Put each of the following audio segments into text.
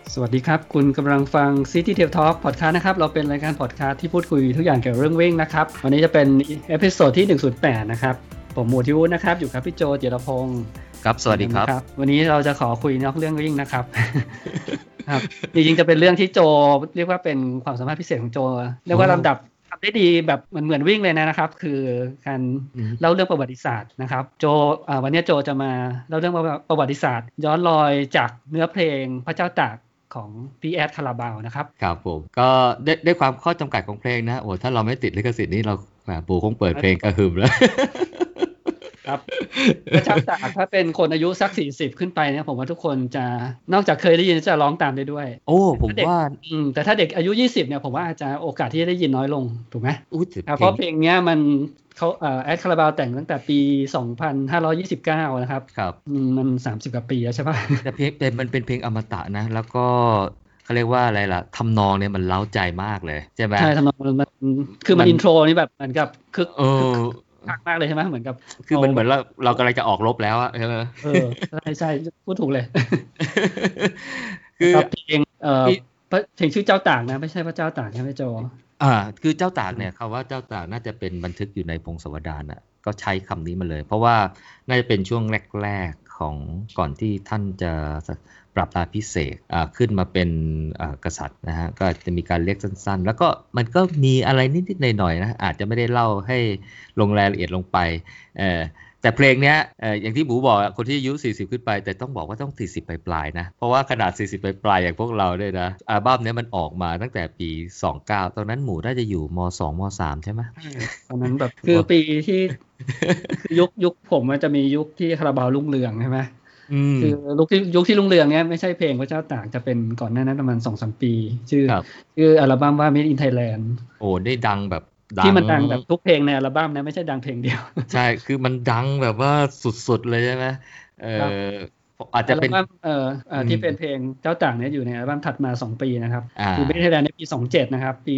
สวัสดีครับคุณกำลังฟัง City Tail Talk Podcast นะครับเราเป็นรายการ podcast ที่พูดคุยทุกอย่างเกี่ยวกับเรื่องวิ่งนะครับวันนี้จะเป็นเอพิโซดที่108นะครับผมหมูทิวุฒินะครับอยู่กับพี่โจจิรพงศ์ครับสวัสดีครับวันนี้เราจะขอคุยนอกเรื่องวิ่งนะครับ ครับจริงๆจะเป็นเรื่องที่โจเรียกว่าเป็นความสามารถพิเศษของโจเรียกว่าลำดับทำได้ดีแบบเหมือนวิ่งเลยนะครับคือการเล่าเรื่องประวัติศาสตร์นะครับโจวันนี้โจจะมาเล่าเรื่องประวัติศาสตร์ย้อนรอยจากเนื้อเพลงพระเจ้าตากของพี่แอดคาราบาวนะครับครับผมก็ได้ความข้อจำกัดของเพลงนะโอ้ถ้าเราไม่ติดลิขสิทธิ์นี่เราปู่คงเปิดเพลงกระหึ่มแล้วครับพระเจ้าตากถ้าเป็นคนอายุสัก40ขึ้นไปเนี่ยผมว่าทุกคนจะนอกจากเคยได้ยินจะร้องตามได้ด้วยโอ้ผมว่าแต่ถ้าเด็กอายุ20เนี่ยผมว่าอาจจะโอกาสที่จะได้ยินน้อยลงถูกไหมเพราะเพลงนี้มันเขาแอดคาราบาวแต่งตั้งแต่ปี2529นะครับครับมัน30กว่าปีแล้วใช่ป่ะแต่เพลงมันเป็นเพลงอมตะนะแล้วก็เขาเรียกว่าอะไรล่ะทำนองเนี่ยมันเร้าใจมากเลยใช่ไหมใช่ทำนองมันคือมันอินโทรนี่แบบเหมือนกับคึกมากเลยใช่ไหมเหมือนกับคือมันเหมือนเรากำลังจะออกรบแล้วอะใช่ไหมใช่พูดถูกเลยคือเพลงชื่อเจ้าตากนะไม่ใช่พระเจ้าตากใช่ไหมโจคือเจ้าตากเนี่ยคำว่าเจ้าตากน่าจะเป็นบันทึกอยู่ในพงศาวดารน่ะก็ใช้คำนี้มาเลยเพราะว่าน่าจะเป็นช่วงแรกๆของก่อนที่ท่านจะปรับราภิเษกขึ้นมาเป็นกษัตริย์นะฮะก็จะมีการเรียกสั้นๆแล้วก็มันก็มีอะไรนิดๆหน่อยๆนะอาจจะไม่ได้เล่าให้ลงรายละเอียดลงไปแต่เพลงเนี้ยอย่างที่หมูบอกคนที่อายุ40ขึ้นไปแต่ต้องบอกว่าต้อง40ปลายๆนะเพราะว่าขนาด40ปลายๆอย่างพวกเราด้วยนะอัลบั้มนี้มันออกมาตั้งแต่ปี29ตอนนั้นหมูน่าจะอยู่ม2ม3ใช่ไหมตอนนั้นแบบคือปีที่ยุคผมมันจะมียุคที่คาราบาวรุ่งเรืองใช่ไหมคือยุคที่รุ่งเรืองเนี้ยไม่ใช่เพลงพระเจ้าตากจะเป็นก่อนหน้านั้นประมาณ 2-3 ปีชื่ออัลบั้มว่า Made in Thailand โอ้ได้ดังแบบที่มันดังแบบทุกเพลงในอัลบั้มนะไม่ใช่ดังเพลงเดียวใช่คือมันดังแบบว่าสุดๆเลยใช่ไหมอาจจะเป็นที่เป็นเพลงเจ้าตากเนี่ยอยู่ในอัลบั้มถัดมา2ปีนะครับคือ Made in Thailand ในปี27นะครับปี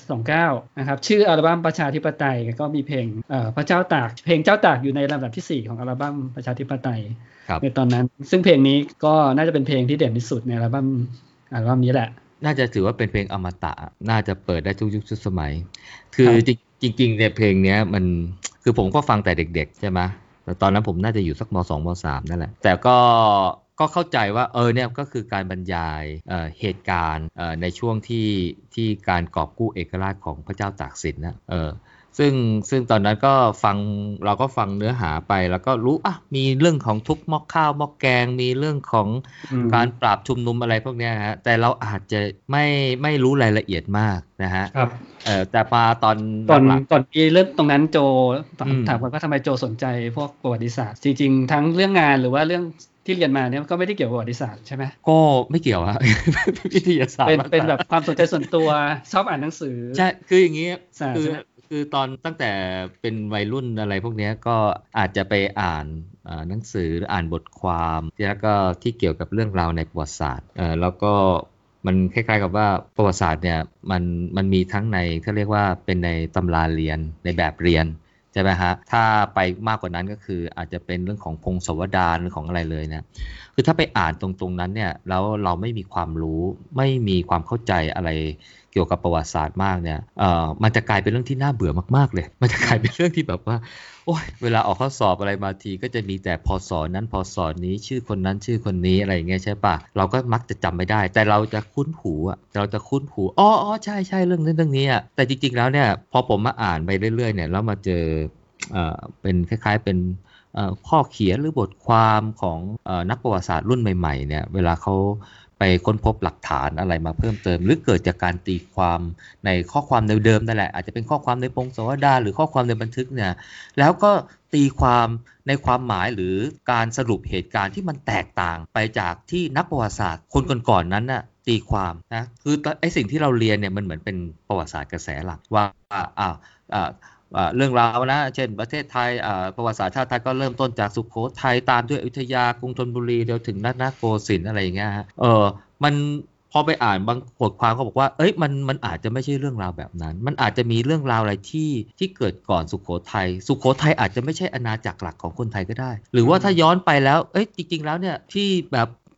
29นะครับชื่ออัลบั้มประชาธิปไตยก็มีเพลงพระเจ้าตากเพลงเจ้าตากอยู่ในลำดับที่4ของอัลบั้มประชาธิปไตยในตอนนั้นซึ่งเพลงนี้ก็น่าจะเป็นเพลงที่เด่นที่สุดในอัลบั้มนี้แหละน่าจะถือว่าเป็นเพลงอมตะน่าจะเปิดได้ทุกยุคทุกสมัยคือจริงๆเนี่ยเพลงนี้มันคือผมก็ฟังแต่เด็กๆใช่ไหมแต่ตอนนั้นผมน่าจะอยู่สักม2ม3นั่นแหละแต่ก็เข้าใจว่าเนี่ยก็คือการบรรยายเหตุการณ์ในช่วงที่การกอบกู้เอกราชของพระเจ้าตากสินนะซึ่งตอนนั้นก็เราก็ฟังเนื้อหาไปแล้วก็รู้มีเรื่องของทุบหม้อข้าวหม้อแกงมีเรื่องของการปราบชุมนุมอะไรพวกนี้ฮะแต่เราอาจจะไม่รู้รายละเอียดมากนะฮะแต่มาตอนเรื่องตรงนั้นโจถามว่าทำไมโจสนใจพวกประวัติศาสตร์จริงๆทั้งเรื่องงานหรือว่าเรื่องที่เรียนมาเนี่ยก็ไม่ได้เกี่ยวกับประวัติศาสตร์ใช่ไหมก็ไม่เกี่ยวฮะวิทยาศาสตร์เป็นแบบความสนใจส่วนตัวชอบอ่านหนังสือใช่คืออย่างนี้คือตอนตั้งแต่เป็นวัยรุ่นอะไรพวกนี้ก็อาจจะไปอ่านหนังสือหรืออ่านบทความแล้วก็ที่เกี่ยวกับเรื่องราวในประวัติศาสตร์แล้วก็มันคล้ายๆกับว่าประวัติศาสตร์เนี่ยมันมีทั้งในเขาเรียกว่าเป็นในตำราเรียนในแบบเรียนใช่ไหมฮะถ้าไปมากกว่านั้นก็คืออาจจะเป็นเรื่องของพงศาวดารหรือของอะไรเลยนะคือถ้าไปอ่านตรงนั้นเนี่ยแล้วเราไม่มีความรู้ไม่มีความเข้าใจอะไรเกี่ยวกับประวัติศาสตร์มากเนี่ยมันจะกลายเป็นเรื่องที่น่าเบื่อมากๆเลยมันจะกลายเป็นเรื่องที่แบบว่าโอ้ยเวลาออกข้อสอบอะไรมาทีก็จะมีแต่พศนั้นพศนี้ชื่อคนนั้นชื่อคนนี้อะไรอย่างเงี้ยใช่ปะเราก็มักจะจำไม่ได้แต่เราจะคุ้นหูอ๋อใช่เรื่องนี้อ่ะแต่จริงๆแล้วเนี่ยพอผมมาอ่านไปเรื่อยๆเนี่ยแล้วมาเจอเป็นคล้ายๆเป็นข้อเขียนหรือบทความของนักประวัติศาสตร์รุ่นใหม่ๆเนี่ยเวลาเขาไปค้นพบหลักฐานอะไรมาเพิ่มเติมหรือเกิดจากการตีความในข้อความเดิมๆนั่นแหละอาจจะเป็นข้อความในพงศาวดารหรือข้อความในบันทึกเนี่ยแล้วก็ตีความในความหมายหรือการสรุปเหตุการณ์ที่มันแตกต่างไปจากที่นักประวัติศาสตร์คนก่อนๆนั้นน่ะตีความนะคือไอ้สิ่งที่เราเรียนเนี่ยมันเหมือนเป็นประวัติศาสตร์กระแสหลักว่าเรื่องราวนะเช่นประเทศไทยประวัติศาสตร์ชาติไทยก็เริ่มต้นจากสุโขทัยตามด้วยอยุธยากรุงธนบุรีเดี๋ยวถึงรัตนโกสินทร์อะไรอย่างเงี้ยฮะมันพอไปอ่านบางบทความเขาบอกว่ามันอาจจะไม่ใช่เรื่องราวแบบนั้นมันอาจจะมีเรื่องราวอะไรที่เกิดก่อนสุโขทัยอาจจะไม่ใช่อาณาจักรหลักของคนไทยก็ได้หรือว่าถ้าย้อนไปแล้วจริงๆแล้วเนี่ยที่แบบ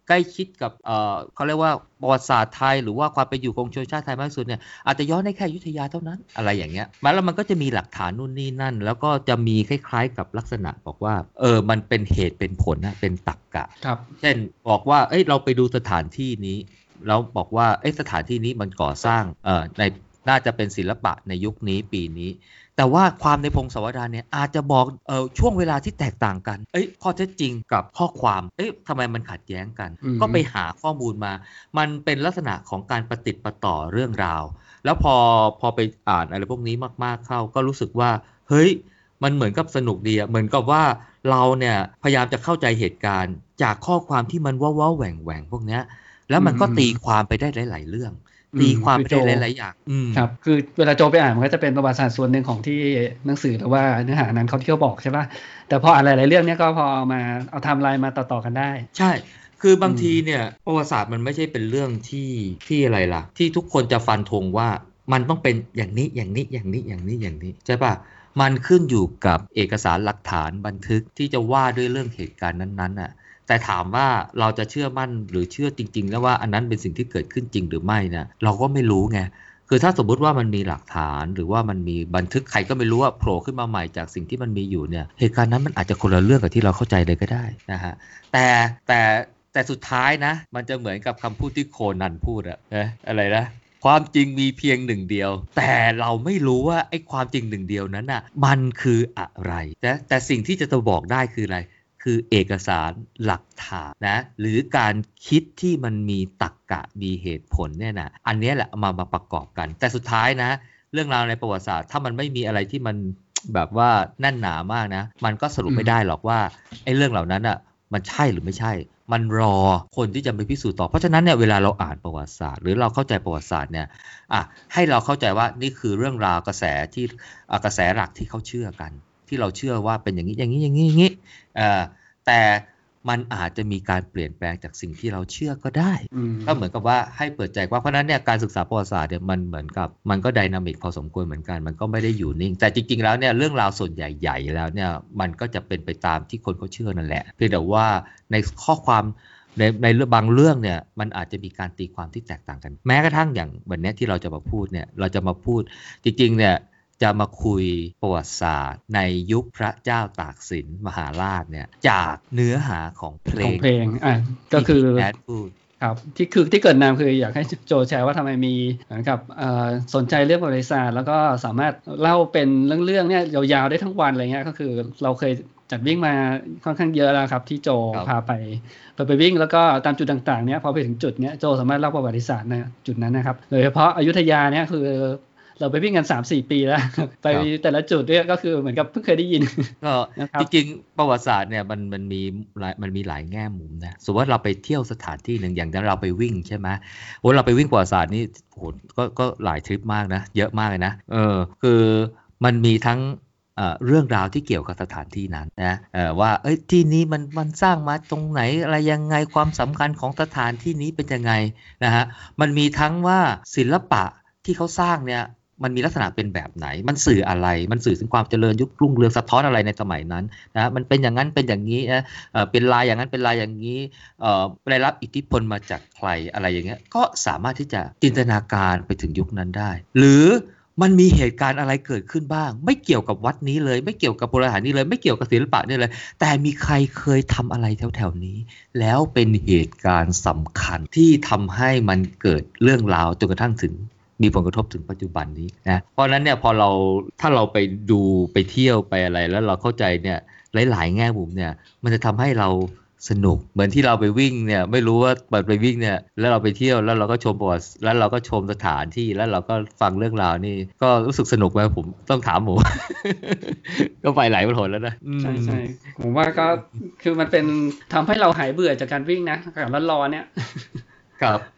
ใกล้ชิดกับเขาเรียกว่าประวัติศาสตร์ไทยหรือว่าความเป็นอยู่ของชนชาติไทยมากที่สุดเนี่ยอาจจะย้อนได้แค่อยุธยาเท่านั้นอะไรอย่างเงี้ยแล้วมันก็จะมีหลักฐานนู่นนี่นั่นแล้วก็จะมีคล้ายๆกับลักษณะบอกว่ามันเป็นเหตุเป็นผลนะเป็นตรรกะเช่นบอกว่าเราไปดูสถานที่นี้แล้วบอกว่าสถานที่นี้มันก่อสร้างในน่าจะเป็นศิลปะในยุคนี้ปีนี้แต่ว่าความในพงศาวดารเนี่ยอาจจะบอกช่วงเวลาที่แตกต่างกันข้อเท็จจริงกับข้อความทำไมมันขัดแย้งกันก็ไปหาข้อมูลมามันเป็นลักษณะของการประติดประต่อเรื่องราวแล้วพอไปอ่านอะไรพวกนี้มากๆเข้าก็รู้สึกว่าเฮ้ยมันเหมือนกับสนุกดีเหมือนกับว่าเราเนี่ยพยายามจะเข้าใจเหตุการณ์จากข้อความที่มันว้าวแหว่งพวกเนี้ยแล้วมันก็ตีความไปได้หลายๆเรื่องตีความไปได้หลายๆอย่างครับคือเวลาโจไปอ่านมันก็จะเป็นประวัติศาสตร์ส่วนหนึ่งของที่หนังสือหรือว่าเนื้อหานั้นเขาที่เขาบอกใช่ป่ะแต่พออ่านหลายๆเรื่องเนี้ยก็พอมาเอาไทม์ไลน์มาต่อๆกันได้ใช่คือบางทีเนี่ยประวัติศาสตร์มันไม่ใช่เป็นเรื่องที่อะไรล่ะที่ทุกคนจะฟันธงว่ามันต้องเป็นอย่างนี้อย่างนี้อย่างนี้อย่างนี้อย่างนี้ใช่ป่ะมันขึ้นอยู่กับเอกสารหลักฐานบันทึกที่จะว่าด้วยเรื่องเหตุการณ์นั้นๆน่ะแต่ถามว่าเราจะเชื่อมั่นหรือเชื่อจริงๆแล้วว่าอันนั้นเป็นสิ่งที่เกิดขึ้นจริงหรือไม่นะเราก็ไม่รู้ไงคือถ้าสมมุติว่ามันมีหลักฐานหรือว่ามันมีบันทึกใครก็ไม่รู้ว่าโผล่ขึ้นมาใหม่จากสิ่งที่มันมีอยู่เนี่ยเหตุการณ์นั้นมันอาจจะคนละเรื่องกับที่เราเข้าใจเลยก็ได้นะฮะแต่สุดท้ายนะมันจะเหมือนกับคำพูดที่โคนันพูดอะไรนะความจริงมีเพียงหนึ่งเดียวแต่เราไม่รู้ว่าไอ้ความจริงหนึ่งเดียวนั้นน่ะมันคืออะไรแต่สิ่งที่จะบอกได้คืออะไรคือเอกสารหลักฐานนะหรือการคิดที่มันมีตรรกะมีเหตุผลเนี่ยนะอันนี้แหละมาประกอบกันแต่สุดท้ายนะเรื่องราวในประวัติศาสตร์ถ้ามันไม่มีอะไรที่มันแบบว่าแน่นหนามากนะมันก็สรุปไม่ได้หรอกว่าไอ้เรื่องเหล่านั้นอ่ะมันใช่หรือไม่ใช่มันรอคนที่จะไปพิสูจน์ต่อเพราะฉะนั้นเนี่ยเวลาเราอ่านประวัติศาสตร์หรือเราเข้าใจประวัติศาสตร์เนี่ยให้เราเข้าใจว่านี่คือเรื่องราวกระแสที่กระแสหลักที่เขาเชื่อกันที่เราเชื่อว่าเป็นอย่างนี้อย่างนี้อย่างนี้อย่างนี้แต่มันอาจจะมีการเปลี่ยนแปลงจากสิ่งที่เราเชื่อก็ได้ก็เหมือนกับว่าให้เปิดใจว่าเพราะนั้นเนี่ยการศึกษาประวัติศาสตร์เนี่ยมันเหมือนกับมันก็ไดนามิกพอสมควรเหมือนกันมันก็ไม่ได้อยู่นิ่งแต่จริงๆแล้วเนี่ยเรื่องราวส่วนใหญ่ๆแล้วเนี่ยมันก็จะเป็นไปตามที่คนเขาเชื่อนั่นแหละเพียงแต่ว่าในข้อความในเรื่องบางเรื่องเนี่ยมันอาจจะมีการตีความที่แตกต่างกันแม้กระทั่งอย่างวันนี้ที่เราจะมาพูดเนี่ยเราจะมาพูดจริงๆเนี่ยจะมาคุยประวัติศาสตร์ในยุคพระเจ้าตากสินมหาราชเนี่ยจากเนื้อหาของเพลงก็คือแอดพูดครับที่เกิดนามคืออยากให้โจแชร์ว่าทำไมมีเหมือนกับสนใจเรื่องประวัติศาสตร์แล้วก็สามารถเล่าเป็นเรื่องเนี่ยยาวๆได้ทั้งวันอะไรเงี้ยก็คือเราเคยจัดวิ่งมาค่อนข้างเยอะแล้วครับที่โจพาไปวิ่งแล้วก็ตามจุดต่างๆเนี่ยพอไปถึงจุดเนี้ยโจสามารถเล่าประวัติศาสตร์นะจุดนั้นนะครับโดยเฉพาะอยุธยาเนี่ยคือเราไปวิ่งกัน 3-4 ปีแล้วไปแต่ละจุดเนี่ยก็คือเหมือนกับเพิ่งเคยได้ยินก็จริงๆประวัติศาสตร์เนี่ยมันมีหลายแง่มุมนะสมมติว่าเราไปเที่ยวสถานที่หนึ่งอย่างเราไปวิ่งใช่ไหมเราไปวิ่งประวัติศาสตร์นี่โหก็หลายทริปมากนะเยอะมากเลยนะคือมันมีทั้งเรื่องราวที่เกี่ยวกับสถานที่นั้นนะว่าที่นี้มันสร้างมาตรงไหนอะไรยังไงความสำคัญของสถานที่นี้เป็นยังไงนะฮะมันมีทั้งว่าศิลปะที่เขาสร้างเนี่ยมันมีลักษณะเป็นแบบไหนมันสื่ออะไรมันสื่อถึงความเจริญยุครุ่งเรืองสะท้อนอะไรในสมัยนั้นนะมันเป็นอย่างนั้นเป็นอย่างนี้นะเป็นลายอย่างนั้นเป็นลายอย่างนี้ได้รับอิทธิพลมาจากใครอะไรอย่างเงี้ยก็สามารถที่จะจินตนาการไปถึงยุคนั้นได้หรือมันมีเหตุการณ์อะไรเกิดขึ้นบ้างไม่เกี่ยวกับวัดนี้เลยไม่เกี่ยวกับโบราณนี้เลยไม่เกี่ยวกับศิลปะนี่เลยแต่มีใครเคยทำอะไรแถวๆนี้แล้วเป็นเหตุการณ์สำคัญที่ทำให้มันเกิดเรื่องราวจนกระทั่งถึงมีผลกระทบถึงปัจจุบันนี้นะเพราะนั้นเนี่ยถ้าเราไปดูไปเที่ยวไปอะไรแล้วเราเข้าใจเนี่ยหลายๆแง่มุมเนี่ยมันจะทำให้เราสนุกเหมือนที่เราไปวิ่งเนี่ยไม่รู้ว่าไปวิ่งเนี่ยแล้วเราไปเที่ยวแล้วเราก็ชมประวัติแล้วเราก็ชมสถานที่แล้วเราก็ฟังเรื่องราวนี่ก็รู้สึกสนุกไหมผมต้องถามหมู ก็ไปหลายหนแล้วนะใช่ใช่ผมว่าก็คือมันเป็นทำให้เราหายเบื่อจากการวิ่งนะกับร้อนๆเนี่ยครับ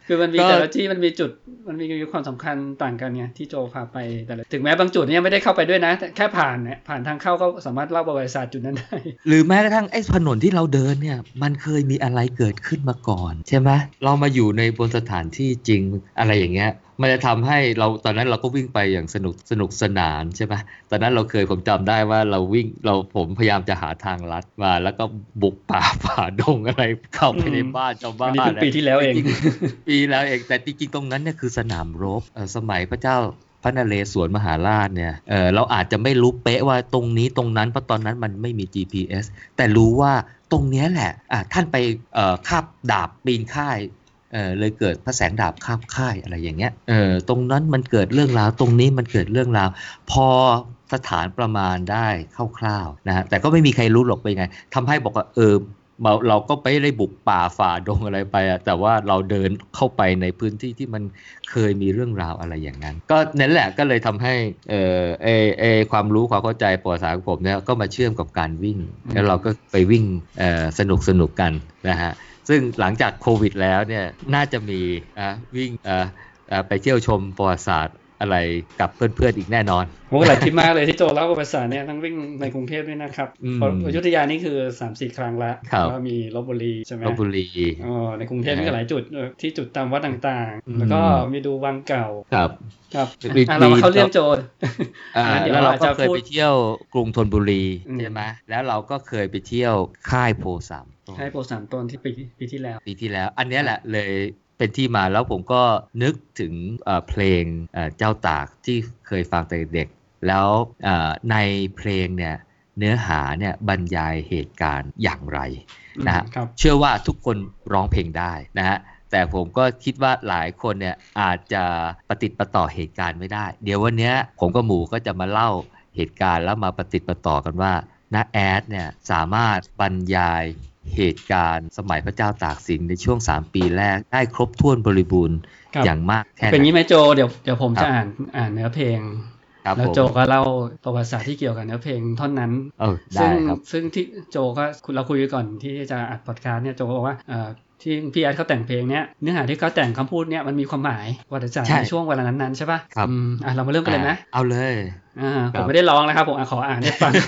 คือมันมีแต่ละที่มันมีจุดมันมีความสำคัญต่างกันไงที่โจพาไปแต่ถึงแม้บางจุดเนี่ยไม่ได้เข้าไปด้วยนะแค่ผ่านเนี่ยผ่านทางเข้าก็สามารถเล่าประวัติศาสตร์จุดนั้นได้หรือแม้กระทั่งไอ้ถนนที่เราเดินเนี่ยมันเคยมีอะไรเกิดขึ้นมาก่อนใช่ไหมเรามาอยู่ในบนสถานที่จริงอะไรอย่างเงี้ยมันจะทำให้เราตอนนั้นเราก็วิ่งไปอย่างสนุกสนานใช่ไหมตอนนั้นผมจำได้ว่าผมพยายามจะหาทางลัดมาแล้วก็บุกป่าฝ่าดงอะไรเข้าไปในบ้านชาวบ้านนี่เป็นปีที่แล้วเองปีแล้วเองแต่จริงๆตรงนั้นเนี่ยคือสนามรบสมัยพระเจ้าพระนเรศวรมหาราชเนี่ยเราอาจจะไม่รู้เป๊ะว่าตรงนี้ตรงนั้นเพราะตอนนั้นมันไม่มี GPS แต่รู้ว่าตรงนี้แหละท่านไปคาบดาบปีนค่ายเลยเกิดพระแสงดาบคาบค่ายอะไรอย่างเงี้ยตรงนั้นมันเกิดเรื่องราวตรงนี้มันเกิดเรื่องราวพอสถานประมาณได้คร่าวๆนะฮะแต่ก็ไม่มีใครรู้หรอกเป็นไงทำให้บอกว่าเราก็ไปได้บุกป่าฝ่าดงอะไรไปแต่ว่าเราเดินเข้าไปในพื้นที่ที่มันเคยมีเรื่องราวอะไรอย่างนั้นก็นั่นแหละก็เลยทำให้ความรู้ความเข้าใจประวัติศาสตร์ของผมเนี่ยก็มาเชื่อมกับการวิ่งแล้วเราก็ไปวิ่งสนุกกันนะฮะซึ่งหลังจากโควิดแล้วเนี่ยน่าจะมีวิ่งไปเที่ยวชมประวัติศาสตร์อะไรกับเพื่อนๆอีกแน่นอนโอ้หลายทริปมากเลยที่โจเล่าประวัติศาสตร์เนี่ยทั้งวิ่งในกรุงเทพด้วยนะครับอยุธยานี่คือ 3-4 ครั้งละแล้วมีลพบุรีใช่ไหมลพบุรีในกรุงเทพมีหลายจุดที่จุดตามวัดต่างๆแล้วก็มีดูวังเก่าครับเราเข้าเรื่องโจแล้วเราก็เคยไปเที่ยวกรุงธนบุรีใช่ไหมแล้วเราก็เคยไปเที่ยวค่ายโพสามต้นที่ปีที่แล้วอันนี้แหละเลยเป็นที่มาแล้วผมก็นึกถึงเพลงเจ้าตากที่เคยฟังแต่เด็กแล้วในเพลงเนี่ยเนื้อหาเนี่ยบรรยายเหตุการณ์อย่างไรนะฮะเชื่อว่าทุกคนร้องเพลงได้นะฮะแต่ผมก็คิดว่าหลายคนเนี่ยอาจจะประติดประต่อเหตุการณ์ไม่ได้เดี๋ยววันนี้ผมกับหมูก็จะมาเล่าเหตุการณ์แล้วมาประติดประต่อกันว่าน้าแอดเนี่ยสามารถบรรยายเหตุการณ์สมัยพระเจ้าตากสินในช่วง3ปีแรกได้ครบถ้วนบริบูรณ์อย่างมากแค่ไหนเป็นงี้ไหมโจเดี๋ยวผมจะอ่านเนื้อเพลงแล้วโจก็เล่าประวัติศาสตร์ที่เกี่ยวกับเนื้อเพลงท่อนนั้นซึ่งที่โจก็เราคุยกันก่อนที่จะอัดพอดคาสต์เนี่ยโจก็บอกว่าที่พี่แอดเขาแต่งเพลงเนี้ยเนื้อหาที่เขาแต่งคำพูดเนี้ยมันมีความหมายประวัติศาสตร์ในช่วงเวลานั้นๆใช่ป่ะครับเรามาเริ่มกันเลยนะเอาเลยผมไม่ได้ร้องนะครับผมขออ่านให้ฟัง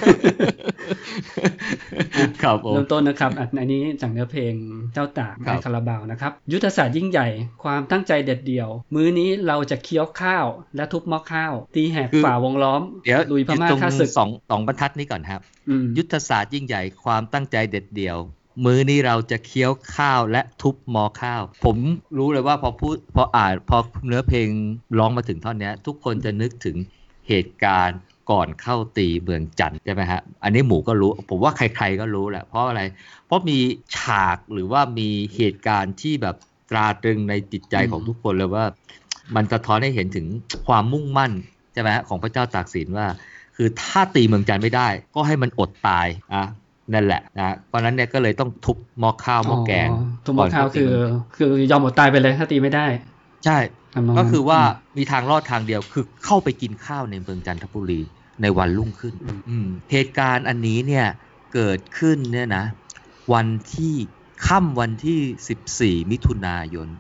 ครับเริ่มต้นนะครับอันนี้จากเนื้อเพลงเจ้าตากในคาราบาวนะครับยุทธศาสตร์ยิ่งใหญ่ความตั้งใจเด็ดเดี่ยวมื้อนี้เราจะเคี้ยวข้าวและทุบหม้อข้าวตีแหกฝ่าวงล้อมลุยพม่าฆ่าศึกสองบรรทัดนี้ก่อนครับยุทธศาสตร์ยิ่งใหญ่ความตั้งใจเด็ดเดี่ยวมื้อนี้เราจะเคี้ยวข้าวและทุบหม้อข้าวผมรู้เลยว่าพออ่านพอเนื้อเพลงร้องมาถึงท่อนนี้ทุกคนจะนึกถึงเหตุการณ์ก่อนเข้าตีเมืองจันทร์ใช่ไหมฮะอันนี้หมูก็รู้ผมว่าใครๆก็รู้แหละเพราะอะไรเพราะมีฉากหรือว่ามีเหตุการณ์ที่แบบตราตรึงในจิตใจของทุกคนเลยว่ามันสะท้อนให้เห็นถึงความมุ่งมั่นใช่ไหมฮะของพระเจ้าตากสินว่าคือถ้าตีเมืองจันทร์ไม่ได้ก็ให้มันอดตายนั่นแหละนะเพราะนั้นเนี่ยก็เลยต้องทุบหม้อข้าวหม้อแกงทุบหม้อข้าวคือยอมอดตายไปเลยถ้าตีไม่ได้ใช่ก็คือว่ามีทางรอดทางเดียวคือเข้าไปกินข้าวในเมืองจันทบุรีในวันรุ่งขึ้นเหตุการณ์อันนี้เนี่ยเกิดขึ้นเนี่ยนะวันที่ค่ำวันที่14มิถุนายน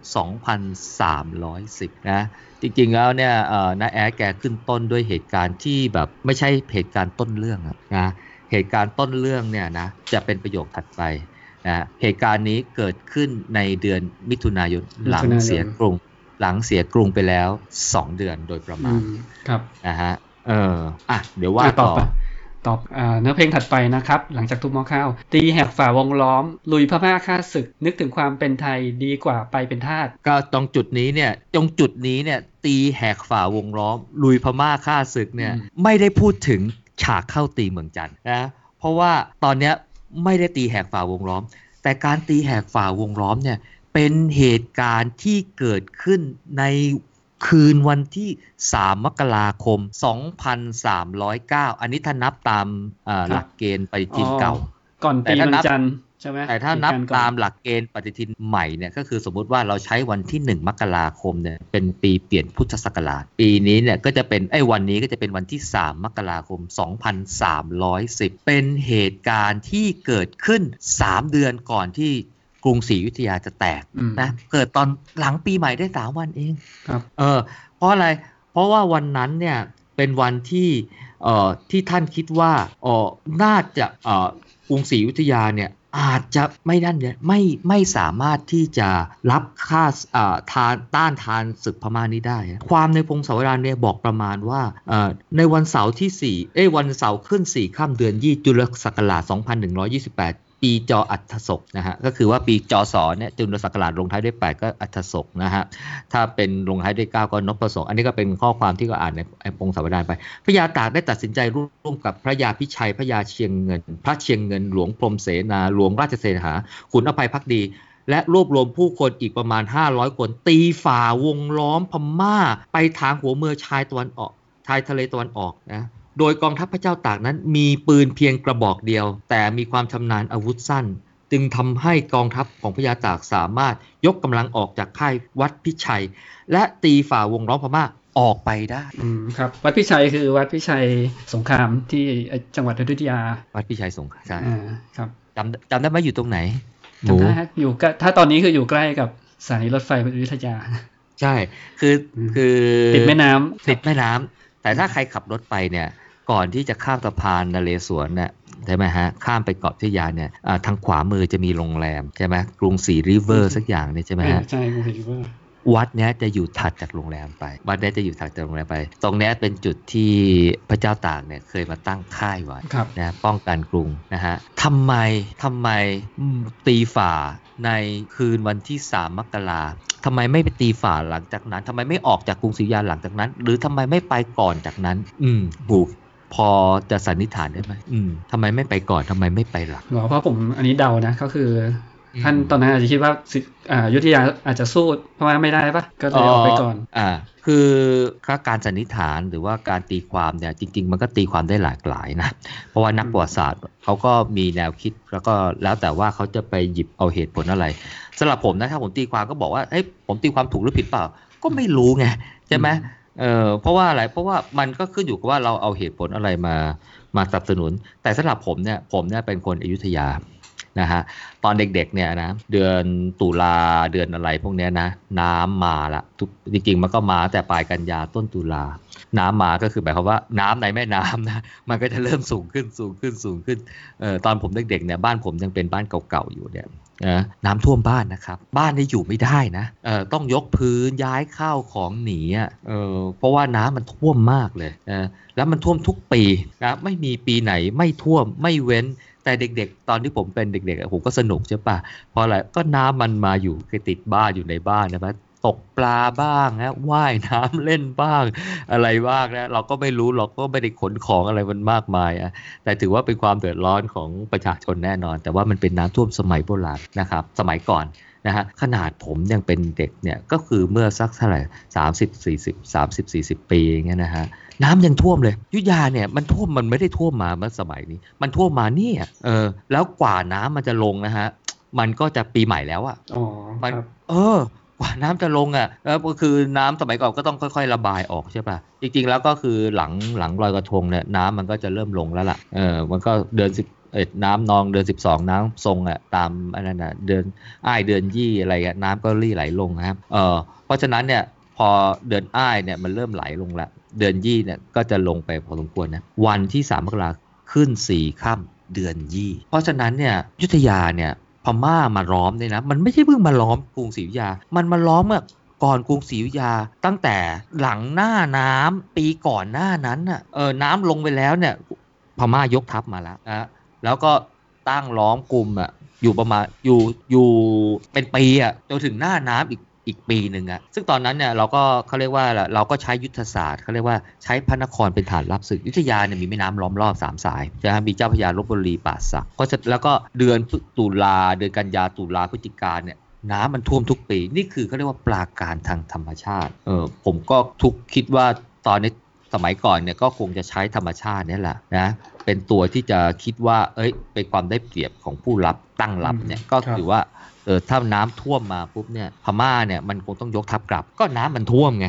2310นะจริงๆแล้วเนี่ยน้าแอดแกขึ้นต้นด้วยเหตุการณ์ที่แบบไม่ใช่เหตุการณ์ต้นเรื่องนะเหตุการณ์ต้นเรื่องเนี่ยนะจะเป็นประโยคถัดไปนะเหตุการณ์นี้เกิดขึ้นในเดือนมิถุนายนหลังเสียกรุงไปแล้ว2เดือนโดยประมาณครับนะฮะเดี๋ยวว่าต่อเนื้อเพลงถัดไปนะครับหลังจากทุบหม้อข้าวตีแหกฝ่าวงล้อมลุยพม่าฆ่าศึกนึกถึงความเป็นไทยดีกว่าไปเป็นทาสก็ตรงจุดนี้เนี่ยตีแหกฝ่าวงล้อมลุยพม่าฆ่าศึกเนี่ยไม่ได้พูดถึงฉากเข้าตีเมืองจันทร์นะเพราะว่าตอนนี้ไม่ได้ตีแหกฝ่าวงล้อมแต่การตีแหกฝ่าวงล้อมเนี่ยเป็นเหตุการณ์ที่เกิดขึ้นในคืนวันที่3มกราคม2309อันนี้ถ้านับตามหลักเกณฑ์ปฏิทินเก่าก่อนตีเมืองจันทร์ใช่ไหมแต่ถ้านับตามหลักเกณฑ์ปฏิทินใหม่เนี่ยก็คือสมมุติว่าเราใช้วันที่1มกราคมเนี่ยเป็นปีเปลี่ยนพุทธศักราชปีนี้เนี่ยก็จะเป็นวันนี้ก็จะเป็นวันที่3มกราคม2310เป็นเหตุการณ์ที่เกิดขึ้น3เดือนก่อนที่กรุงศรีอยุธยาจะแตกนะเกิดตอนหลังปีใหม่ได้3 วันเองครับเพราะอะไรเพราะว่าวันนั้นเนี่ยเป็นวันที่ท่านคิดว่าน่าจะกรุงศรีอยุธยาเนี่ยอาจจะไม่นั่นเนี่ยไม่สามารถที่จะรับค่าต้านทานศึกพม่านี้ได้ความในพงศาวดารเนี่ยบอกประมาณว่าในวันเสาร์ที่วันเสาร์ขึ้น4 ค่ำเดือนยี่จุลศักราช2128ปีจออัฐศกนะฮะก็คือว่าปีจศเนี่ยจุลศักราชลงท้ายด้วย8ก็อัฐศกนะฮะถ้าเป็นลงท้ายด้วย9ก็นพศกอันนี้ก็เป็นข้อความที่ก็อ่านในพงศาวดารไปพระยาตากได้ตัดสินใจร่วมกับพระยาพิชัยพระยาเชียงเงินพระเชียงเงินหลวงพรหมเสนาหลวงราชเสนาขุนอภัยภักดีและรวบรวมผู้คนอีกประมาณ500 คนตีฝ่าวงล้อมพม่าไปทางหัวเมืองชายทะเลตะวันออกนะโดยกองทัพพระเจ้าตากนั้นมีปืนเพียงกระบอกเดียวแต่มีความชำนาญอาวุธสั้นจึงทำให้กองทัพของพระยาตากสามารถยกกำลังออกจากค่ายวัดพิชัยและตีฝ่าวงล้อมพม่าออกไปได้ครับวัดพิชัยคือวัดพิชัยสงครามที่จังหวัดอยุธยาวัดพิชัยสงครามใช่ครับจำได้ไหมอยู่ตรงไหนจำได้อยู่ถ้าตอนนี้คืออยู่ใกล้กับสถานีรถไฟอยุธยาใช่คือติดแม่น้ำแต่ถ้าใครขับรถไปเนี่ยก่อนที่จะข้ามสะพานนเรศวรเนี่ยใช่ไหมฮะข้ามไปเกาะอยุธยาเนี่ยทางขวามือจะมีโรงแรมใช่ไหมกรุงศรีริเวอร์สักอย่างเนี่ยใช่ไหมฮะใช่กรุงศรีริเวอร์วัดเนี้ยจะอยู่ถัดจากโรงแรมไปวัดเนี้ยจะอยู่ถัดจากโรงแรมไปตรงเนี้ยเป็นจุดที่พระเจ้าตากเนี่ยเคยมาตั้งค่ายไว้นะป้องกันกรุงนะฮะทำไมตีฝ่าในคืนวันที่3 มกราทำไมไม่ไปตีฝ่าหลังจากนั้นทำไมไม่ออกจากกรุงศรีอยุธยาหลังจากนั้นหรือทำไมไม่ไปก่อนจากนั้นบุกพอจะสันนิษฐานได้ไหมทำไมไม่ไปก่อนทำไมไม่ไปหลังเพราะผมอันนี้เดานะก็คือท่านตอนนั้นอาจจะคิดว่าอยุธยาอาจจะสู้เพราะว่าไม่ได้ปะก็เลยออกไปก่อนคือการสันนิษฐานหรือว่าการตีความเนี่ยจริงๆมันก็ตีความได้หลากหลายนะเพราะว่านักประวัติศาสตร์เขาก็มีแนวคิดแล้วก็แล้วแต่ว่าเขาจะไปหยิบเอาเหตุผลอะไรสำหรับผมนะถ้าผมตีความก็บอกว่าเฮ้ยผมตีความถูกหรือผิดเปล่าก็ไม่รู้ไงใช่ไหมเพราะว่าอะไรเพราะว่ามันก็ขึ้นอยู่กับว่าเราเอาเหตุผลอะไรมาสนับสนุนแต่สำหรับผมเนี่ยเป็นคนอยุธยานะฮะตอนเด็กๆเนี่ยนะเดือนตุลาเดือนอะไรพวกนี้นะน้ำมาละจริงๆมันก็มาแต่ปลายกันยาต้นตุลาน้ำมาก็คือหมายความว่าน้ำในแม่น้ำนะมันก็จะเริ่มสูงขึ้นตอนผมเด็กๆเนี่ยบ้านผมยังเป็นบ้านเก่าๆอยู่เนี่ยน้ำท่วมบ้านนะครับบ้านนี่อยู่ไม่ได้นะต้องยกพื้นย้ายข้าวของหนีเพราะว่าน้ำมันท่วมมากเลยแล้วมันท่วมทุกปีนะไม่มีปีไหนไม่ท่วมไม่เว้นแต่เด็กๆตอนที่ผมเป็นเด็กๆผมก็สนุกใช่ปะเพราะอะไรก็น้ำมันมาอยู่ติดบ้านอยู่ในบ้านนะตกปลาบ้างนะว่ายน้ำเล่นบ้างอะไรบ้างนะเราก็ไม่รู้เราก็ไม่ได้ขนของอะไรมันมากมายแต่ถือว่าเป็นความเดือดร้อนของประชาชนแน่นอนแต่ว่ามันเป็นน้ำท่วมสมัยโบราณนะครับสมัยก่อนนะฮะขนาดผมยังเป็นเด็กเนี่ยก็คือเมื่อสักเท่าไหร่30-40 ปีอย่างเงี้ยนะฮะน้ำยังท่วมเลยอยุธยาเนี่ยมันท่วมมันไม่ได้ท่วมมาเมื่อสมัยนี้มันท่วมมาเนี่ยแล้วกว่าน้ำมันจะลงนะฮะมันก็จะปีใหม่แล้วมันกว่าน้ำจะลงแล้วก็คือน้ำสมัยก่อนก็ต้องค่อยๆระบายออกใช่ป่ะจริงๆแล้วก็คือหลังลอยกระทงเนี่ยน้ำมันก็จะเริ่มลงแล้วล่ะมันก็เดือนน้ำนองเดือน12น้ำทรงตามอันนั้นเดือนอ้ายเดือนยี่อะไรน้ำก็รี่ไหลลงนะครับเพราะฉะนั้นเนี่ยพอเดือนอ้ายเนี่ยมันเริ่มไหลลงละเดือนยี่เนี่ยก็จะลงไปพอสมควรนะวันที่3 มกราคมขึ้น4 ค่ำเดือนยี่เพราะฉะนั้นเนี่ยอยุธยาเนี่ยพม่ามาล้อมเนี่ยนะมันไม่ใช่เพิ่งมาล้อมกรุงศรีอยุธยามันมาล้อมเมื่อก่อนกรุงศรีอยุธยาตั้งแต่หลังหน้าน้ำปีก่อนหน้านั้นน้ำลงไปแล้วเนี่ยพม่ายกทัพมาแล้วแล้วก็ตั้งล้อมกลุ่มอยู่ประมาณอยู่เป็นปีจนถึงหน้าน้ำอีกปีหนึ่งซึ่งตอนนั้นเนี่ยเราก็เขาเรียกว่าเราก็ใช้ยุทธศาสตร์เขาเรียกว่าใช้พระนครเป็นฐานรับศึกอยุธยาเนี่ยมีแม่น้ำล้อมรอบ3 สายใช่ไหมมีเจ้าพระยาลพบุรีป่าสักก็แล้วก็เดือนตุลาเดือนกันยาตุลาพฤศจิกาเนี่ยน้ำมันท่วมทุกปีนี่คือเขาเรียกว่าปราการทางธรรมชาติผมก็คิดว่าตอนนี้สมัยก่อนเนี่ยก็คงจะใช้ธรรมชาตินี่แหละนะเป็นตัวที่จะคิดว่าเป็นความได้เปรียบของผู้รับตั้งรับเนี่ยก็ถือว่าถ้าน้ำท่วมมาปุ๊บเนี่ยพม่าเนี่ยมันคงต้องยกทัพกลับก็น้ำมันท่วมไง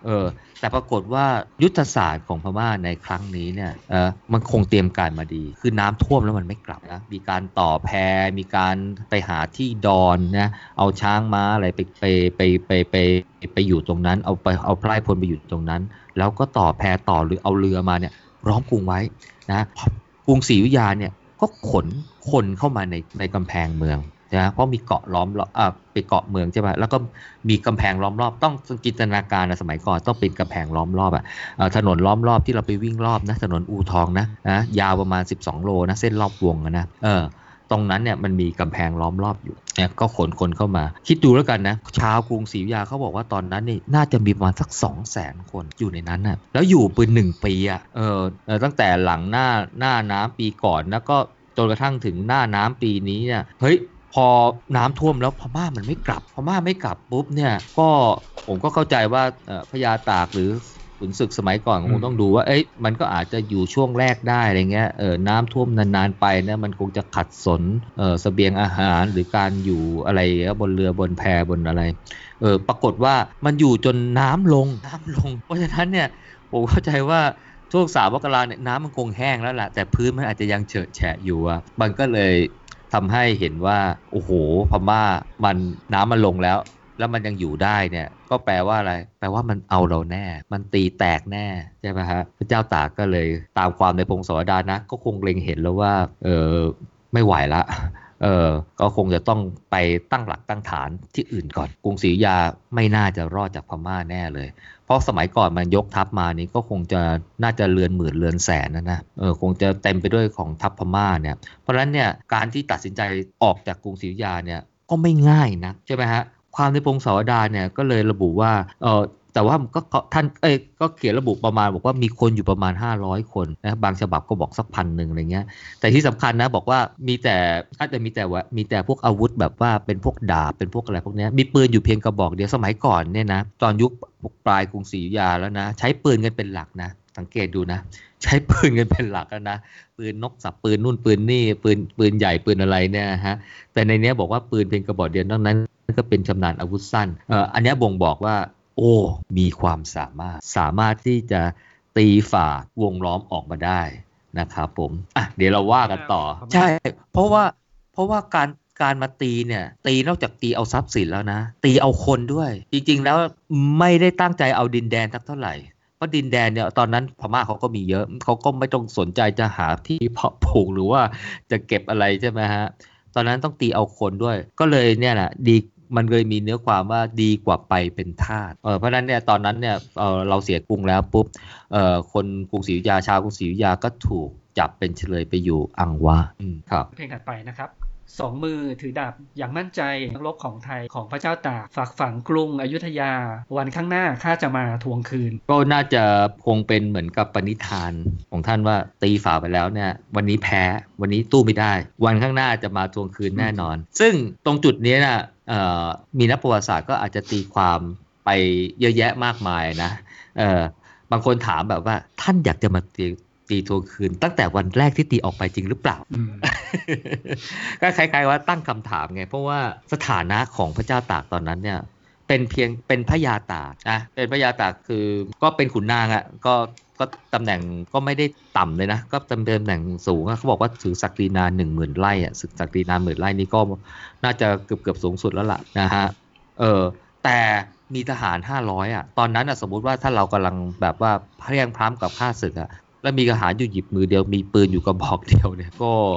แต่ปรากฏว่ายุทธศาสตร์ของพม่าในครั้งนี้เนี่ยมันคงเตรียมการมาดีคือน้ำท่วมแล้วมันไม่กลับนะมีการต่อแพมีการไปหาที่ดอนนะเอาช้างม้าอะไรไปอยู่ตรงนั้นเอาพลายพลไปอยู่ตรงนั้นแล้วก็ต่อแพต่อหรือเอาเรือมาเนี่ยล้อมกรุงไว้นะกรุงศรีอยุธยาเนี่ยก็ขนคนเข้ามาในกำแพงเมืองนะเพราะมีเกาะล้อมไปเกาะเมืองใช่ไหมแล้วก็มีกำแพงล้อมรอบต้องจินตนาการนะสมัยก่อนต้องเป็นกำแพงล้อมรอบถนนล้อมรอบที่เราไปวิ่งรอบนะถนนอู่ทองนะยาวประมาณ12 โลนะเส้นรอบวงนะตรงนั้นเนี่ยมันมีกำแพงล้อมรอบอยู่ก็ขนคนเข้ามาคิดดูแล้วกันนะชาวกรุงศรีอยุธยาเขาบอกว่าตอนนั้นนี่น่าจะมีประมาณสัก 200,000 คนอยู่ในนั้นน่ะแล้วอยู่เป็น1 ปีตั้งแต่หลังหน้าน้ำปีก่อนแล้วก็จนกระทั่งถึงหน้าน้ำปีนี้เนี่ยเฮ้ยพอน้ำท่วมแล้วพม่ามันไม่กลับปุ๊บเนี่ยก็ผมก็เข้าใจว่าพญาตากหรือขุนศึกสมัยก่อนคงต้องดูว่ามันก็อาจจะอยู่ช่วงแรกได้อะไรเงี้ยน้ำท่วมนานๆไปนะมันคงจะขัดสนเสบียงอาหารหรือการอยู่อะไรบนเรือบนแพบนอะไรปรากฏว่ามันอยู่จนน้ำลงเพราะฉะนั้นเนี่ยผมเข้าใจว่าช่วง3 มกราเนี่ยน้ำมันคงแห้งแล้วล่ะแต่พื้นมันอาจจะยังเฉอะแฉะอยู่มันก็เลยทำให้เห็นว่าโอ้โหพม่ามันน้ำมันลงแล้วมันยังอยู่ได้เนี่ยก็แปลว่าอะไรแปลว่ามันเอาเราแน่มันตีแตกแน่ใช่ไหมฮะพระเจ้าตากก็เลยตามความในพงศาวดารนะก็คงเล็งเห็นแล้วว่าไม่ไหวละก็คงจะต้องไปตั้งหลักตั้งฐานที่อื่นก่อนกรุงศรีอยุธยาไม่น่าจะรอดจากพม่าแน่เลยเพราะสมัยก่อนมันยกทัพมานี่ก็คงจะน่าจะเรือนหมื่นเรือนแสนนะคงจะเต็มไปด้วยของทัพพม่าเนี่ยเพราะฉะนั้นเนี่ยการที่ตัดสินใจออกจากกรุงศรีอยุธยาเนี่ยก็ไม่ง่ายนะใช่ไหมฮะความในพงศาวดารเนี่ยก็เลยระบุว่าแต่ว่าก็ท่านก็เขียนระบุประมาณบอกว่ามีคนอยู่ประมาณ500 คนนะบางฉบับก็บอกสัก1,000อะไรเงี้ยแต่ที่สำคัญนะบอกว่ามีแต่พวกอาวุธแบบว่าเป็นพวกดาบเป็นพวกอะไรพวกนี้มีปืนอยู่เพียงกระบอกเดียวสมัยก่อนเนี่ยนะตอนยุคปลายกรุงศรีอยุธยาแล้วนะใช้ปืนกันเป็นหลักนะสังเกตดูนะใช้ปืนกันเป็นหลักนะปืนนกสับปืนนู่นปืนนี่ปืนใหญ่ปืนอะไรเนี่ยฮะแต่ในนี้บอกว่าปืนเพียงกระบอกเดียวนอกนั้นก็เป็นชำนาญอาวุธสั้นอันนี้บ่งบอกว่าโอ้มีความสามารถที่จะตีฝ่าวงล้อมออกมาได้นะครับผมเดี๋ยวเราว่ากันต่อใช่เพราะว่าการมาตีเนี่ยตีนอกจากตีเอาทรัพย์สินแล้วนะตีเอาคนด้วยจริงๆแล้วไม่ได้ตั้งใจเอาดินแดนสักเท่าไหร่เพราะดินแดนเนี่ยตอนนั้นพม่าเขาก็มีเยอะเขาก็ไม่ต้องสนใจจะหาที่เพาะปลูกหรือว่าจะเก็บอะไรใช่ไหมฮะตอนนั้นต้องตีเอาคนด้วยก็เลยเนี่ยแหละมันเลยมีเนื้อความว่าดีกว่าไปเป็นทาสเพราะฉะนั้นเนี่ยตอนนั้นเนี่ยเราเสียกรุงแล้วปุ๊บคนกรุงศรีอยุธยาชาวกรุงศรีอยุธยาก็ถูกจับเป็นเฉลยไปอยู่อังวาครับเพลงถัดไปนะครับ2 มือถือดาบอย่างมั่นใจนักรบของไทยของพระเจ้าตากฝากฝังกรุงอยุธยาวันข้างหน้าข้าจะมาทวงคืนก็น่าจะคงเป็นเหมือนกับปณิธานของท่านว่าตีฝ่าไปแล้วเนี่ยวันนี้แพ้วันนี้ตู้ไม่ได้วันข้างหน้าจะมาทวงคืนแน่นอนซึ่งตรงจุดนี้นะมีนักประวัติศาสตร์ก็อาจจะตีความไปเยอะแยะมากมายนะบางคนถามแบบว่าท่านอยากจะมาตีทวงคืนตั้งแต่วันแรกที่ตีออกไปจริงหรือเปล่า ก็คล้ายๆว่าตั้งคำถามไงเพราะว่าสถานะของพระเจ้าตากตอนนั้นเนี่ยเป็นพระยาตากนะเป็นพระยาตากคือก็เป็นขุนนางก็ตำแหน่งก็ไม่ได้ต่ำเลยนะก็ตำแหน่งสูงเขาบอกว่าถือศักดินา 10,000 ไร่ศักดินา 10,000 ไร่นี่ก็น่าจะเกือบสูงสุดแล้วล่ะนะฮะแต่มีทหาร500ตอนนั้นสมมุติว่าถ้าเรากำลังแบบว่าเพรียงพร้ำกับข้าศึกแล้วมีทหารอยู่หยิบมือเดียวมีปืนอยู่กระบอกเดียวเนี่ย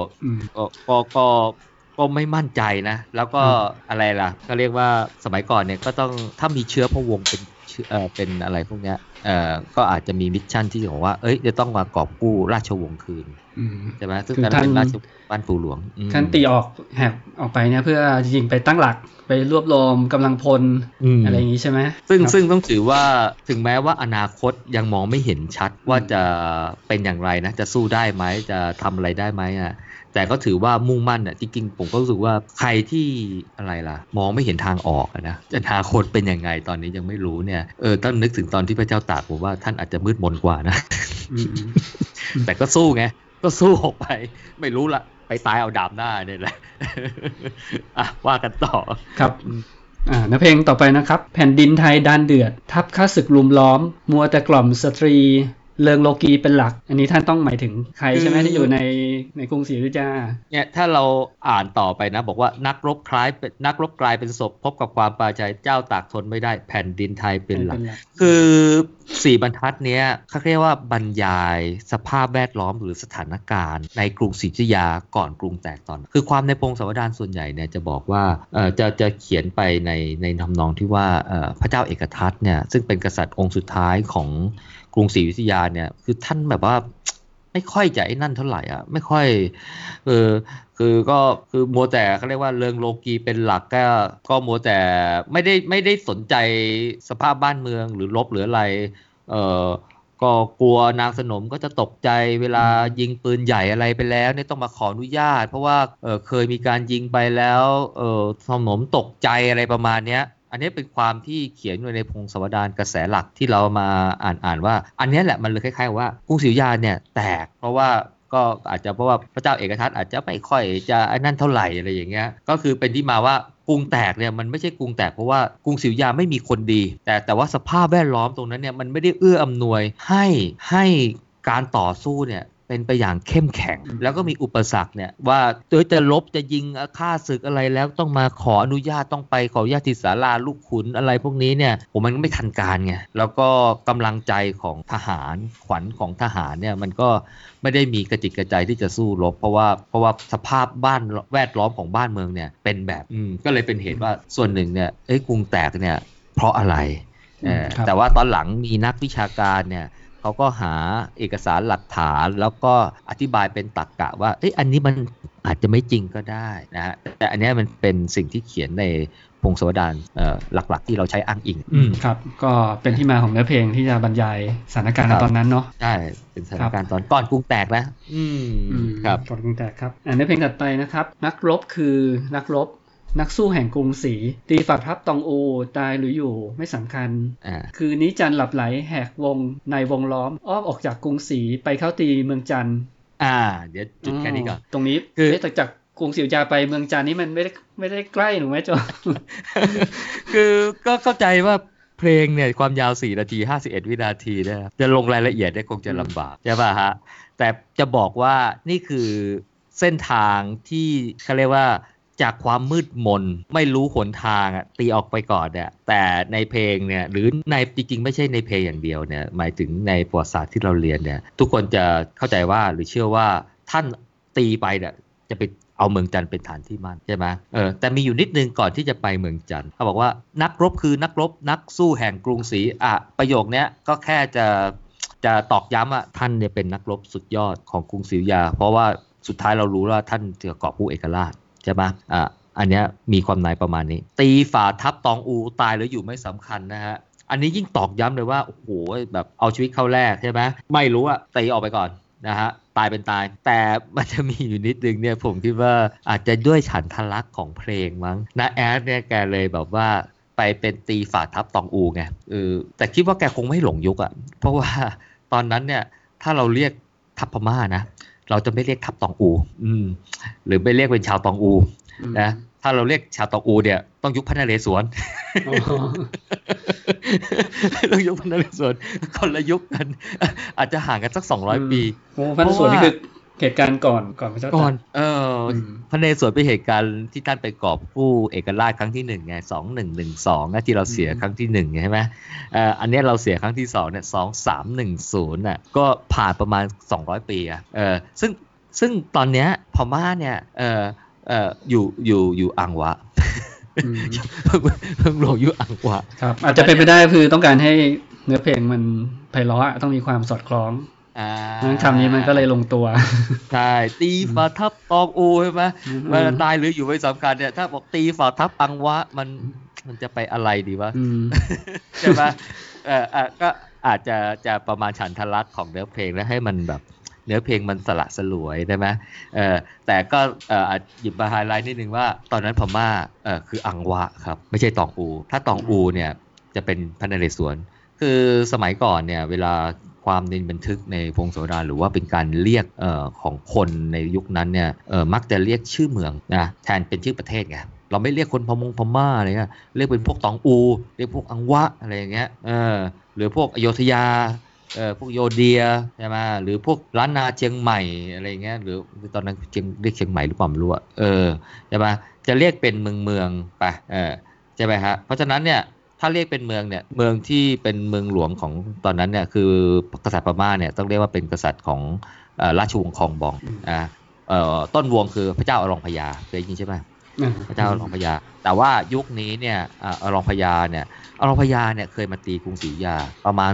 ก็ไม่มั่นใจนะแล้วก็อะไรล่ะก็เรียกว่าสมัยก่อนเนี่ยก็ต้องถ้ามีเชื้อพระวงศ์เป็นอะไรพวกเนี้ยก็อาจจะมีมิชชั่นที่บอกว่าจะต้องมากอบกู้ราชวงศ์คืนใช่ไหมซึ่งท่านเป็นราชบ้านปู่หลวงท่านตีแหกออกไปเนี่ยเพื่อจริงๆไปตั้งหลักไปรวบรวมกำลังพลอะไรอย่างนี้ใช่ไหมซึ่งต้องถือว่าถึงแม้ว่าอนาคตยังมองไม่เห็นชัดว่าจะเป็นอย่างไรนะจะสู้ได้ไหมจะทำอะไรได้ไหมแต่ก็ถือว่ามุ่งมั่นจริงๆผมก็รู้สึกว่าใครที่อะไรล่ะมองไม่เห็นทางออกนะอนาคตเป็นยังไงตอนนี้ยังไม่รู้เนี่ยต้องนึกถึงตอนที่พระเจ้าตากผมว่าท่านอาจจะมืดมนกว่านะแต่ก็สู้ไงก็สู้ออกไปไม่รู้ละไปตายเอาดาบหน้าเนี่ยแหละว่ากันต่อครับเนื้อเพลงต่อไปนะครับแผ่นดินไทยด้านเดือดทับข้าศึกลุมล้อมมัวแต่กล่อมสตรีเริงโลกีเป็นหลักอันนี้ท่านต้องหมายถึงใครใช่ไหมที่อยู่ในกรุงศรีอยุธยาเนี่ยถ้าเราอ่านต่อไปนะบอกว่านักรบกลายเป็นศพพบกับความปราชัยเจ้าตากทนไม่ได้แผ่นดินไทยเป็นหลักคือ4บรรทัดเนี้ยเขาเรียกว่าบรรยายสภาพแวดล้อมหรือสถานการณ์ในกรุงศรีอยุธยาก่อนกรุงแตกตอนคือความในพงศาวดารส่วนใหญ่เนี่ยจะบอกว่าจะเขียนไปในทำนองที่ว่าพระเจ้าเอกทัตเนี่ยซึ่งเป็นกษัตริย์องค์สุดท้ายของกรุงศรีอยุธยาเนี่ยคือท่านแบบว่าไม่ค่อยจะไอ้นั่นเท่าไหร่อ่ะไม่ค่อยคือมัวแต่เขาเรียกว่าเริงโลกีเป็นหลักก็มัวแต่ไม่ได้สนใจสภาพบ้านเมืองหรือรบหรืออะไรก็กลัวนางสนมก็จะตกใจเวลายิงปืนใหญ่อะไรไปแล้วเนี่ยต้องมาขออนุญาตเพราะว่าเคยมีการยิงไปแล้วสนมตกใจอะไรประมาณเนี้ยอันนี้เป็นความที่เขียนอยู่ในพงศาวดารกระแสหลักที่เรามาอ่านว่าอันนี้แหละมันเลยคล้ายๆว่ากรุงศรีอยุธยาเนี่ยแตกเพราะว่าก็อาจจะเพราะว่าพระเจ้าเอกทัตอาจจะไม่ค่อยจะไอ้นั่นเท่าไหร่อะไรอย่างเงี้ยก็คือเป็นที่มาว่ากรุงแตกเนี่ยมันไม่ใช่กรุงแตกเพราะว่ากรุงศรีอยุธยาไม่มีคนดีแต่ว่าสภาพแวดล้อมตรงนั้นเนี่ยมันไม่ได้เอื้ออำนวยให้การต่อสู้เนี่ยเป็นไปอย่างเข้มแข็งแล้วก็มีอุปสรรคเนี่ยว่าจะลบจะยิงฆ่าศึกอะไรแล้วต้องมาขออนุญาตต้องไปขออนุญาตที่ศาลาลูกขุนอะไรพวกนี้เนี่ยมันไม่ทันการไงแล้วก็กำลังใจของทหารขวัญของทหารเนี่ยมันก็ไม่ได้มีกระจิตกระใจที่จะสู้รบเพราะว่าสภาพบ้านแวดล้อมของบ้านเมืองเนี่ยเป็นแบบก็เลยเป็นเหตุว่าส่วนหนึ่งเนี่ยกรุงแตกเนี่ยเพราะอะไรแต่ว่าตอนหลังมีนักวิชาการเนี่ยเขาก็หาเอกสารหลักฐานแล้วก็อธิบายเป็นตรรกะว่าอันนี้มันอาจจะไม่จริงก็ได้นะฮะแต่อันนี้มันเป็นสิ่งที่เขียนในพงศาวดารหลักๆที่เราใช้อ้างอิงครับก็เป็นที่มาของเนื้อเพลงที่จะบรรยายสถานการณ์ตอนนั้นเนาะใช่เป็นสถานการณ์ตอนก่อนกรุงแตกนะครับก่อนกรุงแตกครับเนื้อเพลงถัดไปนะครับนักรบคือนักรบนักสู้แห่งกรุงศรีตีฝ่าทัพตองอูตายหรืออยู่ไม่สำคัญคือนี้จันหลับไหลแหกวงในวงล้อมอ้อมออกจากกรุงศรีไปเข้าตีเมืองจันทร์เดี๋ยวจุดแค่นี้ก่อนตรงนี้คือจากกรุงศรีอยุธยาไปเมืองจันทร์นี่มันไม่ได้ใกล้หนูไหมจ๊ะคือก็เข้าใจว่าเพลงเนี่ยความยาว4นาที51วินาทีนะครับจะลงรายละเอียดได้คงจะลำบากใช่ป่ะฮะแต่จะบอกว่านี่คือเส้นทางที่เขาเรียกว่าจากความมืดมนไม่รู้หนทางตีออกไปก่อนเนี่ยแต่ในเพลงเนี่ยหรือในจริงๆไม่ใช่ในเพลงอย่างเดียวเนี่ยหมายถึงในประวัติศาสตร์ที่เราเรียนเนี่ยทุกคนจะเข้าใจว่าหรือเชื่อว่าท่านตีไปเนี่ยจะไปเอาเมืองจันทร์เป็นฐานที่มั่นใช่ไหมแต่มีอยู่นิดนึงก่อนที่จะไปเมืองจันทร์เขาบอกว่านักรบคือนักรบนักสู้แห่งกรุงศรีประโยคนี้ก็แค่จะตอกย้ำว่าท่านเนี่ยเป็นนักรบสุดยอดของกรุงศรีอยุธยาเพราะว่าสุดท้ายเรารู้ว่าท่านจะกอบกู้เอกราชใช่ไหมอันนี้มีความหมายประมาณนี้ตีฝ่าทัพตองอูตายหรืออยู่ไม่สำคัญนะฮะอันนี้ยิ่งตอกย้ำเลยว่าโอ้โหแบบเอาชีวิตเข้าแรกใช่ไหมไม่รู้อะตีออกไปก่อนนะฮะตายเป็นตายแต่มันจะมีอยู่นิดนึงเนี่ยผมคิดว่าอาจจะด้วยฉันทลักษณ์ของเพลงมั้งนะแอดเนี่ยแกเลยแบบว่าไปเป็นตีฝ่าทัพตองอูไงแต่คิดว่าแกคงไม่หลงยุคอะเพราะว่าตอนนั้นเนี่ยถ้าเราเรียกทัพพม่านะเราจะไม่เรียกทัพตองอูหรือไม่เรียกเป็นชาวตองอูนะถ้าเราเรียกชาวตองอูเนี่ยต้องยุคพระนเรศวรต้องยุคพระนเรศวรคนละยุคกันอาจจะห่างกันสัก200 ปีพระนเรศวรนี่คือเหตุการณ์ก่อนพระเจ้าตากพระนเรศวรเป็นเหตุการณ์ที่ท่านไปกอบกู้เอกราชครั้งที่1ไง2112นะที่เราเสียครั้งที่1ใช่ไหมอันนี้เราเสียครั้งที่2เนี่ย2310น่ะก็ผ่านประมาณ200 ปีซึ่งตอนเนี้ยพม่าเนี่ยอยู่อังวะเพิ่งลงอยู่อังวะครับอาจจะเป็นไปได้คือต้องการให้เนื้อเพลงมันไพเราะต้องมีความสอดคล้องคำนี้มันก็เลยลงตัวใช่ตีฝ่าทัพตองอูใช่ไหมมันตายหรืออยู่ไม่สำคัญเนี่ยถ้าบอกตีฝ่าทัพอังวะมันจะไปอะไรดีวะใช่ไหมก็อาจจะประมาณฉันทลักษณ์ของเนื้อเพลงแล้วให้มันแบบเนื้อเพลงมันสละสลวยได้ไหมแต่ก็หยิบมาไฮไลท์นิดนึงว่าตอนนั้นพม่าคืออังวะครับไม่ใช่ตองอูถ้าตองอูเนี่ยจะเป็นพระนเรศวรคือสมัยก่อนเนี่ยเวลาความในบันทึกในพงศาวดารหรือว่าเป็นการเรียกของคนในยุคนั้นเนี่ยมักจะเรียกชื่อเมืองนะแทนเป็นชื่อประเทศไงเราไม่เรียกคนพม่าอะไรเงี้ยเรียกเป็นพวกตองอูเรียกพวกอังวะอะไรอย่างเงี้ยหรือพวกอโยธยาพวกโยเดียใช่ไหมหรือพวกล้านนาเชียงใหม่อะไรเงี้ยหรือตอนนั้นเรียกเชียงใหม่หรือเปล่าไม่รู้ใช่ไหมจะเรียกเป็นเมืองไปใช่ไหมฮะเพราะฉะนั้นเนี่ยถ้าเรียกเป็นเมืองเนี่ยเมืองที่เป็นเมืองหลวงของตอนนั้นเนี่ยคือกษัตริย์พม่าเนี่ยต้องเรียกว่าเป็นกษัตริย์ของราชวงศ์คองบองต้นวงคือพระเจ้าอรองพญาเคยได้ยินใช่ไหมพระเจ้าอรองพญาแต่ว่ายุคนี้เนี่ยอรองพญาเนี่ยเคยมาตีกรุงศรีอยุธยาประมาณ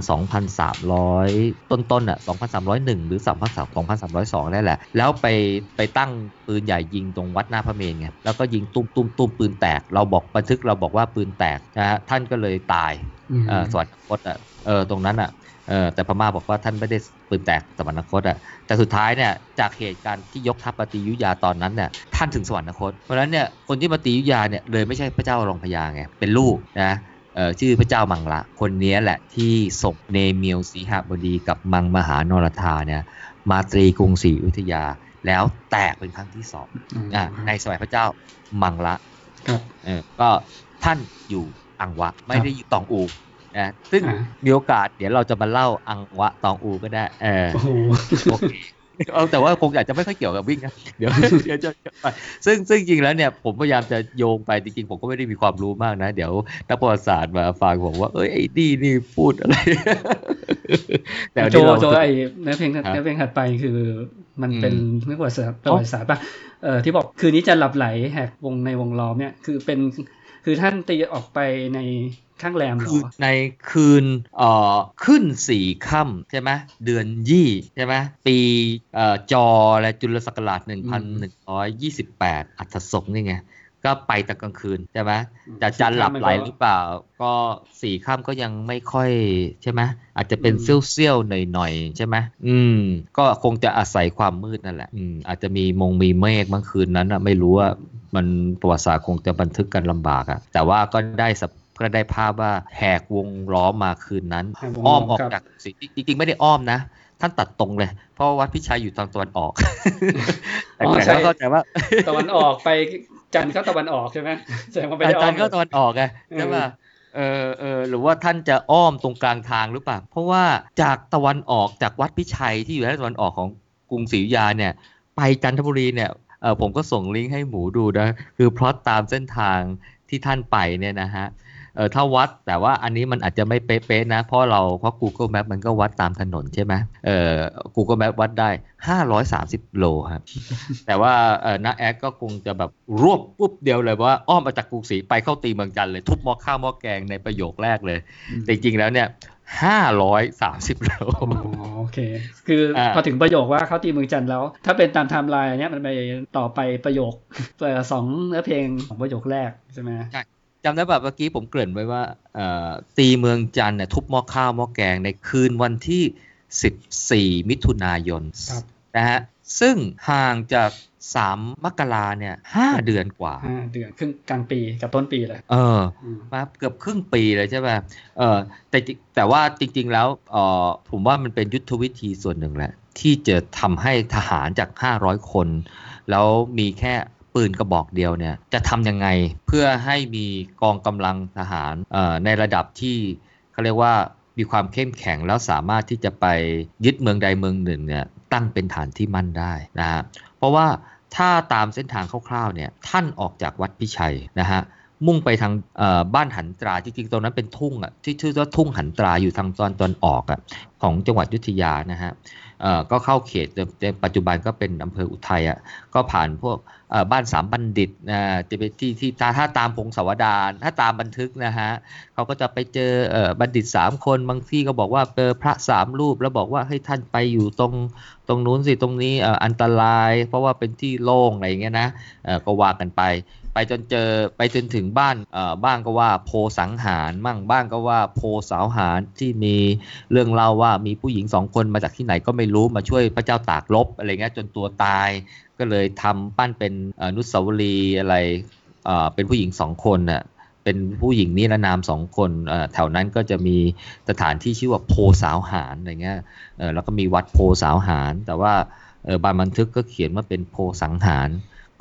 2,300 ต้น2,301 หรือ 2,302นั่นแหละแล้วไปตั้งปืนใหญ่ยิงตรงวัดหน้าพระเมรุไงแล้วก็ยิงตุ้มปืนแตกเราบอกว่าปืนแตกนะฮะท่านก็เลยตายสวรรคตตรงนั้นแต่พม่าบอกว่าท่านไม่ได้ปืนแตกสวรรคตแต่สุดท้ายเนี่ยจากเหตุการณ์ที่ยกทัพมาตีอยุธยาตอนนั้นเนี่ยท่านถึงสวรรคตเพราะฉะนั้นเนี่ยคนที่มาตีอยุธยาเนี่ยเลยไม่ใช่พระเจ้าอรองพญาไงเป็นลูกนะชื่อพระเจ้ามังละคนนี้แหละที่ส่งเนเมียวสีหบดีกับมังมหานรธาเนี่ยมาตีกรุงศรีอยุธยาแล้วแตกเป็นครั้งที่2ในสมัยพระเจ้ามังละก็ท่านอยู่อังวะไม่ได้อยู่ตองอูซึ่งมีโอกาสเดี๋ยวเราจะมาเล่าอังวะตองอูก็ได้โอเคแต่ว่าคงอาจจะไม่ค่อยเกี่ยวกับวิ่งนะเดี๋ยวจะไปซึ่งจริงแล้วเนี่ยผมพยายามจะโยงไปจริงๆผมก็ไม่ได้มีความรู้มากนะเดี๋ยวนักประวัติศาสตร์มาฟังผมว่าไอ้นี่พูดอะไรแต่โจไอ้เนื้อเพลงถัดไปคือมันเป็นนักประวัติศาสตร์ป่ะที่บอกคืนนี้จะหลับไหลแหกวงในวงล้อมเนี่ยคือท่านตีออกไปในข้างแรมหรอในคืนขึ้น4ค่ำใช่ไหมเดือนยี่ใช่ไหมปีจอและจุลศักราช1128อัฐศกนี่ไงก็ไปแต่กลางคืนใช่ไหมจะจันหลับไหลหรือเปล่าก็4ค่ำก็ยังไม่ค่อยใช่ไหมอาจจะเป็นเซี่ยวๆหน่อยๆใช่ไหมก็คงจะอาศัยความมืดนั่นแหละอาจจะมีเมฆบางคืนนั้นไม่รู้ว่ามันประวัติศาสตร์คงจะบันทึกกันลำบากแต่ว่าก็ได้ภาพว่าแหกวงล้อมมาคืนนั้นอ้อมออกจากจริงๆไม่ได้อ้อมนะท่านตัดตรงเลยเพราะวัดพิชัยอยู่ทางตะวันออกแต่เข้าใจว่าตะวันออกไปจันทร์ก็ตะวันออกใช่ไหมแสดงว่าไม่ได้อ้อมจันทร์ก็ตะวันออกไงใช่ป่ะหรือว่าท่านจะอ้อมตรงกลางทางหรือเปล่าเพราะว่าจากตะวันออกจากวัดพิชัยที่อยู่ทางตะวันออกของกรุงศรีอยุธยาเนี่ยไปจันทบุรีเนี่ยผมก็ส่งลิงก์ให้หมูดูนะคือพล็อตตามเส้นทางที่ท่านไปเนี่ยนะฮะถ้าวัดแต่ว่าอันนี้มันอาจจะไม่เป๊ะๆนะเพราะ Google Map มันก็วัดตามถนนใช่ไหมGoogle Map วัดได้530โลครับแต่ว่าน้าแอดก็คงจะแบบรวบปุ๊บเดียวเลยว่าอ้อมมาจากกรุงศรีไปเข้าตีเมืองจันทร์เลยทุบหม้อข้าวหม้อแกงในประโยคแรกเลยแต่จริงๆแล้วเนี่ย530โลโอเคคือพอถึงประโยคว่าเข้าตีเมืองจันทร์แล้วถ้าเป็นตามไทม์ไลน์เนี้ยมันไปต่อไปประโยค2เนื้อเพลงของประโยคแรกใช่ไหมใช่จำได้แบบเมื่อกี้ผมเกริ่นไว้ว่าตีเมืองจันทร์เนี่ยทุบหม้อข้าวหม้อแกงในคืนวันที่14มิถุนายนนะฮะซึ่งห่างจาก3มกราเนี่ย5เดือนกว่า 5เดือนครึ่งกลางปีกับต้นปีเลยมาเกือบครึ่งปีเลยใช่ป่ะแต่ว่าจริงๆแล้วผมว่ามันเป็นยุทธวิธีส่วนหนึ่งแหละที่จะทำให้ทหารจาก500คนแล้วมีแค่ปืนกระบอกเดียวเนี่ยจะทำยังไงเพื่อให้มีกองกำลังทหารในระดับที่เขาเรียกว่ามีความเข้มแข็งแล้วสามารถที่จะไปยึดเมืองใดเมืองหนึ่งเนี่ยตั้งเป็นฐานที่มั่นได้นะฮะเพราะว่าถ้าตามเส้นทางคร่าวๆเนี่ยท่านออกจากวัดพิชัยนะฮะมุ่งไปทางบ้านหันตราจริงๆตรงนั้นเป็นทุ่งที่ชื่อว่าทุ่งหันตราอยู่ทางตอนออกของจังหวัดอยุธยานะฮะก็เข้าเขตในปัจจุบันก็เป็นอำเภออุทัยก็ผ่านพวกบ้านสามบัณฑิตจะเป็นที่ถ้าตามพงศาวดารถ้าตามบันทึกนะฮะเขาก็จะไปเจอบัณฑิต3คนบางที่ก็บอกว่าเจอพระ3รูปแล้วบอกว่าให้ท่านไปอยู่ตรงนู้นสิตรงนี้อันตรายเพราะว่าเป็นที่โล่งอะไรอย่างเงี้ยนะก็ว่ากันไปจนถึงบ้างก็ว่าโพสังหารมั่งบ้างก็ว่าโพสาวหารที่มีเรื่องเล่าว่ามีผู้หญิง2คนมาจากที่ไหนก็ไม่รู้มาช่วยพระเจ้าตากรบอะไรเงี้ยจนตัวตายก็เลยทำปั้นเป็นอนุสาวรีย์อะไรเป็นผู้หญิง2คนน่ะเป็นผู้หญิงนิรนาม2คนแถวนั้นก็จะมีสถานที่ชื่อว่าโพสาวหารอะไรเงี้ยแล้วก็มีวัดโพสาวหารแต่ว่าบางบันทึกก็เขียนว่าเป็นโพสังหาร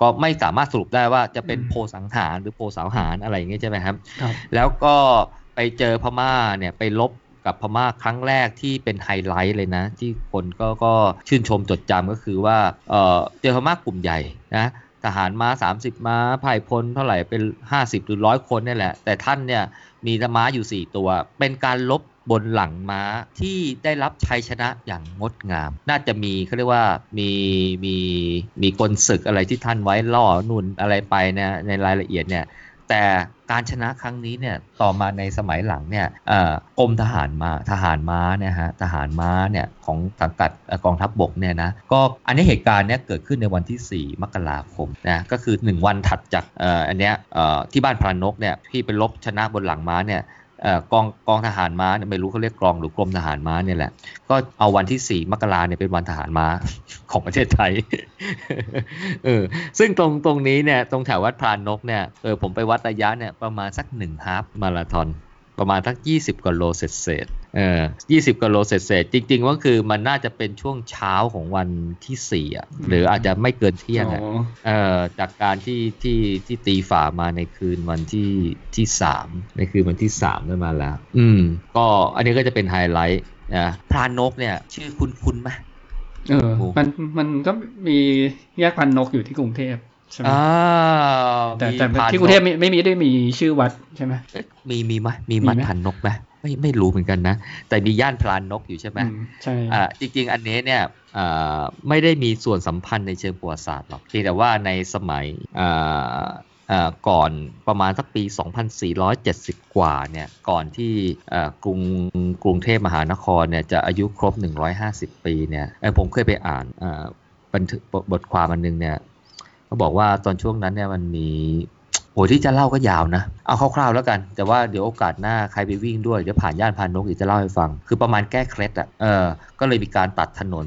ก็ไม่สามารถสรุปได้ว่าจะเป็นโพสังหารหรือโพสาวหารอะไรอย่างเงี้ยใช่ไหมครับครับแล้วก็ไปเจอพม่าเนี่ยไปลบกับพม่าครั้งแรกที่เป็นไฮไลท์เลยนะที่คนก็ชื่นชมจดจำก็คือว่าเจอพม่ากลุ่มใหญ่นะทหารม้า30ม้าพ่ายพลเท่าไหร่เป็น50หรือ100คนนี่แหละแต่ท่านเนี่ยมีม้าอยู่4ตัวเป็นการลบบนหลังม้าที่ได้รับชัยชนะอย่างงดงามน่าจะมีเขาเรียกว่ามีกลศึกอะไรที่ท่านไว้ล่อนุ่นอะไรไปนะในรายละเอียดเนี่ยแต่การชนะครั้งนี้เนี่ยต่อมาในสมัยหลังเนี่ยกรมทหารม้าเนี่ยฮะทหารม้าเนี่ยของสังกัดกองทัพบกเนี่ยนะก็อันนี้เหตุการณ์เนี่ยเกิดขึ้นในวันที่4 มกราคมนะก็คือ1วันถัดจากอันเนี้ยที่บ้านพรานกเนี่ยที่ไปรบชนะบนหลังม้าเนี่ยกองทหารม้าเนี่ยไม่รู้เขาเรียกกองหรือกรมทหารม้าเนี่ยแหละก็เอาวันที่4 มกราเนี่ยเป็นวันทหารม้า ของประเทศไทย ซึ่งตรงนี้เนี่ยตรงแถววัดพรานกเนี่ยผมไปวัดระยะเนี่ยประมาณสัก1 ฮาล์ฟมาราธอนประมาณสัก20 กว่าโลเศษ20 กว่าโลเศษจริงๆว่าคือมันน่าจะเป็นช่วงเช้าของวันที่4หรืออาจจะไม่เกินเที่ยงจากการที่ตีฝ่ามาในคืนวันที่3ในคืนวันที่3ได้มาแล้วก็อันนี้ก็จะเป็นไฮไลท์พรานกเนี่ยชื่อคุ้นไหมมันก็มีแยกพรานกอยู่ที่กรุงเทพใช่ไหมแต่ที่กรุงเทพไม่ได้มีชื่อวัดใช่ไหมมีไหมมีวัดพรานกไหมไม่รู้เหมือนกันนะแต่มีย่านพรานกอยู่ใช่ไหมใช่จริงๆอันนี้เนี่ยไม่ได้มีส่วนสัมพันธ์ในเชิงประวัติศาสตร์หรอกแต่ว่าในสมัยก่อนประมาณสักปี 2470 กว่าเนี่ยก่อนที่กรุงเทพมหานครเนี่ยจะอายุครบ150 ปีเนี่ยผมเคยไปอ่านบันทึกบทความอันนึงเนี่ยเขาบอกว่าตอนช่วงนั้นเนี่ยมันมีที่จะเล่าก็ยาวนะเอาคร่าวๆแล้วกันแต่ว่าเดี๋ยวโอกาสหน้าใครไปวิ่งด้วยเดี๋ยวผ่านย่านพรานกอีกจะเล่าให้ฟังคือประมาณแก้เคล็ดก็เลยมีการตัดถนน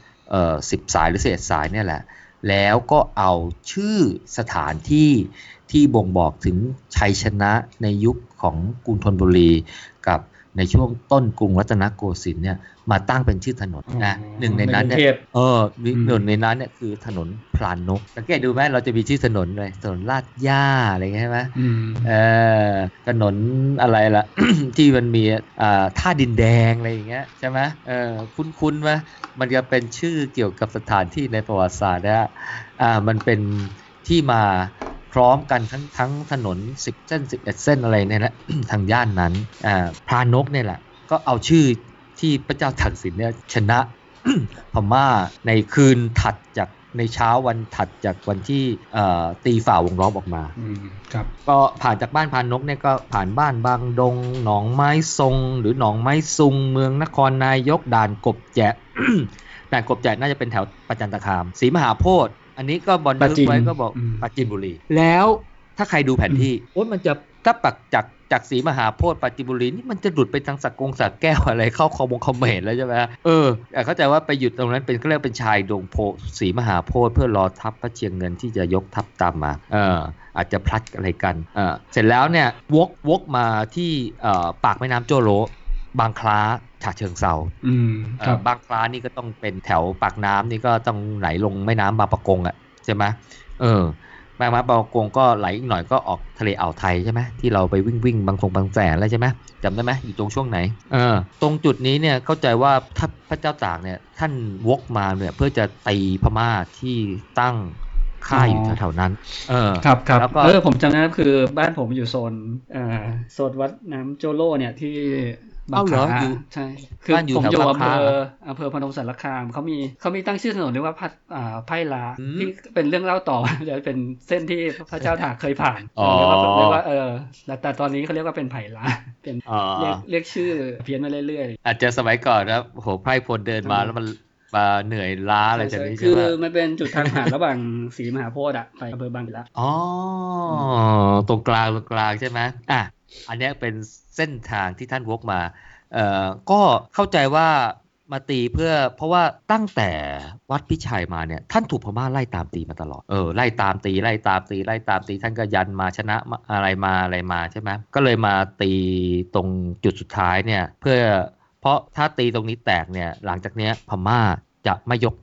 10 สายหรือ11 สายเนี่ยแหละแล้วก็เอาชื่อสถานที่บ่งบอกถึงชัยชนะในยุคของกรุงธนบุรีกับในช่วงต้นกรุงรัตนโกสินทร์เนี่ยมาตั้งเป็นชื่อถนนนะหนึ่งในนั้นเนี่ยหนึ่งในนั้นเนี่ยคือถนนพรานกสังเกตดูไหมเราจะมีชื่อถนนเลยถนนลาดย่าอะไรเงี้ยใช่ไหมถนนอะไรล่ะ ที่มันมีท่าดินแดงอะไรอย่างเงี้ยใช่ไหมคุ้นไหมมันจะเป็นชื่อเกี่ยวกับสถานที่ในประวัติศาสตร์นะมันเป็นที่มาพร้อมกันทั้งถนน10 เส้น11 เส้นอะไรเนี่ยแหละ ทางย่านนั้นพรานกเนี่ยแหละก็เอาชื่อที่พระเจ้าทักษิณเนี่ยชนะ พม่าในคืนถัดจากในเช้าวันถัดจากวันที่ตีฝ่าวงล้อมออกมาครับก็ผ่านจากบ้านพรานกเนี่ยก็ผ่านบ้านบางดงหนองไม้ทรงหรือหนองไม้ซุงเมืองนครนายกด่านกบแจะ ด่านกบแจะน่าจะเป็นแถวประจันตคามศรีมหาโพธิ์อันนี้ก็บันทึกไว้ก็บอกปราจีนบุรีแล้วถ้าใครดูแผนที่มันจะถ้าปักจากศรีมหาโพธิ์ปราจีนบุรีนี่มันจะหลุดไปทางสักแก้วอะไรเข้าคอมเมนต์แล้วใช่ไหมเข้าใจว่าไปหยุดตรงนั้นเป็นเขาเรียกเป็นชายดงโพศรีมหาโพธิ์เพื่อรอทัพพระเชียงเงินที่จะยกทัพตามมาอาจจะพลัดอะไรกันเสร็จแล้วเนี่ยวกมาที่ปากแม่น้ำโจโลบางคล้าฉะเชิงเทราบางคล้านี่ก็ต้องเป็นแถวปากน้ำนี่ก็ต้องไหลลงแม่น้ำบางปะกงใช่ไหมแม่น้ำบางปะกงก็ไหลอีกหน่อยก็ออกทะเลอ่าวไทยใช่ไหมที่เราไปวิ่งบางแสนแล้วใช่ไหมจำได้ไหมอยู่ตรงช่วงไหนตรงจุดนี้เนี่ยเข้าใจว่าถ้าพระเจ้าตากเนี่ยท่านวกมาเนี่ยเพื่อจะตีพม่าที่ตั้งค่ายอยู่แถวๆนั้นครับแล้วก็ผมจำได้คือบ้านผมอยู่โซนวัดน้ำโจโล่เนี่ยที่บางคล้าใช่คือผมอยู่อำเภอพนมสารคามเขามีตั้งชื่อถนนเรียกว่าไผ่ลาที่เป็นเรื่องเล่าต่อจะเป็นเส้นที่พระเจ้าตากเคยผ่านเรียกว่าแต่ตอนนี้เขาเรียกว่าเป็นไผ่ลาเป็นเรียกชื่อเพี้ยนมาเรื่อยๆอาจจะสมัยก่อนนะโหไพร่พลเดินมาแล้วมันเหนื่อยล้าอะไรแบบนี้ใช่ไหมคือมันเป็นจุดทางผ่านระหว่างศรีมหาโพธิ์ไปอำเภอบางละตรงกลางใช่ไหมอันนี้เป็นเส้นทางที่ท่านวกมาก็เข้าใจว่ามาตีเพราะว่าตั้งแต่วัดพิชัยมาเนี่ยท่านถูกพม่าไล่ตามตีมาตลอดไล่ตามตีท่านก็ยันมาชนะอะไรมาใช่ไหมก็เลยมาตีตรงจุดสุดท้ายเนี่ยเพราะถ้าตีตรงนี้แตกเนี่ยหลังจากนี้พม่าจะไม่ยกทัพ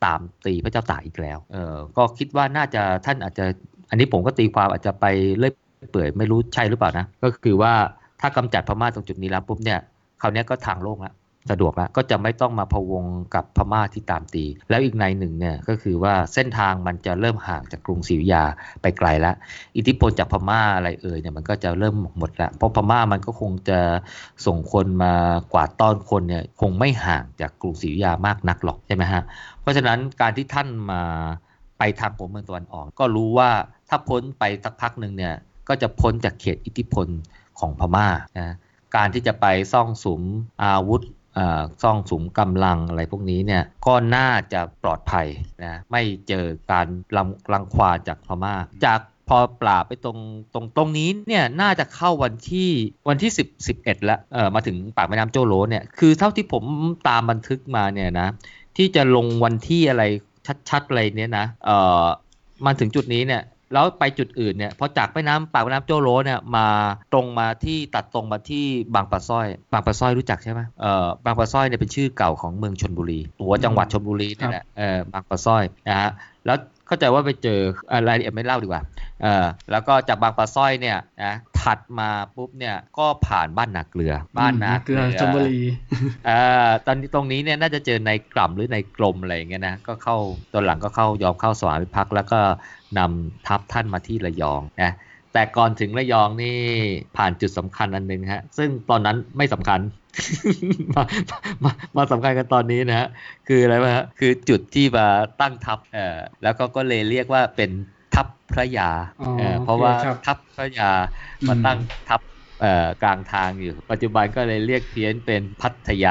ตามตีพระเจ้าตากอีกแล้วก็คิดว่าน่าจะท่านอาจจะอันนี้ผมก็ตีความอาจจะไปเลื่อยเปื่อยไม่รู้ใช่หรือเปล่านะก็คือว่าถ้ากำจัดพม่าตรงจุดนี้แล้วปุ๊บเนี่ยคราวนี้ก็ทางโล่งละสะดวกแล้วก็จะไม่ต้องมาพะวงกับพม่าที่ตามตีแล้วอีกในหนึ่งเนี่ยก็คือว่าเส้นทางมันจะเริ่มห่างจากกรุงศรีอยุธยาไปไกลแล้วอิทธิพลจากพม่าอะไรเนี่ยมันก็จะเริ่มหมดแล้วเพราะพม่ามันก็คงจะส่งคนมากวาดต้อนคนเนี่ยคงไม่ห่างจากกรุงศรีอยุธยามากนักหรอกใช่ไหมฮะเพราะฉะนั้นการที่ท่านมาไปทางหัวเมืองตะวันออกก็รู้ว่าถ้าพ้นไปสักพักหนึ่งเนี่ยก็จะพ้นจากเขตอิทธิพลของพม่านะการที่จะไปซ่องสุมอาวุธซ่องสุมกำลังอะไรพวกนี้เนี่ยก็น่าจะปลอดภัยนะไม่เจอการรังควานจากพม่าจากพอปราบไปตรงนี้เนี่ยน่าจะเข้าวันที่11แล้วมาถึงปากแม่น้ำโจโหลเนี่ยคือเท่าที่ผมตามบันทึกมาเนี่ยนะที่จะลงวันที่อะไรชัดๆอะไรเนี่ยนะมาถึงจุดนี้เนี่ยแล้วไปจุดอื่นเนี่ยพอจากปากแม่น้ำโจโหลเนี่ยมาตรงมาที่ตัดตรงมาที่บางปะสร้อยรู้จักใช่ไหมบางปะสร้อยเนี่ยเป็นชื่อเก่าของเมืองชลบุรีตัวจังหวัดชลบุรีนี่แหละบางปะสร้อยนะฮะแล้วเข้าใจว่าไปเจอรายละเอียดไม่เล่าดีกว่าแล้วก็จากบางปะสร้อยเนี่ยนะถัดมาปุ๊บเนี่ยก็ผ่านบ้านนาเกลือชลบุรีตอนนี้ตรงนี้เนี่ยน่าจะเจอในกล่ำหรือในกลมอะไรอย่างเงี้ยนะก็เข้าตอนหลังก็ยอมเข้าสวามิภักดิ์แล้วก็นำทัพท่านมาที่ระยองนะแต่ก่อนถึงระยองนี่ผ่านจุดสำคัญอันนึงฮะซึ่งตอนนั้นไม่สำคัญ มาสำคัญกันตอนนี้นะฮะคืออะไรวะคือจุดที่มาตั้งทัพแล้วก็เลยเรียกว่าเป็นทัพพระยาเพราะว่าทัพพระยามาตั้งทัพกลางทางอยู่ปัจจุบันก็เลยเรียกเพี้ยนเป็นพัทยา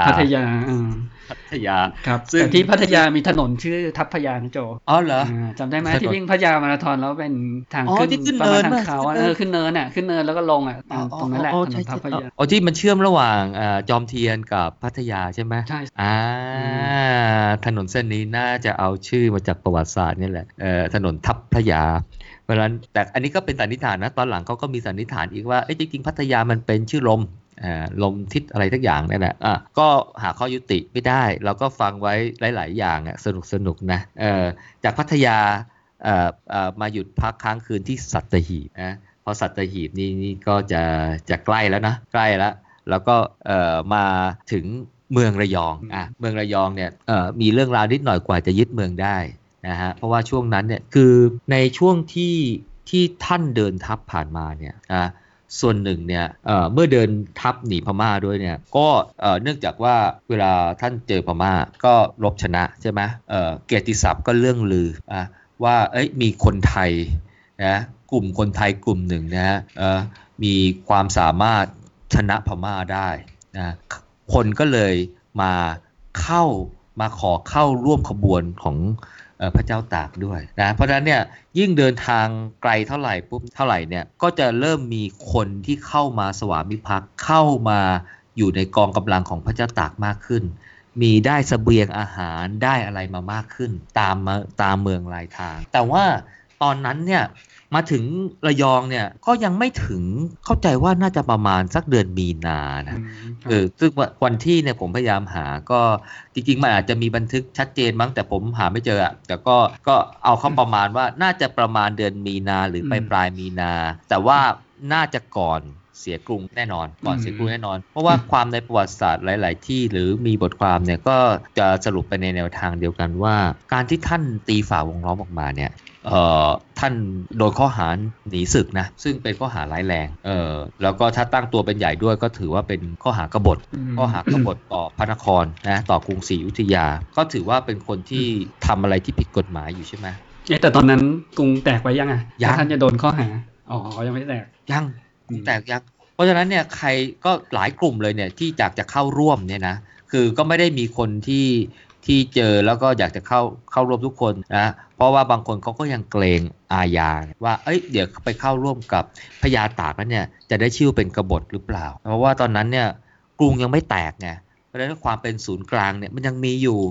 ครับซึ่งที่พัทยามีถนนชื่อทัพพระยาโจอ๋อเหรอจำได้ไหมที่วิ่งพัทยามาราธอนแล้วเป็นทางขึ้นประมาณทางเขาขึ้นเนินแล้วก็ลงตรงนั้นแหละถนนทัพพระยาที่มันเชื่อมระหว่างจอมเทียนกับพัทยาใช่ไหมใช่ถนนเส้นนี้น่าจะเอาชื่อมาจากประวัติศาสตร์นี่แหละถนนทัพพระยาเพราะฉะนั้นแต่อันนี้ก็เป็นสันนิษฐานนะตอนหลังเขาก็มีสันนิษฐานอีกว่าจริงๆพัทยามันเป็นชื่อลมทิศอะไรทักอย่างนี่แหละก็หาข้อยุติไม่ได้เราก็ฟังไว้หลายๆอย่างสนุกนะจากพัทยามาหยุดพักค้างคืนที่สัตหีบนะพอสัตหีบนี่ก็จะใกล้แล้วนะใกล้แล้วก็มาถึงเมืองระยองเมืองระยองเนี่ยมีเรื่องราวนิดหน่อยกว่าจะยึดเมืองได้นะฮะเพราะว่าช่วงนั้นเนี่ยคือในช่วงที่ท่านเดินทัพผ่านมาเนี่ยส่วนหนึ่งเนี่ยเมื่อเดินทัพหนีพม่าด้วยเนี่ยก็เนื่องจากว่าเวลาท่านเจอพม่าก็รบชนะใช่ไหมเกียรติศัพท์ก็เรื่องลือว่ามีคนไทยนะกลุ่มคนไทยกลุ่มหนึ่งนะมีความสามารถชนะพม่าได้นะคนก็เลยมาขอเข้าร่วมขบวนของพระเจ้าตากด้วยนะเพราะฉะนั้นเนี่ยยิ่งเดินทางไกลเท่าไหร่เนี่ยก็จะเริ่มมีคนที่เข้ามาสวามิภักดิ์เข้ามาอยู่ในกองกำลังของพระเจ้าตากมากขึ้นมีได้เสบียงอาหารได้อะไรมามากขึ้นตามเมืองรายทางแต่ว่าตอนนั้นเนี่ยมาถึงระยองเนี่ยก็ยังไม่ถึงเข้าใจว่าน่าจะประมาณสักเดือนมีนานะซึ่งวันที่เนี่ยผมพยายามหาก็จริงๆมันอาจจะมีบันทึกชัดเจนมั้งแต่ผมหาไม่เจอแต่ก็เอาเข้าประมาณว่าน่าจะประมาณเดือนมีนาหรือปลายมีนาแต่ว่าน่าจะก่อนเสียกรุงแน่นอนเพราะว่าความในประวัติศาสตร์หลายๆที่หรือมีบทความเนี่ยก็จะสรุปไปในแนวทางเดียวกันว่าการที่ท่านตีฝ่าวงล้อมออกมาเนี่ยท่านโดนข้อหาหนีศึกนะซึ่งเป็นข้อหาร้ายแรงแล้วก็ถ้าตั้งตัวเป็นใหญ่ด้วยก็ถือว่าเป็นข้อหากบฏต่อพระนครนะต่อกรุงศรีอยุธยาก็ถือว่าเป็นคนที่ทำอะไรที่ผิดกฎหมายอยู่ใช่ไหมแต่ตอนนั้นกรุงแตกไว้ยังท่านจะโดนข้อหายังไม่แตกยังเพราะฉะนั้นเนี่ยใครก็หลายกลุ่มเลยเนี่ยที่อยากจะเข้าร่วมเนี่ยนะคือก็ไม่ได้มีคนที่เจอแล้วก็อยากจะเข้าร่วมทุกคนนะเพราะว่าบางคนเขาก็ยังเกรงอาญาว่าเดี๋ยวไปเข้าร่วมกับพญาตากแล้วเนี่ยจะได้ชื่อเป็นกบฏหรือเปล่าเพราะว่าตอนนั้นเนี่ยกรุงยังไม่แตกไงเพราะฉะนั้นความเป็นศูนย์กลางเนี่ยมันยังมีอยู่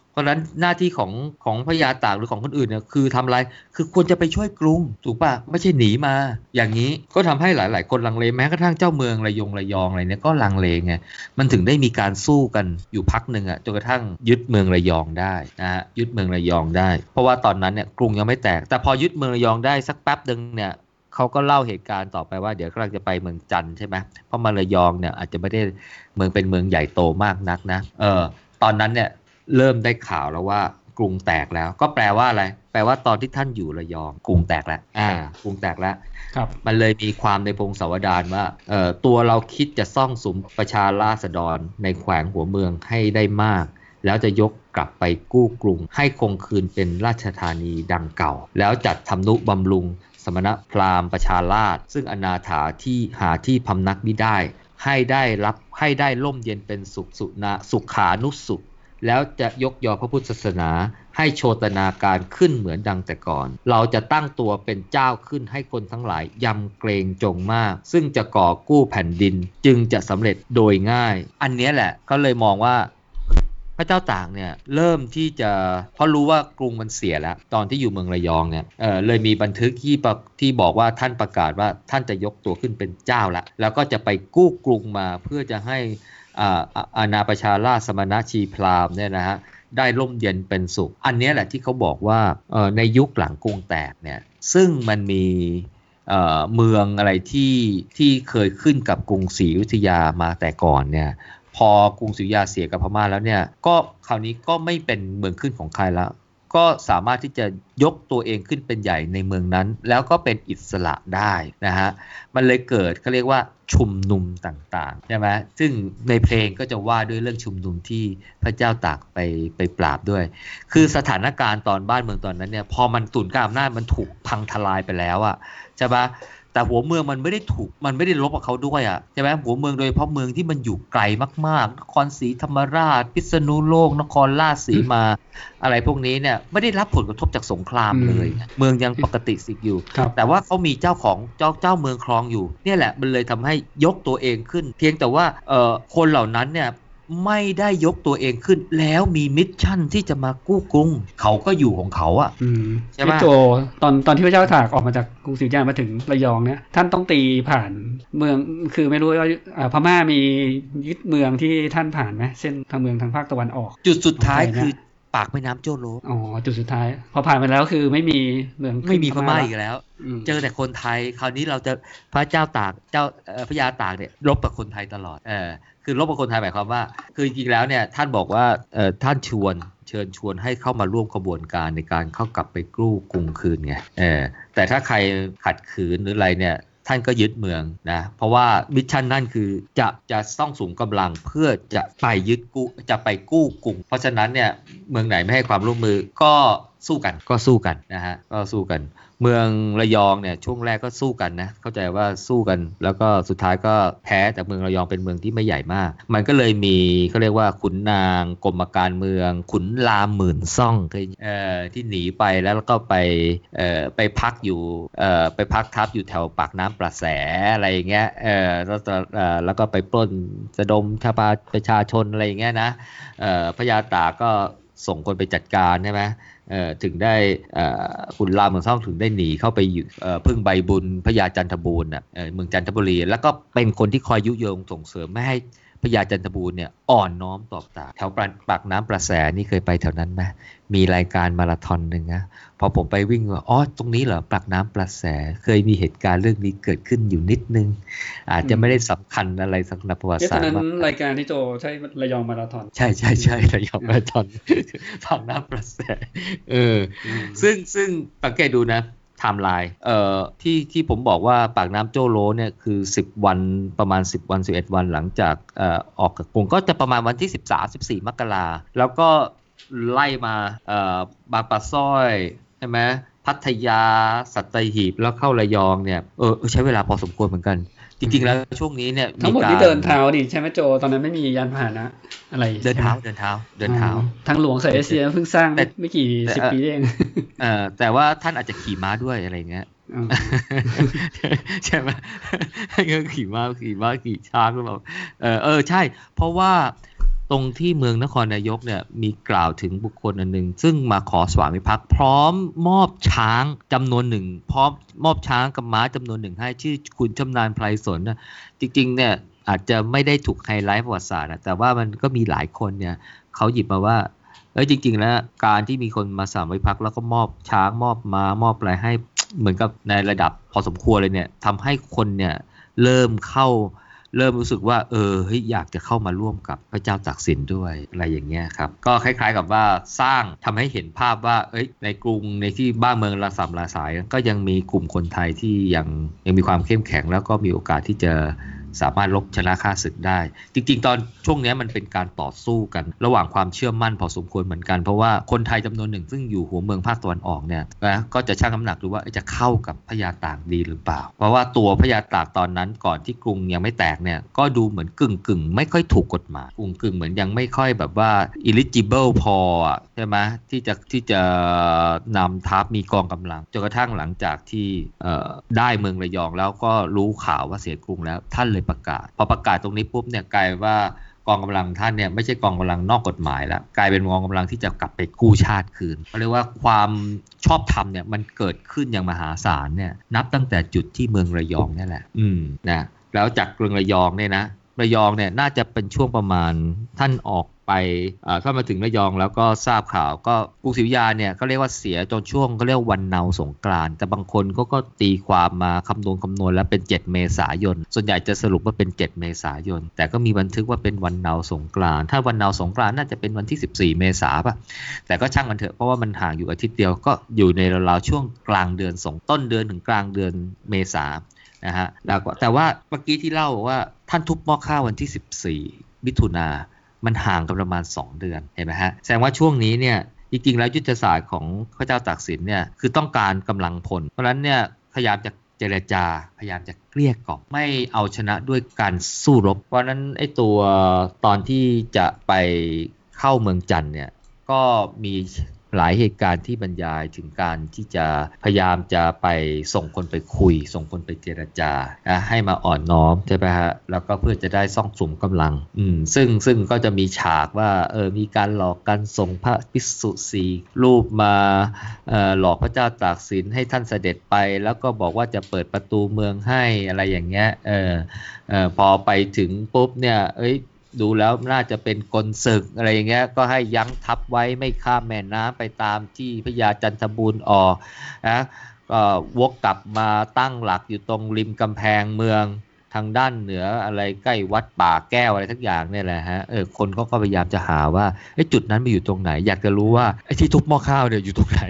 เพราะฉะนั้นหน้าที่ของพญาตากหรือของคนอื่นเนี่ยคือทำอะไรคือควรจะไปช่วยกรุงถูกป่ะไม่ใช่หนีมาอย่างนี้ก็ทำให้หลายๆคนลังเลแม้กระทั่งเจ้าเมืองระยองอะไรเนี่ยก็ลังเลไงมันถึงได้มีการสู้กันอยู่พักหนึ่งจนกระทั่งยึดเมืองระยองได้นะฮะยึดเมืองระยองได้เพราะว่าตอนนั้นเนี่ยกรุงยังไม่แตกแต่พอยึดเมืองระยองได้สักแป๊บนึงเนี่ยเขาก็เล่าเหตุการณ์ต่อไปว่าเดี๋ยวกำลังจะไปเมืองจันทร์ใช่ไหมเพราะมาระยองเนี่ยอาจจะไม่ได้เมืองเป็นเมืองใหญ่โตมากนักนะตอนนั้นเนี่ยเริ่มได้ข่าวแล้วว่ากรุงแตกแล้วก็แปลว่าอะไรแปลว่าตอนที่ท่านอยู่ระยองกรุงแตกแล้วกรุงแตกแล้วมันเลยมีความในพงศาวดารว่าตัวเราคิดจะซ่องสุมประชาราษฎรในแขวงหัวเมืองให้ได้มากแล้วจะยกกลับไปกู้กรุงให้คงคืนเป็นราชธานีดังเก่าแล้วจัดทำนุบำรุงสมณพราหมณ์ประชาราษฎร์ซึ่งอนาถาที่หาที่พำนักมิได้ให้ได้ร่มเย็นเป็นสุขานุสุขแล้วจะยกยอพระพุทธศาสนาให้โชตนาการขึ้นเหมือนดังแต่ก่อนเราจะตั้งตัวเป็นเจ้าขึ้นให้คนทั้งหลายยำเกรงจงมากซึ่งจะก่อกู้แผ่นดินจึงจะสำเร็จโดยง่ายอันนี้แหละก็เลยมองว่าพระเจ้าตากเนี่ยเริ่มที่จะเพราะรู้ว่ากรุงมันเสียแล้วตอนที่อยู่เมืองระยองเนี่ยเลยมีบันทึกที่บอกว่าท่านประกาศว่าท่านจะยกตัวขึ้นเป็นเจ้าแล้วก็จะไปกู้กรุงมาเพื่อจะให้อาณาประชาราษฎร์สมณชีพราหมณ์เนี่ยนะฮะได้ร่มเย็นเป็นสุขอันนี้แหละที่เขาบอกว่าในยุคหลังกรุงแตกเนี่ยซึ่งมันมีเมืองอะไรที่เคยขึ้นกับกรุงศรีอยุธยามาแต่ก่อนเนี่ยพอกรุงศรีอยุธยาเสียกับพม่าแล้วเนี่ยก็คราวนี้ก็ไม่เป็นเมืองขึ้นของใครแล้วก็สามารถที่จะยกตัวเองขึ้นเป็นใหญ่ในเมืองนั้นแล้วก็เป็นอิสระได้นะฮะมันเลยเกิดเขาเรียกว่าชุมนุมต่างๆใช่ไหมซึ่งในเพลงก็จะว่าด้วยเรื่องชุมนุมที่พระเจ้าตากไปปราบด้วยคือสถานการณ์ตอนบ้านเมืองตอนนั้นเนี่ยพอมันศูนย์กลางอำนาจมันถูกพังทลายไปแล้วอ่ะใช่ปะแต่หัวเมืองมันไม่ได้รบกับเขาด้วยอ่ะใช่ไหมหัวเมืองโดยเฉพาะเมืองที่มันอยู่ไกลมากๆนครศรีธรรมราชพิษณุโลกนครราชสีมาอะไรพวกนี้เนี่ยไม่ได้รับผลกระทบจากสงครามเลยเมืองยังปกติสิอยู่แต่ว่าเขามีเจ้าของเจ้าเมืองครองอยู่เนี่ยแหละมันเลยทำให้ยกตัวเองขึ้นเพียงแต่ว่าคนเหล่านั้นเนี่ยไม่ได้ยกตัวเองขึ้นแล้วมีมิชชั่นที่จะมากู้กรุงเขาก็อยู่ของเขาอ่ะใช่ไหมโจตอนที่พระเจ้าตากออกมาจากกรุงศรีอยุธยามาถึงระยองเนี่ยท่านต้องตีผ่านเมืองคือไม่รู้ว่าพม่ามียึดเมืองที่ท่านผ่านไหมเส้นทางเมืองทางภาคตะวันออกจุดสุดท้ายคือปากแม่น้ำโจโลจุดสุดท้ายพอผ่านไปแล้วคือไม่มีเมืองไม่มีพม่าอีกแล้วเจอแต่คนไทยคราวนี้เราจะพระเจ้าตากพระยาตากเนี่ยรบกับคนไทยตลอดคือรบกับคนไทยหมายความว่าคือจริงๆแล้วเนี่ยท่านบอกว่าท่านเชิญชวนให้เข้ามาร่วมขบวนการในการเข้ากลับไปกู้กรุงคืนไงแต่ถ้าใครขัดขืนหรืออะไรเนี่ยท่านก็ยึดเมืองนะเพราะว่ามิชชั่นนั่นคือจะต้องสูงกำลังเพื่อจะไปยึดกู้จะไปกู้กรุงเพราะฉะนั้นเนี่ยเมืองไหนไม่ให้ความร่วมมือก็สู้กันนะฮะก็สู้กันเมืองระยองเนี่ยช่วงแรกก็สู้กันนะเข้าใจว่าสู้กันแล้วก็สุดท้ายก็แพ้แต่เมืองระยองเป็นเมืองที่ไม่ใหญ่มากมันก็เลยมีเขาเรียกว่าขุนนางกรมการเมืองขุนรามหมื่นซ่องที่หนีไปแล้วก็ไปพักอยู่ไปพักทับอยู่แถวปากน้ำประแสอะไรอย่างเงี้ยแล้วก็ไปปล้นสะดมชาวประชาชนอะไรอย่างเงี้ยนะพญาตากก็ส่งคนไปจัดการใช่ไหมถึงได้ขุนรามเมืองซ่องถึงได้หนีเข้าไปอยู่พึ่งใบบุญพญาจันทบูรณ์เมืองจันทบุรีแล้วก็เป็นคนที่คอยยุยงส่งเสริมไม่ให้พญาจันทบูรณ์เนี่ยอ่อนน้อมตอบตาแถวปากน้ำประแสนี่เคยไปแถวนั้นไหมมีรายการมาราธอนหนึ่งนะพอผมไปวิ่งว่าอ๋อตรงนี้เหรอปากน้ำประแสเคยมีเหตุการณ์เรื่องนี้เกิดขึ้นอยู่นิดนึงอาจจะไม่ได้สำคัญอะไรสำหรับประวัติศาสตร์นั้นรายการที่โจใช่ระยองมาราธอนใช่ระยองมาราธอนปากน้ำประแสซึ่งสังเกตดูนะไทม์ไลน์ที่ผมบอกว่าปากน้ำโจโลเนี่ยคือ10วันประมาณ10วัน11วันหลังจากออกจากกรุงก็จะประมาณวันที่13-14มกราแล้วก็ไล่มาบางปะซ้อยใช่ไหมพัทยาสัตหีบแล้วเข้าระยองเนี่ยใช้เวลาพอสมควรเหมือนกันจริงๆแล้วช่วงนี้เนี่ยทั้งหมดที่เดินเท้าดิใช่ไหมโจตอนนั้นไม่มียานพาหนะอะไรเดินเท้าทางหลวงสายเอเชียเพิ่งสร้างไม่กี่10 ปีเองแต่ว่าท่านอาจจะขี่ม้าด้วยอะไรเงี้ยใช่ไหมก็ขี่ม้าขี่ช้างหรือเปล่าใช่เพราะว่าตรงที่เมืองนครนายกเนี่ยมีกล่าวถึงบุคคลอันหนึ่งซึ่งมาขอสวามิภักดิ์พร้อมมอบช้างจำนวนหนึ่งพร้อมมอบช้างกับม้าจำนวนหนึ่งให้ชื่อคุณชำนาญไพรสนนะจริงๆเนี่ยอาจจะไม่ได้ถูกไฮไลท์ประวัติศาสตร์นะแต่ว่ามันก็มีหลายคนเนี่ยเขาหยิบมาว่าจริงๆแล้วการที่มีคนมาสวามิภักดิ์แล้วก็มอบช้างมอบม้ามอบอะไรให้เหมือนกับในระดับพอสมควรเลยเนี่ยทำให้คนเนี่ยเริ่มรู้สึกว่าเฮ้ยอยากจะเข้ามาร่วมกับพระเจ้าตากสินด้วยอะไรอย่างเงี้ยครับก็คล้ายๆกับว่าสร้างทำให้เห็นภาพว่าในกรุงในที่บ้านเมืองระสำระสายก็ยังมีกลุ่มคนไทยที่ยังมีความเข้มแข็งแล้วก็มีโอกาสที่จะสามารถลบชนะข้าศึกได้จริงๆตอนช่วงนี้มันเป็นการต่อสู้กันระหว่างความเชื่อมั่นพอสมควรเหมือนกันเพราะว่าคนไทยจำนวนหนึ่งซึ่งอยู่หัวเมืองภาคตะวันออกเนี่ยนะก็จะชั่งน้ำหนักดูว่าจะเข้ากับพญาตากดีหรือเปล่าเพราะว่าตัวพญาตากตอนนั้นก่อนที่กรุงยังไม่แตกเนี่ยก็ดูเหมือนกึ่งไม่ค่อยถูกกฎหมายกึ่งเหมือนยังไม่ค่อยแบบว่า eligible พอใช่ไหมที่จะนำทัพมีกองกำลังจนกระทั่งหลังจากที่ได้เมืองระยองแล้วก็รู้ข่าวว่าเสียกรุงแล้วท่านเลยประกาศพอประกาศตรงนี้ปุ๊บเนี่ยกลายว่ากองกำลังท่านเนี่ยไม่ใช่กองกำลังนอกกฎหมายแล้วกลายเป็นกองกำลังที่จะกลับไปกู้ชาติคืนเขาเรียกว่าความชอบธรรมเนี่ยมันเกิดขึ้นอย่างมหาศาลเนี่ยนับตั้งแต่จุดที่เมืองระยองนี่แหละนะแล้วจากเมืองระยองเนี่ยนะระยองเนี่ยน่าจะเป็นช่วงประมาณท่านออกไปเข้ามาถึงระยองแล้วก็ทราบข่าวก็กรุงศรีอยุธยาเนี่ยก็เรียกว่าเสียจนช่วงก็เรียกวันเนาสงกรานต์แต่บางคนก็ตีความมาคำนวณแล้วเป็น7เมษายนส่วนใหญ่จะสรุปว่าเป็น7เมษายนแต่ก็มีบันทึกว่าเป็นวันเนาสงกรานต์ถ้าวันเนาสงกรานต์น่าจะเป็นวันที่14เมษายนป่ะแต่ก็ช่างมันเถอะเพราะว่ามันห่างอยู่อาทิตย์เดียวก็อยู่ในราวๆช่วงกลางเดือนต้นเดือนถึงกลางเดือนเมษายนนะฮะแล้วก็แต่ว่าเมื่อกี้ที่เล่าว่าท่านทุบหม้อข้าววันที่14มิถุนายนมันห่างกันประมาณ2เดือนเห็นไหมฮะแสดงว่าช่วงนี้เนี่ยจริงๆแล้วยุทธศาสตร์ของพระเจ้าตากสินเนี่ยคือต้องการกำลังพลเพราะฉะนั้นเนี่ยพยายามจะเจรจาพยายามจะเกลี้ยกล่อมไม่เอาชนะด้วยการสู้รบเพราะฉะนั้นไอ้ตัวตอนที่จะไปเข้าเมืองจันทร์เนี่ยก็มีหลายเหตุการณ์ที่บรรยายถึงการที่จะพยายามจะไปส่งคนไปคุยส่งคนไปเจรจาให้มาอ่อนน้อมใช่ไหมฮะแล้วก็เพื่อจะได้ซ่องสุมกำลังซึ่งก็จะมีฉากว่ามีการหลอกกันส่งพระภิกษุ4รูปมาหลอกพระเจ้าตากสินให้ท่านเสด็จไปแล้วก็บอกว่าจะเปิดประตูเมืองให้อะไรอย่างเงี้ยพอไปถึงปุ๊บเนี่ยดูแล้วน่าจะเป็นกลศึกอะไรอย่างเงี้ยก็ให้ยั้งทัพไว้ไม่ข้ามแม่น้ำไปตามที่พญาจันทบูรณ์ออกนะก็วกกลับมาตั้งหลักอยู่ตรงริมกำแพงเมืองทางด้านเหนืออะไรใกล้วัดป่าแก้วอะไรทักอย่างเนี่ยแหละฮะคนเขาก็พยายามจะหาว่าจุดนั้นมันอยู่ตรงไหนอยากจะรู้ว่าไอ้ที่ทุบหม้อข้าวเนี่ยอยู่ตรงไหน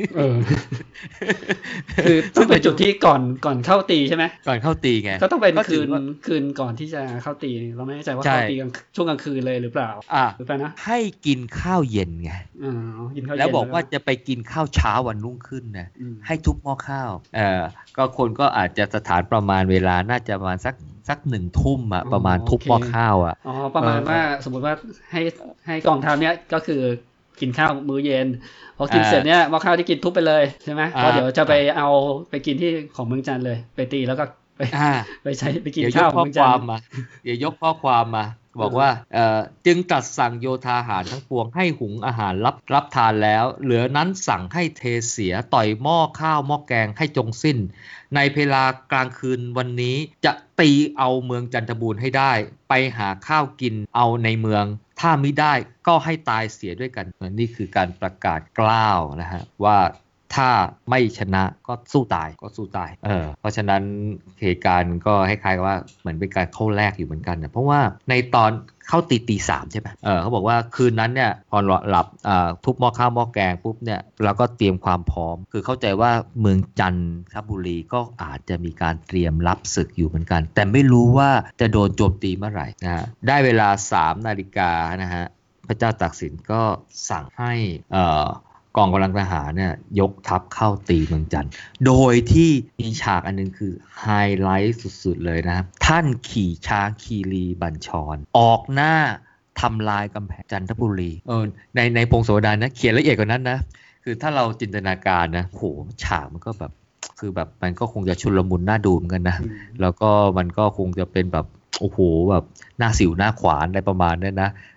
คือต้องเป็นจุดที่ก่อนเข้าตีใช่ไหมก่อนเข้าตีไงก็ต้องเป็นคืนก่อนที่จะเข้าตีเราไม่แน่ใจว่าเข้าตีช่วงกลางคืนเลยหรือเปล่าหรือเปล่านะให้กินข้าวเย็นไงแล้วบอกว่าจะไปกินข้าวเช้าวันรุ่งขึ้นนะให้ทุบหม้อข้าวก็คนก็อาจจะสถานประมาณเวลาน่าจะประมาณสัก1 ทุ่มประมาณทุบหม้อข้าวประมาณว่าสมมติว่าให้กองทัพเนี้ยก็คือกินข้าวมื้อเย็นพอกินเสร็จเนี้ยหม้อข้าวที่กินทุบไปเลยใช่ไหมเพราะเดี๋ยวจะไปกินที่ของเมืองจันทร์เลยไปตีแล้วก็ไปใช้ไปกินข้าวของเมืองจันทร์เดี๋ยวยกข้อความมาบอกว่าจึงตรัสสั่งโยธาหารทั้งปวงให้หุงอาหารรับทานแล้วเหลือนั้นสั่งให้เทเสียต่อยหม้อข้าวหม้อแกงให้จงสิ้นในเวลากลางคืนวันนี้จะตีเอาเมืองจันทบูรณ์ให้ได้ไปหาข้าวกินเอาในเมืองถ้ามิได้ก็ให้ตายเสียด้วยกันนี่คือการประกาศกล้าวนะฮะว่าถ้าไม่ชนะก็สู้ตายเพราะฉะนั้นเหตุการณ์ก็คล้ายๆว่าเหมือนเป็นการเข้าแลกอยู่เหมือนกันนะเพราะว่าในตอนเข้าตีสามใช่ไหมเขาบอกว่าคืนนั้นเนี่ยพอหลับทุบหม้อข้าวหม้อแกงปุ๊บเนี่ยเราก็เตรียมความพร้อมคือเข้าใจว่าเมืองจันทบุรีก็อาจจะมีการเตรียมรับศึกอยู่เหมือนกันแต่ไม่รู้ว่าจะโดนโจมตีเมื่อไหร่นะฮะได้เวลา 3 นาฬิกานะฮะพระเจ้าตากสินก็สั่งให้กองกำลังทหารเนี่ยยกทัพเข้าตีเมืองจันทร์โดยที่มีฉากอันนึงคือไฮไลท์สุดๆเลยนะท่านขี่ช้างคีรีบัญชรออกหน้าทำลายกำแพงจันทบุรีในพงศาวดารนะเขียนละเอียดกว่านั้นนะคือถ้าเราจินตนาการนะโหฉากมันก็แบบคือแบบมันก็คงจะชุลมุนน่าดูเหมือนกันนะแล้วก็มันก็คงจะเป็นแบบโอ้โหแบบหน้าสิวหน้าขวานอะไรประมาณนั้นนะ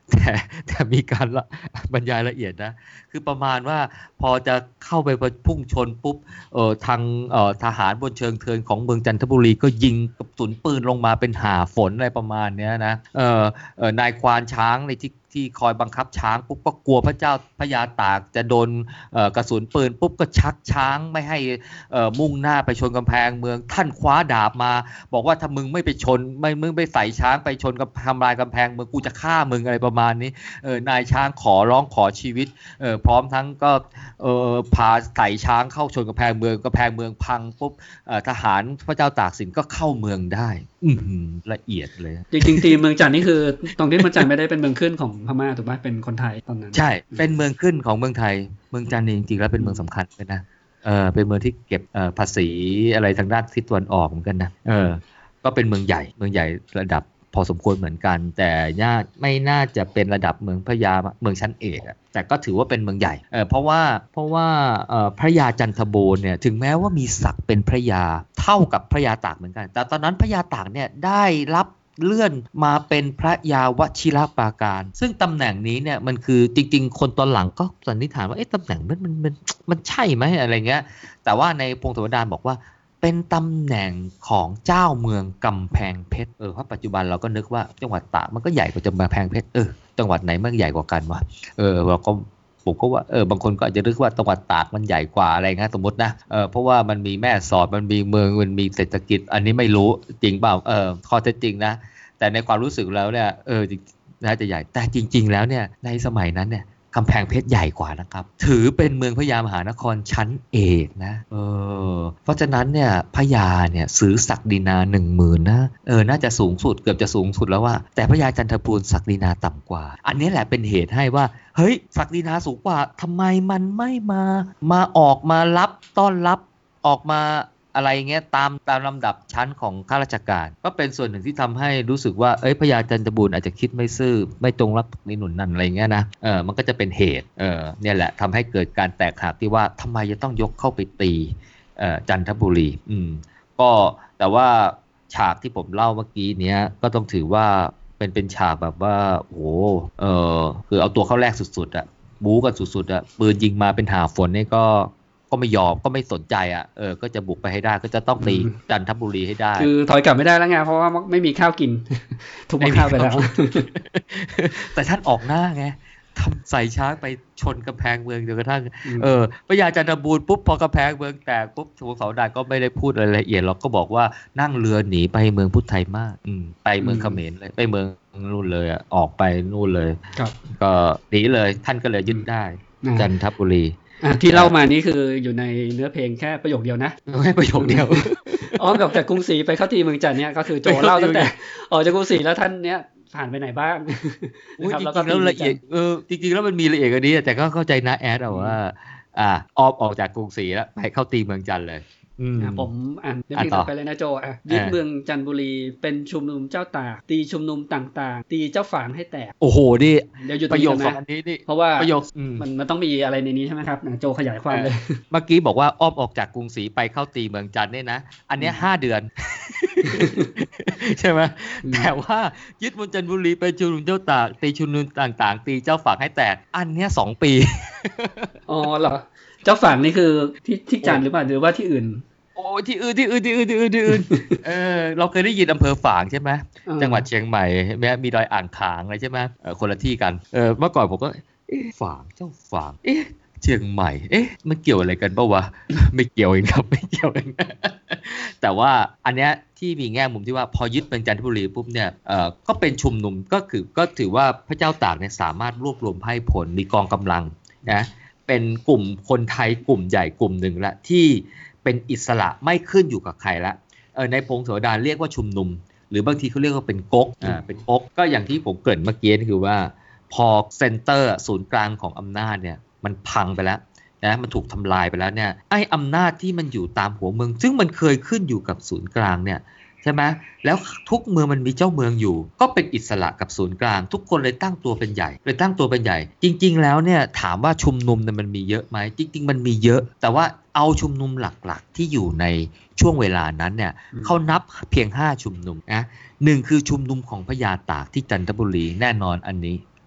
แต่แต่มีการบรรยายละเอียดนะคือประมาณว่าพอจะเข้าไปพุ่งชนปุ๊บทางทหารบนเชิงเทินของเมืองจันทบุรีก็ยิงกระสุนปืนลงมาเป็นห่าฝนอะไรประมาณเนี้ยนะนายควานช้างในที่คอยบังคับช้างปุ๊บก็กลัวพระเจ้าพญาตากจะโดนกระสุนปืนปุ๊บก็ชักช้างไม่ให้มุ่งหน้าไปชนกำแพงเมืองท่านคว้าดาบมาบอกว่าถ้ามึงไม่ไปชนมึงไปใส่ช้างไปชนกับทำลายกำแพงเมืองกูจะฆ่ามึงอะไรประมาณนี้นายช้างขอร้องขอชีวิตพร้อมทั้งก็พาไต่ช้างเข้าชนกำแพงเมืองพังปุ๊บทหารพระเจ้าตากสินก็เข้าเมืองได้ละเอียดเลยจริงๆทีเมืองจันทร์นี่คือตรงที่เมืองจันทร์ไม่ได้เป็นเมืองขึ้นของพม่าถูกไหมเป็นคนไทยตอนนั้นใช่เป็นเมืองขึ้นของเมืองไทยเมืองจันทร์จริงๆแล้วเป็นเมืองสำคัญเลยนะเป็นเมืองที่เก็บภาษีอะไรทางด้านทิศตะวันออกเหมือนกันนะก็เป็นเมืองใหญ่ระดับพอสมควรเหมือนกันแต่ไม่น่าจะเป็นระดับเมืองพระยาเมืองชั้นเอกแต่ก็ถือว่าเป็นเมืองใหญ่เพราะว่าพระยาจันทบูรณ์เนี่ยถึงแม้ว่ามีศักดิ์เป็นพระยาเท่ากับพระยาตากเหมือนกันแต่ตอนนั้นพระยาตากเนี่ยได้รับเลื่อนมาเป็นพระยาวชิรปราการซึ่งตำแหน่งนี้เนี่ยมันคือจริงๆคนตอนหลังก็สันนิษฐานว่าตำแหน่งมันใช่ไหมอะไรเงี้ยแต่ว่าในพงศาวดารบอกว่าเป็นตำแหน่งของเจ้าเมืองกำแพงเพชรเพราะปัจจุบันเราก็นึกว่าจังหวัดตากมันก็ใหญ่กว่าจังหวัดกำแพงเพชรจังหวัดไหนมันใหญ่กว่ากันวะเราก็ผมก็ว่าบางคนก็อาจจะนึกว่าจังหวัดตากมันใหญ่กว่าอะไรเงี้ยสมมตินะเพราะว่ามันมีแม่สอดมันมีเมืองมันมีเศรษฐกิจอันนี้ไม่รู้จริงเปล่าข้อเท็จจริงนะแต่ในความรู้สึกแล้วเนี่ยน่าจะใหญ่แต่จริงๆแล้วเนี่ยในสมัยนั้นเนี่ยกำแพงเพชรใหญ่กว่านะครับถือเป็นเมืองพญามหานครชั้นเอกนะเพราะฉะนั้นเนี่ยพญาเนี่ยซื้อศักดินา 10,000 นะน่าจะสูงสุดเกือบจะสูงสุดแล้วว่าแต่พญาจันทบูรณ์ศักดินาต่ำกว่าอันนี้แหละเป็นเหตุให้ว่าเฮ้ยศักดินาสูงกว่าทำไมมันไม่มาออกมารับต้อนรับออกมาอะไรเงี้ยตามลำดับชั้นของข้าราชการก็เป็นส่วนหนึ่งที่ทำให้รู้สึกว่าพญาจันทบูรณ์อาจจะคิดไม่ซื่อไม่ตรงรับนิหนุนนั่นอะไรเงี้ยนะมันก็จะเป็นเหตุเนี่ยแหละทำให้เกิดการแตกหักที่ว่าทำไมจะต้องยกเข้าไปตีจันทบุรีก็แต่ว่าฉากที่ผมเล่าเมื่อกี้เนี้ยก็ต้องถือว่าเป็นฉากแบบว่าโหคือเอาตัวเข้าแรกสุดๆอ่ะบู๊กันสุดๆอ่ะปืนยิงมาเป็นหาฝนนี่ก็ไม่ยอมก็ไม่สนใจก็จะบุกไปให้ได้ก็จะต้องตีจันทบุรีให้ได้คือถอยกลับไม่ได้แล้วไงเพราะว่าไม่มีข้าวกินถูกข้าวไปแล้วแต่ท่านออกหน้าไงทำใส่ช้างไปชนกำแพงเมืองจนกระทั่งพญาจันทบูรณ์ปุ๊บพอกำแพงเมืองแตกปุ๊บพงศาวดารก็ไม่ได้พูดรายละเอียดเราก็บอกว่านั่งเรือหนีไปเมืองพุทธไทยมากไปเมืองเขมรเลยไปเมืองนู่นเลยออกไปนู่นเลยก็หนีเลยท่านก็เลยยึดได้จันทบุรีที่เล่ามานี่คืออยู่ในเนื้อเพลงแค่ประโยคเดียวนะแค่ประโยคเดียวกับจากกรุงศรีไปเข้าที่เมืองจันทร์เนี่ยก็คือโจเล่าตั้งแต่ออกจากกรุงศรีแล้วท่านเนี้ยผ่านไปไหนบ้างนะครับแล้วก็ละเอียดจริงๆแล้วมันมีละเอียดกว่านี้แต่ก็เข้าใจนะแอดว่าออกจากกรุงศรีแล้วไปเข้าตีเมืองจันทร์เลยผมเดี๋ยวพี่ต่อไปเลยนะโจยึดเมืองจันทบุรีเป็นชุมนุมเจ้าตากตีชุมนุมต่างๆตีเจ้าฝางให้แตกโอ้โหนี่เดี๋ยวอยู่ตรงนี้นะเพราะว่าประโยคมันต้องมีอะไรในนี้ใช่ไหมครับโจขยายความเลยเมื่อกี้บอกว่าอ้อมออกจากกรุงศรีไปเข้าตีเมืองจันทร์เนี่ยนะอันนี้5 เดือนใช่ไหมแต่ว่ายึดเมืองจันทบุรีไปชุมนุมเจ้าตากตีชุมนุมต่างๆตีเจ้าฝางให้แตกอันนี้2 ปีอ๋อเหรอเจ้าฝางนี่คือที่จันทร์หรือเปล่าหรือว่าที่อื่นโอ้ที่อื่นเราเคยได้ยินอำเภอฝางใช่ไหมจังหวัดเชียงใหม่มีดอยอ่างขางอะไรใช่ไหมคนละที่กันเมื่อก่อนผมก็ฝางเจ้าฝางเชียงใหม่มันเกี่ยวอะไรกันป่าววะไม่เกี่ยวเองครับไม่เกี่ยวเองแต่ว่าอันเนี้ยที่มีแง่มุมที่ว่าพอยึดเป็นจันทบุรีปุ๊บเนี่ยก็เป็นชุมนุมก็ถือว่าพระเจ้าตากเนี่ยสามารถรวบรวมไพ่ผลมีกองกำลังนะเป็นกลุ่มคนไทยกลุ่มใหญ่กลุ่มหนึ่งละที่เป็นอิสระไม่ขึ้นอยู่กับใครละในพงศาวดารเรียกว่าชุมนุมหรือบางทีเขาเรียกว่าเป็นก๊กเป็นก๊กก็อย่างที่ผมเกริ่นเมื่อกี้คือว่าพอเซ็นเตอร์ศูนย์กลางของอำนาจเนี่ยมันพังไปแล้วนะมันถูกทำลายไปแล้วเนี่ยไอ้อำนาจที่มันอยู่ตามหัวเมืองซึ่งมันเคยขึ้นอยู่กับศูนย์กลางเนี่ยใช่ไหมแล้วทุกเมืองมันมีเจ้าเมืองอยู่ก็เป็นอิสระกับศูนย์กลางทุกคนเลยตั้งตัวเป็นใหญ่จริงๆแล้วเนี่ยถามว่าชุมนุมเนี่ยมันมีเยอะไหมจริงๆมันมีเยอะแต่ว่าเอาชุมนุมหลักๆที่อยู่ในช่วงเวลานั้นเนี่ยเขานับเพียง5 ชุมนุมนะ1คือชุมนุมของพญาตากที่จันทบุรีแน่นอนอันนี้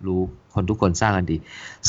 รู้คนทุกคนทราบกันดี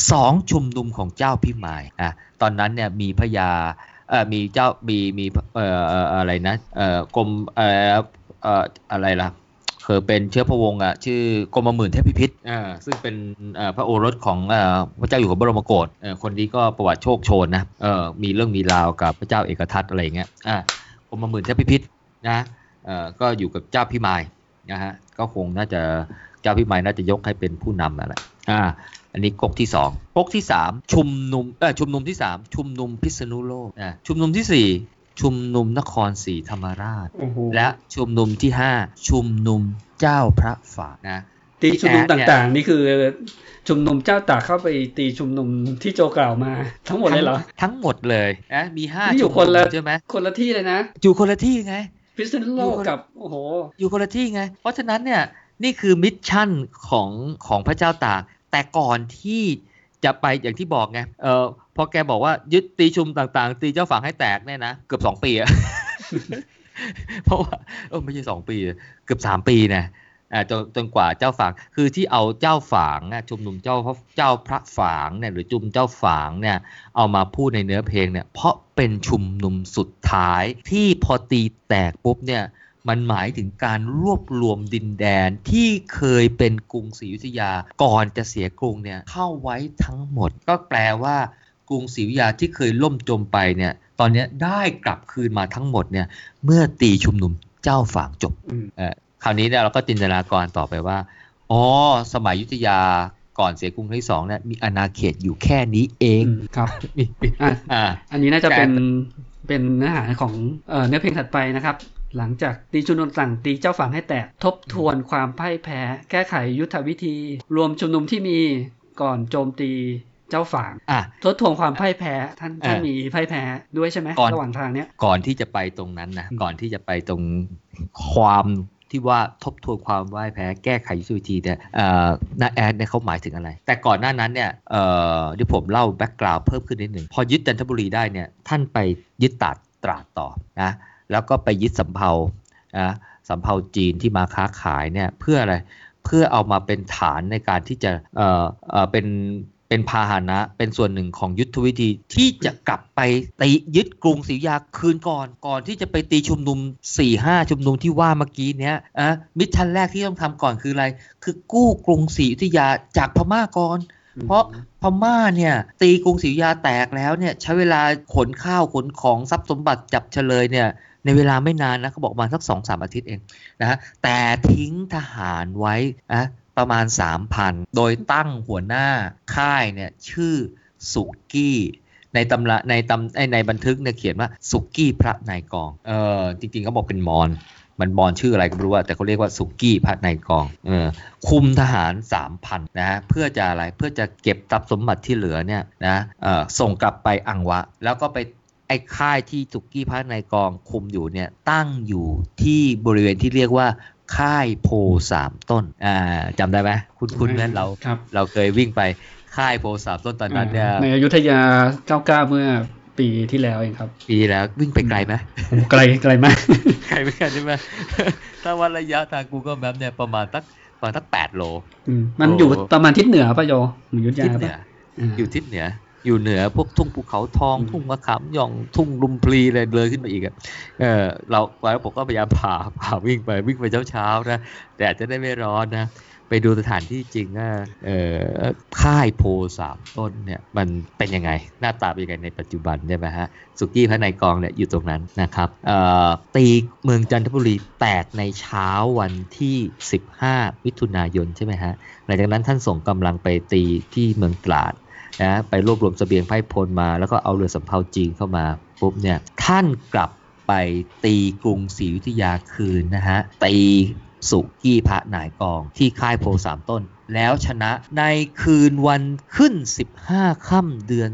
2ชุมนุมของเจ้าพิมายตอนนั้นเนี่ยมีพญามีเจ้ามีอะไรนะกรมอะไรล่ะคือเป็นเชื้อพระวงศ์ชื่อกรมหมื่นเทพพิพิธซึ่งเป็นพระโอรสของพระเจ้าอยู่หัวบรมโกศคนนี้ก็ประวัติโชคโชนนะมีเรื่องมีราวกับพระเจ้าเอกทัตอะไรอย่างเงี้ยกรมหมื่นเทพพิพิธนะก็อยู่กับเจ้าพิมายนะฮะก็คงน่าจะเจ้าพิมายน่าจะยกให้เป็นผู้นำนั่นแหละอันนี้ก๊กที่2ก๊กที่3ชุมนุมที่3ชุมนุมพิษณุโลกชุมนุมที่4ชุมนุมนครศรีธรรมราชและชุมนุมที่5ชุมนุมเจ้าพระฝากนะตีชุมนุมต่างๆนี่คือชุมนุมเจ้าตากเข้าไปตีชุมนุมที่โจกล่าวมาทั้งหมดเลยเหรอทั้งหมดเลยมี5ชุมนุมใช่ไหมคนละที่เลยนะอยู่คนละที่ไงพิษณุโลกกับโอ้โหอยู่คนละที่ไงเพราะฉะนั้นเนี่ยนี่คือมิชชั่นของพระเจ้าตากแต่ก่อนที่จะไปอย่างที่บอกไงพอแกบอกว่ายึดตีชุมต่างๆตีเจ้าฝางให้แตกเนี่ยนะเกือบ2 ปีอะ เพราะว่าไม่ใช่2 ปีเกือบ3 ปีนะจนกว่าเจ้าฝางคือที่เอาเจ้าฝางชุมนุมเจ้าพระฝางเนี่ยหรือจุมเจ้าฝางเนี่ยเอามาพูดในเนื้อเพลงเนี่ยเพราะเป็นชุมนุมสุดท้ายที่พอตีแตกปุ๊บเนี่ยมันหมายถึงการรวบรวมดินแดนที่เคยเป็นกรุงศรีอยุธยาก่อนจะเสียกรุงเนี่ยเข้าไว้ทั้งหมดก็แปลว่ากรุงศรีอยุธยาที่เคยล่มจมไปเนี่ยตอนนี้ได้กลับคืนมาทั้งหมดเนี่ยเมื่อตีชุมนุมเจ้าฝางจบคราวนี้เนี่ยเราก็จินตนาการต่อไปว่าสมัยอยุธยาก่อนเสียกรุงที่2เนี่ยมีอาณาเขตอยู่แค่นี้เองครับอันนี้น่าจะเป็นเนื้อหาของเนื้อเพลงถัดไปนะครับหลังจากตีชุมนุมต่างตีเจ้าฝางให้แตกทบทวนความพ่ายแพ้แก้ไขยุทธวิธีรวมชุมนุมที่มีก่อนโจมตีเจ้าฝางทบทวนความพ่ายแพ้ท่านมีพ่ายแพ้ด้วยใช่ไหมระหว่างทางเนี้ยก่อนที่จะไปตรงนั้นนะก่อนที่จะไปตรงความที่ว่าทบทวนความพ่ายแพ้แก้ไขยุทธวิธีเนี่ยนาแอดเนี่ยเขาหมายถึงอะไรแต่ก่อนหน้านั้นเนี่ยเดี๋ยวผมเล่าแบ็กกราวด์เพิ่มขึ้นนิดหนึ่งพอยึดจันทบุรีได้เนี่ยท่านไปยึดตราดต่อนะแล้วก็ไปยึดสำเภาจีนที่มาค้าขายเนี่ยเพื่ออะไรเพื่อเอามาเป็นฐานในการที่จะเป็นพาหนะเป็นส่วนหนึ่งของยุทธวิธีที่จะกลับไปตียึดกรุงศรีอยุธยาคืนก่อนที่จะไปตีชุมนุม 4-5 ชุมนุมที่ว่าเมื่อกี้เนี้ยมิชชั่นแรกที่ต้องทำก่อนคืออะไรคือกู้กรุงศรีอยุธยาจากพม่าก่อนเพราะพม่าเนี่ยตีกรุงศรีอยุธยาแตกแล้วเนี่ยใช้เวลาขนข้าวขนของทรัพย์สมบัติจับเฉลยเนี่ยในเวลาไม่นานนะเขาบอกมาสัก 2-3 อาทิตย์เองนะแต่ทิ้งทหารไว้ประมาณ 3,000 โดยตั้งหัวหน้าค่ายเนี่ยชื่อสุกี้ในตำราในบันทึกเนี่ยเขียนว่าสุกี้พระนายกองจริงๆเขาบอกเป็นมอญชื่ออะไรก็ไม่รู้แต่เขาเรียกว่าสุกี้พระนายกองคุมทหาร 3,000 นะเพื่อจะอะไรเพื่อจะเก็บทรัพย์สมบัติที่เหลือเนี่ยนะส่งกลับไปอังวะแล้วก็ไปไอ้ค่ายที่สุกี้พระนายกองคุมอยู่เนี่ยตั้งอยู่ที่บริเวณที่เรียกว่าค่ายโพ3 ต้นจำได้ไหมคุณนั่นเราเคยวิ่งไปค่ายโพ3 ต้นตอนนั้นเนี่ยในอยุธยา99เมื่อปีที่แล้วเองครับปีที่แล้ววิ่งไปไกลไหมไกลมากไกลไม่กันใช่ไหมถ้าวัดระยะทาง Google Maps เนี่ยประมาณสัก8 โลมันอยู่ประมาณทิศเหนือป่ะโยอยุธยาป่ะอยู่ทิศเหนืออยู่เหนือพวกทุ่งภูเขาทองทุ่งมะขามหย่องทุ่งลุมพลีอะไรเลยขึ้นมาอีกแล้วผมก็พยายามผ่าวิ่งไปเช้านะแต่อาจจะได้ไม่ร้อนนะไปดูสถานที่จริงค่ายโพ3 ต้นเนี่ยมันเป็นยังไงหน้าตาเป็นยังไงในปัจจุบันใช่ไหมฮะสุกี้พระนายกองเนี่ยอยู่ตรงนั้นนะครับตีเมืองจันทบุรีแตกในเช้าวันที่15 มิถุนายนใช่ไหมฮะหลังจากนั้นท่านส่งกำลังไปตีที่เมืองตราดนะไปรวบรวมเสบียงไพร่พลมาแล้วก็เอาเรือสำเภาจีนเข้ามาปุ๊บเนี่ยท่านกลับไปตีกรุงศรีอยุธยาคืนนะฮะตีสุกี้พระนายกองที่ค่ายโพ3 ต้นแล้วชนะในคืนวันขึ้น15 ค่ำเดือน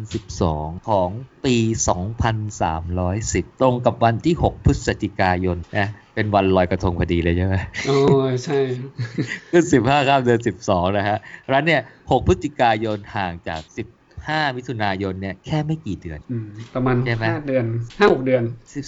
12ของปี 2310ตรงกับวันที่6 พฤศจิกายนนะเป็นวันลอยกระทงพอดีเลยใช่ไหมใช่ขึ้น15 ค่ำเดือน12นะฮะแล้วเนี่ย6 พฤศจิกายนห่างจาก15 มิถุนายนเนี่ยแค่ไม่กี่เดือนประมาณ5 เดือน 5-6 เดือน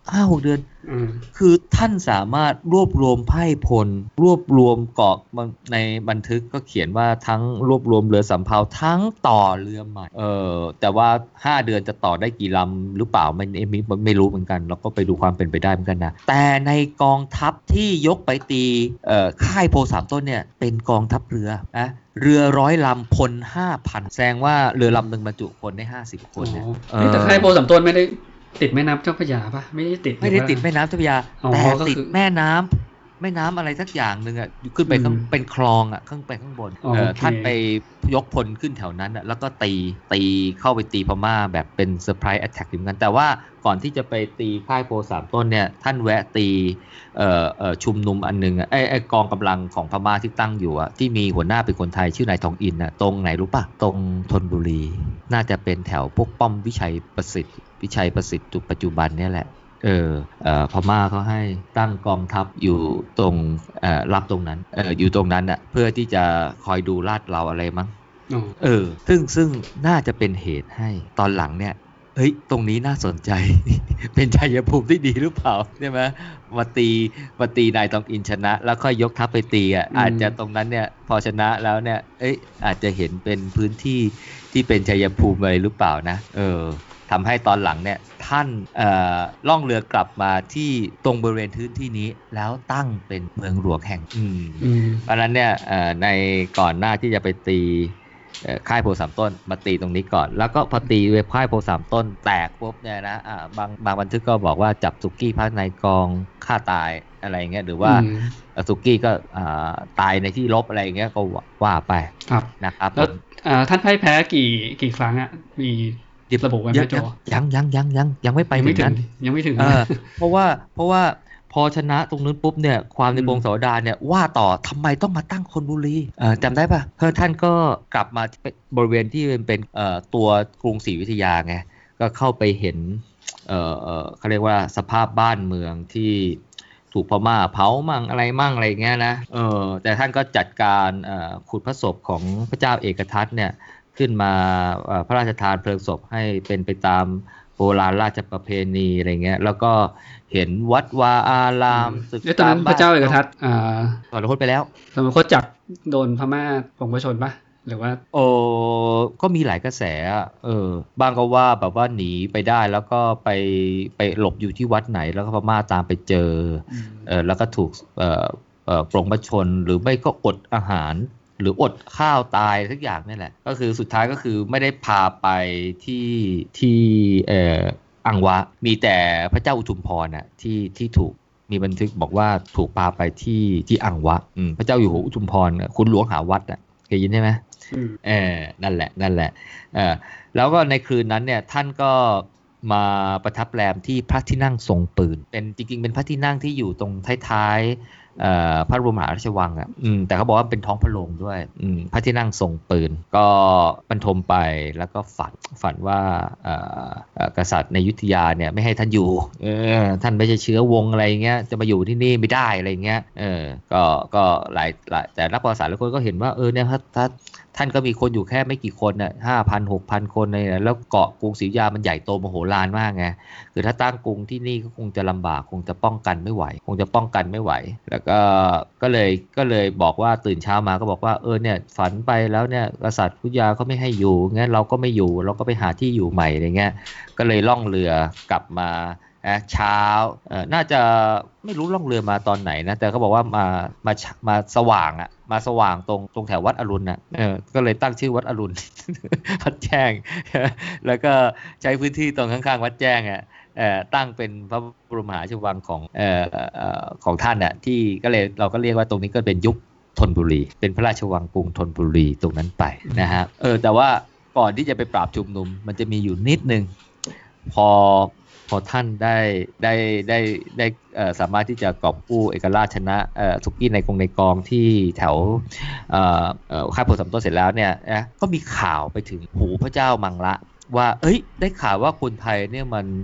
5-6 เดือนคือท่านสามารถรวบรวมไพร่พลรวบรวมเกาะในบันทึกก็เขียนว่าทั้งรวบรวมเรือสำเภาทั้งต่อเรือใหม่แต่ว่า5 เดือนจะต่อได้กี่ลำหรือเปล่าไม่รู้เหมือนกันเราก็ไปดูความเป็นไปได้เหมือนกันนะแต่ในกองทัพที่ยกไปตีค่ายโพสามต้นเนี่ยเป็นกองทัพเรือนะเรือ100 ลำพล 5,000 แสดงว่าเรือลำหนึ่งบรรจุคนได้50 คนเนี่ยแต่ค่ายโพสามต้นไม่ได้ติดแม่น้ำเจ้าพระยาปะไม่ได้ติดแม่น้ำเจ้าพระยาแต่ติดแม่น้ำอะไรสักอย่างหนึ่งอ่ะขึ้นไปข้างเป็นคลองอ่ะขึ้นไปข้างบนท่านไปยกพลขึ้นแถวนั้นอ่ะแล้วก็ตีเข้าไปตีพม่าแบบเป็นเซอร์ไพรส์แอตแทคเหมือนกันแต่ว่าก่อนที่จะไปตีค่ายโพสามต้นเนี่ยท่านแวะตีชุมนุมอันนึงอ่ะไอ้กองกำลังของพม่าที่ตั้งอยู่อ่ะที่มีหัวหน้าเป็นคนไทยชื่อนายทองอินอ่ะตรงไหนรู้ป่ะตรงธนบุรีน่าจะเป็นแถวพวกป้อมวิชัยประสิทธิ์จุดปัจจุบันเนี่ยแหละพม่าเขาให้ตั้งกองทัพอยู่ตรงรับตรงนั้นอยู่ตรงนั้นอ่ะเพื่อที่จะคอยดูลาดเราอะไรมั้งซึ่งน่าจะเป็นเหตุให้ตอนหลังเนี่ยตรงนี้น่าสนใจ เป็นชัยภูมิที่ดีหรือเปล่าใช่ไหมมาตีนายตองอินชนะแล้วค่อยยกทัพไปตีอาจจะตรงนั้นเนี่ยพอชนะแล้วเนี่ยอาจจะเห็นเป็นพื้นที่ที่เป็นชัยภูมิอะไรหรือเปล่านะทำให้ตอนหลังเนี่ยท่านล่องเรือกลับมาที่ตรงบริเวณพื้นที่นี้แล้วตั้งเป็นเมืองหลวงแห่งเพราะนั้นเนี่ยในก่อนหน้าที่จะไปตีค่ายโพสามต้นมาตีตรงนี้ก่อนแล้วก็พอตีเว็บค่ายโพสามต้นแตกปุ๊บเนี่ยนะบางบันทึกก็บอกว่าจับสุกี้พักในกองฆ่าตายอะไรเงี้ยหรือว่าสุกี้ก็ตายในที่รบอะไรเงี้ยก็ว่าไปนะครับแล้วท่านพ่ายแพ้กี่ครั้งอ่ะมีระบุไว้ไหมโจยังไม่ไปถึงนั้นยังไม่ถึงเพราะว่าพอชนะตรงนู้นปุ๊บเนี่ยความในวงศาวดารเนี่ยว่าต่อทำไมต้องมาตั้งธนบุรีจำได้ป่ะท่านก็กลับมาบริเวณที่เป็นตัวกรุงศรีอยุธยาไงก็เข้าไปเห็นเขาเรียกว่าสภาพบ้านเมืองที่ถูกพม่าเผามั่งอะไรเงี้ยนะแต่ท่านก็จัดการขุดพระศพของพระเจ้าเอกทัตเนี่ยขึ้นมาพระราชทานเพลิงศพให้เป็นไปตามโบราณราชประเพณีอะไรเงี้ยแล้วก็เห็นวัดวาอารามศึกษาตอนนั้นพระเจ้าเอกทัตสวรรคตไปแล้วสวรรคตจับโดนพม่าปกครองชนปะหรือว่าก็มีหลายกระแสบางก็ว่าแบบว่าหนีไปได้แล้วก็ไปหลบอยู่ที่วัดไหนแล้วก็พม่าตามไปเจอแล้วก็ถูกปลงพระชนหรือไม่ก็อดอาหารหรืออดข้าวตายทุกอย่างนี่แหละก็คือสุดท้ายก็คือไม่ได้พาไปที่อังวะมีแต่พระเจ้าอุทุมพรน่ะที่ถูกมีบันทึกบอกว่าถูกพาไปที่อังวะพระเจ้าอยู่หัวอุทุมพรคุณหลวงหาวัดน่ะเคยยินใช่ไหมนั่นแหละแล้วก็ในคืนนั้นเนี่ยท่านก็มาประทับแรมที่พระที่นั่งทรงปืนเป็นจริงๆเป็นพระที่นั่งที่อยู่ตรงท้ายพระบรมมหาราชวังแต่เขาบอกว่าเป็นท้องพระโรงด้วยพระที่นั่งทรงปืนก็บรรทมไปแล้วก็ฝันว่ากษัตริย์ในอยุธยาเนี่ยไม่ให้ท่านอยู่ท่านไม่ใช่เชื้อวงอะไรเงี้ยจะมาอยู่ที่นี่ไม่ได้อะไรเงี้ยก็หลายแต่นักประวัติศาสตร์หลายคนก็เห็นว่าเนี่ยถ้าท่านก็มีคนอยู่แค่ไม่กี่คนน่ะ 5,000-6,000 คนเลยนะแล้วเกาะกรุงศรีอยุธยามันใหญ่โตมโหฬารมากไงคือถ้าตั้งกรุงที่นี่ก็คงจะลำบากคงจะป้องกันไม่ไหวแล้วก็เลยบอกว่าตื่นเช้ามาก็บอกว่าเนี่ยฝันไปแล้วเนี่ยกษัตริย์อยุธยาเขาไม่ให้อยู่งั้นเราก็ไม่อยู่เราก็ไปหาที่อยู่ใหม่อะไรเงี้ยก็เลยล่องเรือกลับมาเช้าน่าจะไม่รู้ล่องเรือมาตอนไหนนะแต่เขาบอกว่ามาสว่างมาสว่างตรงแถววัดอรุณก็เลยตั้งชื่อวัดอรุณ วัดแจ้ง แล้วก็ใช้พื้นที่ตรงข้างๆวัดแจ้งตั้งเป็นพระบรมมหาราชวังของท่านที่ก็เลยเราก็เรียกว่าตรงนี้ก็เป็นยุคธนบุรีเป็นพระราชวังกรุงธนบุรีตรงนั้นไปนะฮะแต่ว่าก่อนที่จะไปปราบชุมนุมมันจะมีอยู่นิดนึงพอท่านได้สามารถที่จะกอบกู้เอกราชชนะสุกี้ในกองที่แถวค่ายโพสามต้นเสร็จแล้วเนี่ยก็มีข่าวไปถึงหูพระเจ้ามังละว่าได้ข่าวว่าคนไทยเนี่ยมัน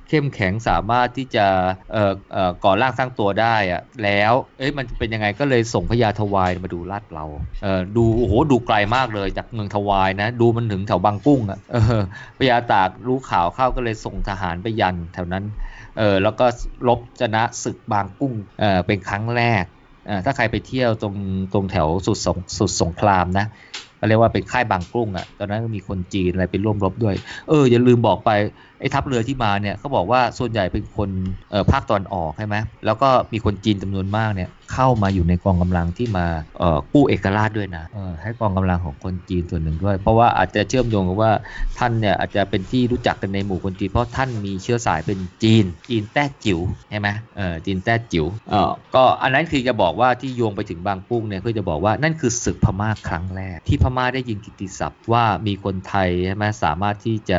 เข้มแข็งสามารถที่จะก่อร่างสร้างตัวได้อะแล้วมันเป็นยังไงก็เลยส่งพญาทวายมาดูลาดเราดูโอ้โหดูไกลมากเลยจากเมืองทวายนะดูมันถึงแถวบางกุ้งอ่ะพญาตากรู้ข่าวเข้าก็เลยส่งทหารไปยันแถวนั้นแล้วก็รบชนะศึกบางกุ้งเป็นครั้งแรกถ้าใครไปเที่ยวตรงแถวสุดสงครามนะเรียกว่าเป็นค่ายบางกุ้งอ่ะตอนนั้นมีคนจีนอะไรไปร่วมรบด้วยอย่าลืมบอกไปไอ้ทัพเรือที่มาเนี่ยเขาบอกว่าส่วนใหญ่เป็นคนภาคตอนออกใช่ไหมแล้วก็มีคนจีนจำนวนมากเนี่ยเข้ามาอยู่ในกองกำลังที่มากู้เอกราชด้วยนะให้กองกำลังของคนจีนส่วนหนึ่งด้วยเพราะว่าอาจจะเชื่อมโยงกับว่าท่านเนี่ยอาจจะเป็นที่รู้จักกันในหมู่คนจีนเพราะท่านมีเชื้อสายเป็นจีนแต้จิ๋วใช่ไหมจีนแต้จิ๋วก็อันนั้นคือจะบอกว่าที่โยงไปถึงบางกุ้งเนี่ยเพื่อจะบอกว่านั่นคือศึกพม่าครั้งแรกที่พม่าได้ยินกิตติศัพท์ว่ามีคนไทยใช่ไหมสามารถที่จะ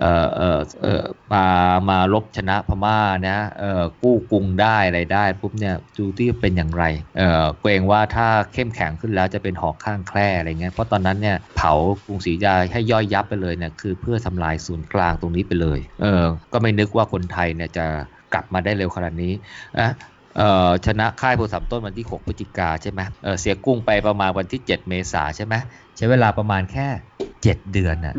มารบชนะพม่านะกู้กรุงได้อะไรได้ปุ๊บเนี่ยดูที่เป็นอย่างไรเกรงว่าถ้าเข้มแข็งขึ้นแล้วจะเป็นหอกข้างแคร่อะไรเงี้ยเพราะตอนนั้นเนี่ยเผากรุงศรีอยุธยาให้ย่อยยับไปเลยเนี่ยคือเพื่อทำลายศูนย์กลางตรงนี้ไปเลยก็ไม่นึกว่าคนไทยเนี่ยจะกลับมาได้เร็วขนาดนี้ชนะค่ายโพธิ์สามต้นวันที่6 พฤศจิกาใช่ไหมเสียกุ้งไปประมาณวันที่7 เมษาใช่ไหมใช้เวลาประมาณแค่7 เดือนน่ะ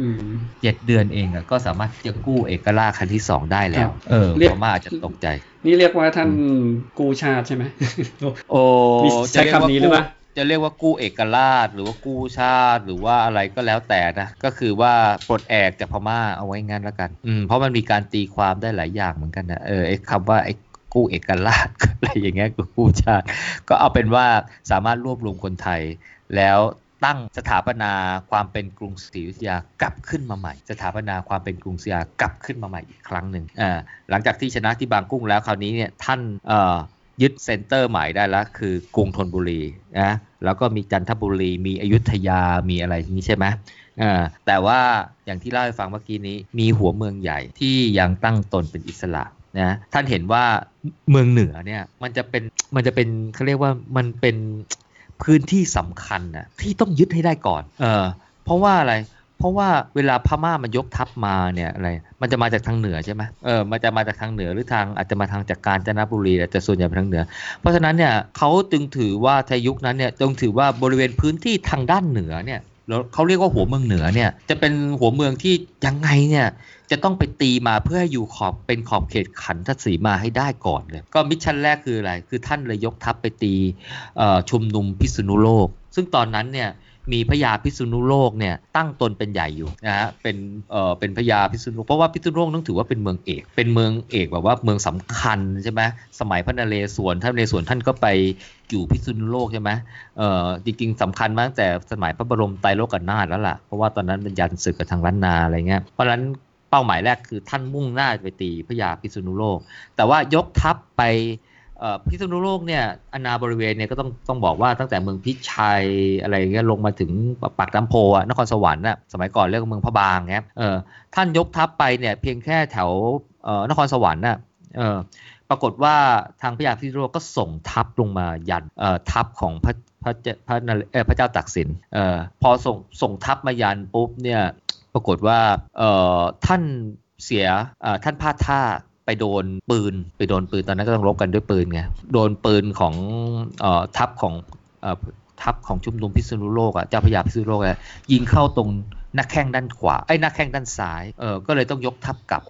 7 เดือนเองก็สามารถจะกู้เอกราชครั้งที่2ได้แล้วพม่าจะตกใจนี่เรียกว่าท่านกู้ชาติใช่ไหมใช้คำนี้หรือเปล่าจะเรียกว่ากู้เอกราชหรือว่ากู้ชาติหรือว่าอะไรก็แล้วแต่นะก็คือว่าปลดแอกจากพม่าเอาไว้งั้นแล้วกันเพราะมันมีการตีความได้หลายอย่างเหมือนกันนะไอ้คำว่าไอ้กู้เอกราชอะไรอย่างเงี้ยกู้ชาติก็เอาเป็นว่าสามารถรวบรวมคนไทยแล้วตั้งสถาปนาความเป็นกรุงศรีอยุธยากลับขึ้นมาใหม่สถาปนาความเป็นกรุงศรีอยุธยากลับขึ้นมาใหม่อีกครั้งหนึ่งหลังจากที่ชนะที่บางกุ้งแล้วคราวนี้เนี่ยท่านยึดเซ็นเตอร์ใหม่ได้แล้วคือกรุงธนบุรีนะแล้วก็มีจันทบุรีมีอยุธยามีอะไรอย่างนี้ใช่ไหมแต่ว่าอย่างที่เล่าให้ฟังเมื่อกี้นี้มีหัวเมืองใหญ่ที่ยังตั้งตนเป็นอิสระนะท่านเห็นว่าเมืองเหนือเนี่ยมันจะเป็นเขาเรียกว่ามันเป็นพื้นที่สำคัญนะที่ต้องยึดให้ได้ก่อนเพราะว่าอะไรเพราะว่าเวลาพม่ามันยกทัพมาเนี่ยอะไรมันจะมาจากทางเหนือใช่ไหมมันจะมาจากทางเหนือหรือทางอาจจะมาทางจากกาญจนบุรีแต่ส่วนใหญ่เป็นทางเหนือเพราะฉะนั้นเนี่ยเขาจึงถือว่าในยุคนั้นเนี่ยจึงถือว่าบริเวณพื้นที่ทางด้านเหนือเนี่ยแล้วเขาเรียกว่าหัวเมืองเหนือเนี่ยจะเป็นหัวเมืองที่ยังไงเนี่ยจะต้องไปตีมาเพื่อให้อยู่เป็นขอบเขตขันธสีมาให้ได้ก่อนเลยก็มิชชั่นแรกคืออะไรคือท่านเลยยกทัพไปตีชุมนุมพิษณุโลกซึ่งตอนนั้นเนี่ยมีพญาพิษณุโลกเนี่ยตั้งตนเป็นใหญ่อยู่นะฮะเป็นพญาพิษณุโลกเพราะว่าพิษณุโลกต้องถือว่าเป็นเมืองเอกแบบว่าเมืองสำคัญใช่ไหมสมัยพระนเรศวรท่านก็ไปอยู่พิษณุโลกใช่ไหมจริงๆสำคัญมากแต่สมัยพระบรมไตรโลกนาถแล้วล่ะเพราะว่าตอนนั้นมันยันศึกกับทางล้านนาอะไรเงี้ยเพราะฉะนั้นเป้าหมายแรกคือท่านมุ่งหน้าไปตีพญาพิษณุโลกแต่ว่ายกทัพไปพิษณุโลกเนี่ยอาณาบริเวณเนี่ยก็ต้องบอกว่าตั้งแต่เมืองพิชัยอะไรเงี้ยลงมาถึงปากน้ำโพนครสวรรค์น่ะสมัยก่อนเรียกว่าเมืองพระบางเงี้ยท่านยกทัพไปเนี่ยเพียงแค่แถวนครสวรรค์น่ะปรากฏว่าทางพญาพิษณุโลกก็ส่งทัพลงมายันทัพของพระเจ้าตากสินพอส่งทัพมายันปุ๊บเนี่ยปรากฏว่าท่านเสียท่านพลาดท่าไปโดนปืนตอนนั้นก็ต้องรบกันด้วยปืนไงโดนปืนของทัพของชุมนุมพิษณุโลกเจ้าพญาพิษณุโลกยิงเข้าตรงหน้าแข้งด้านขวาหน้าแข้งด้านซ้ายก็เลยต้องยกทัพกลับ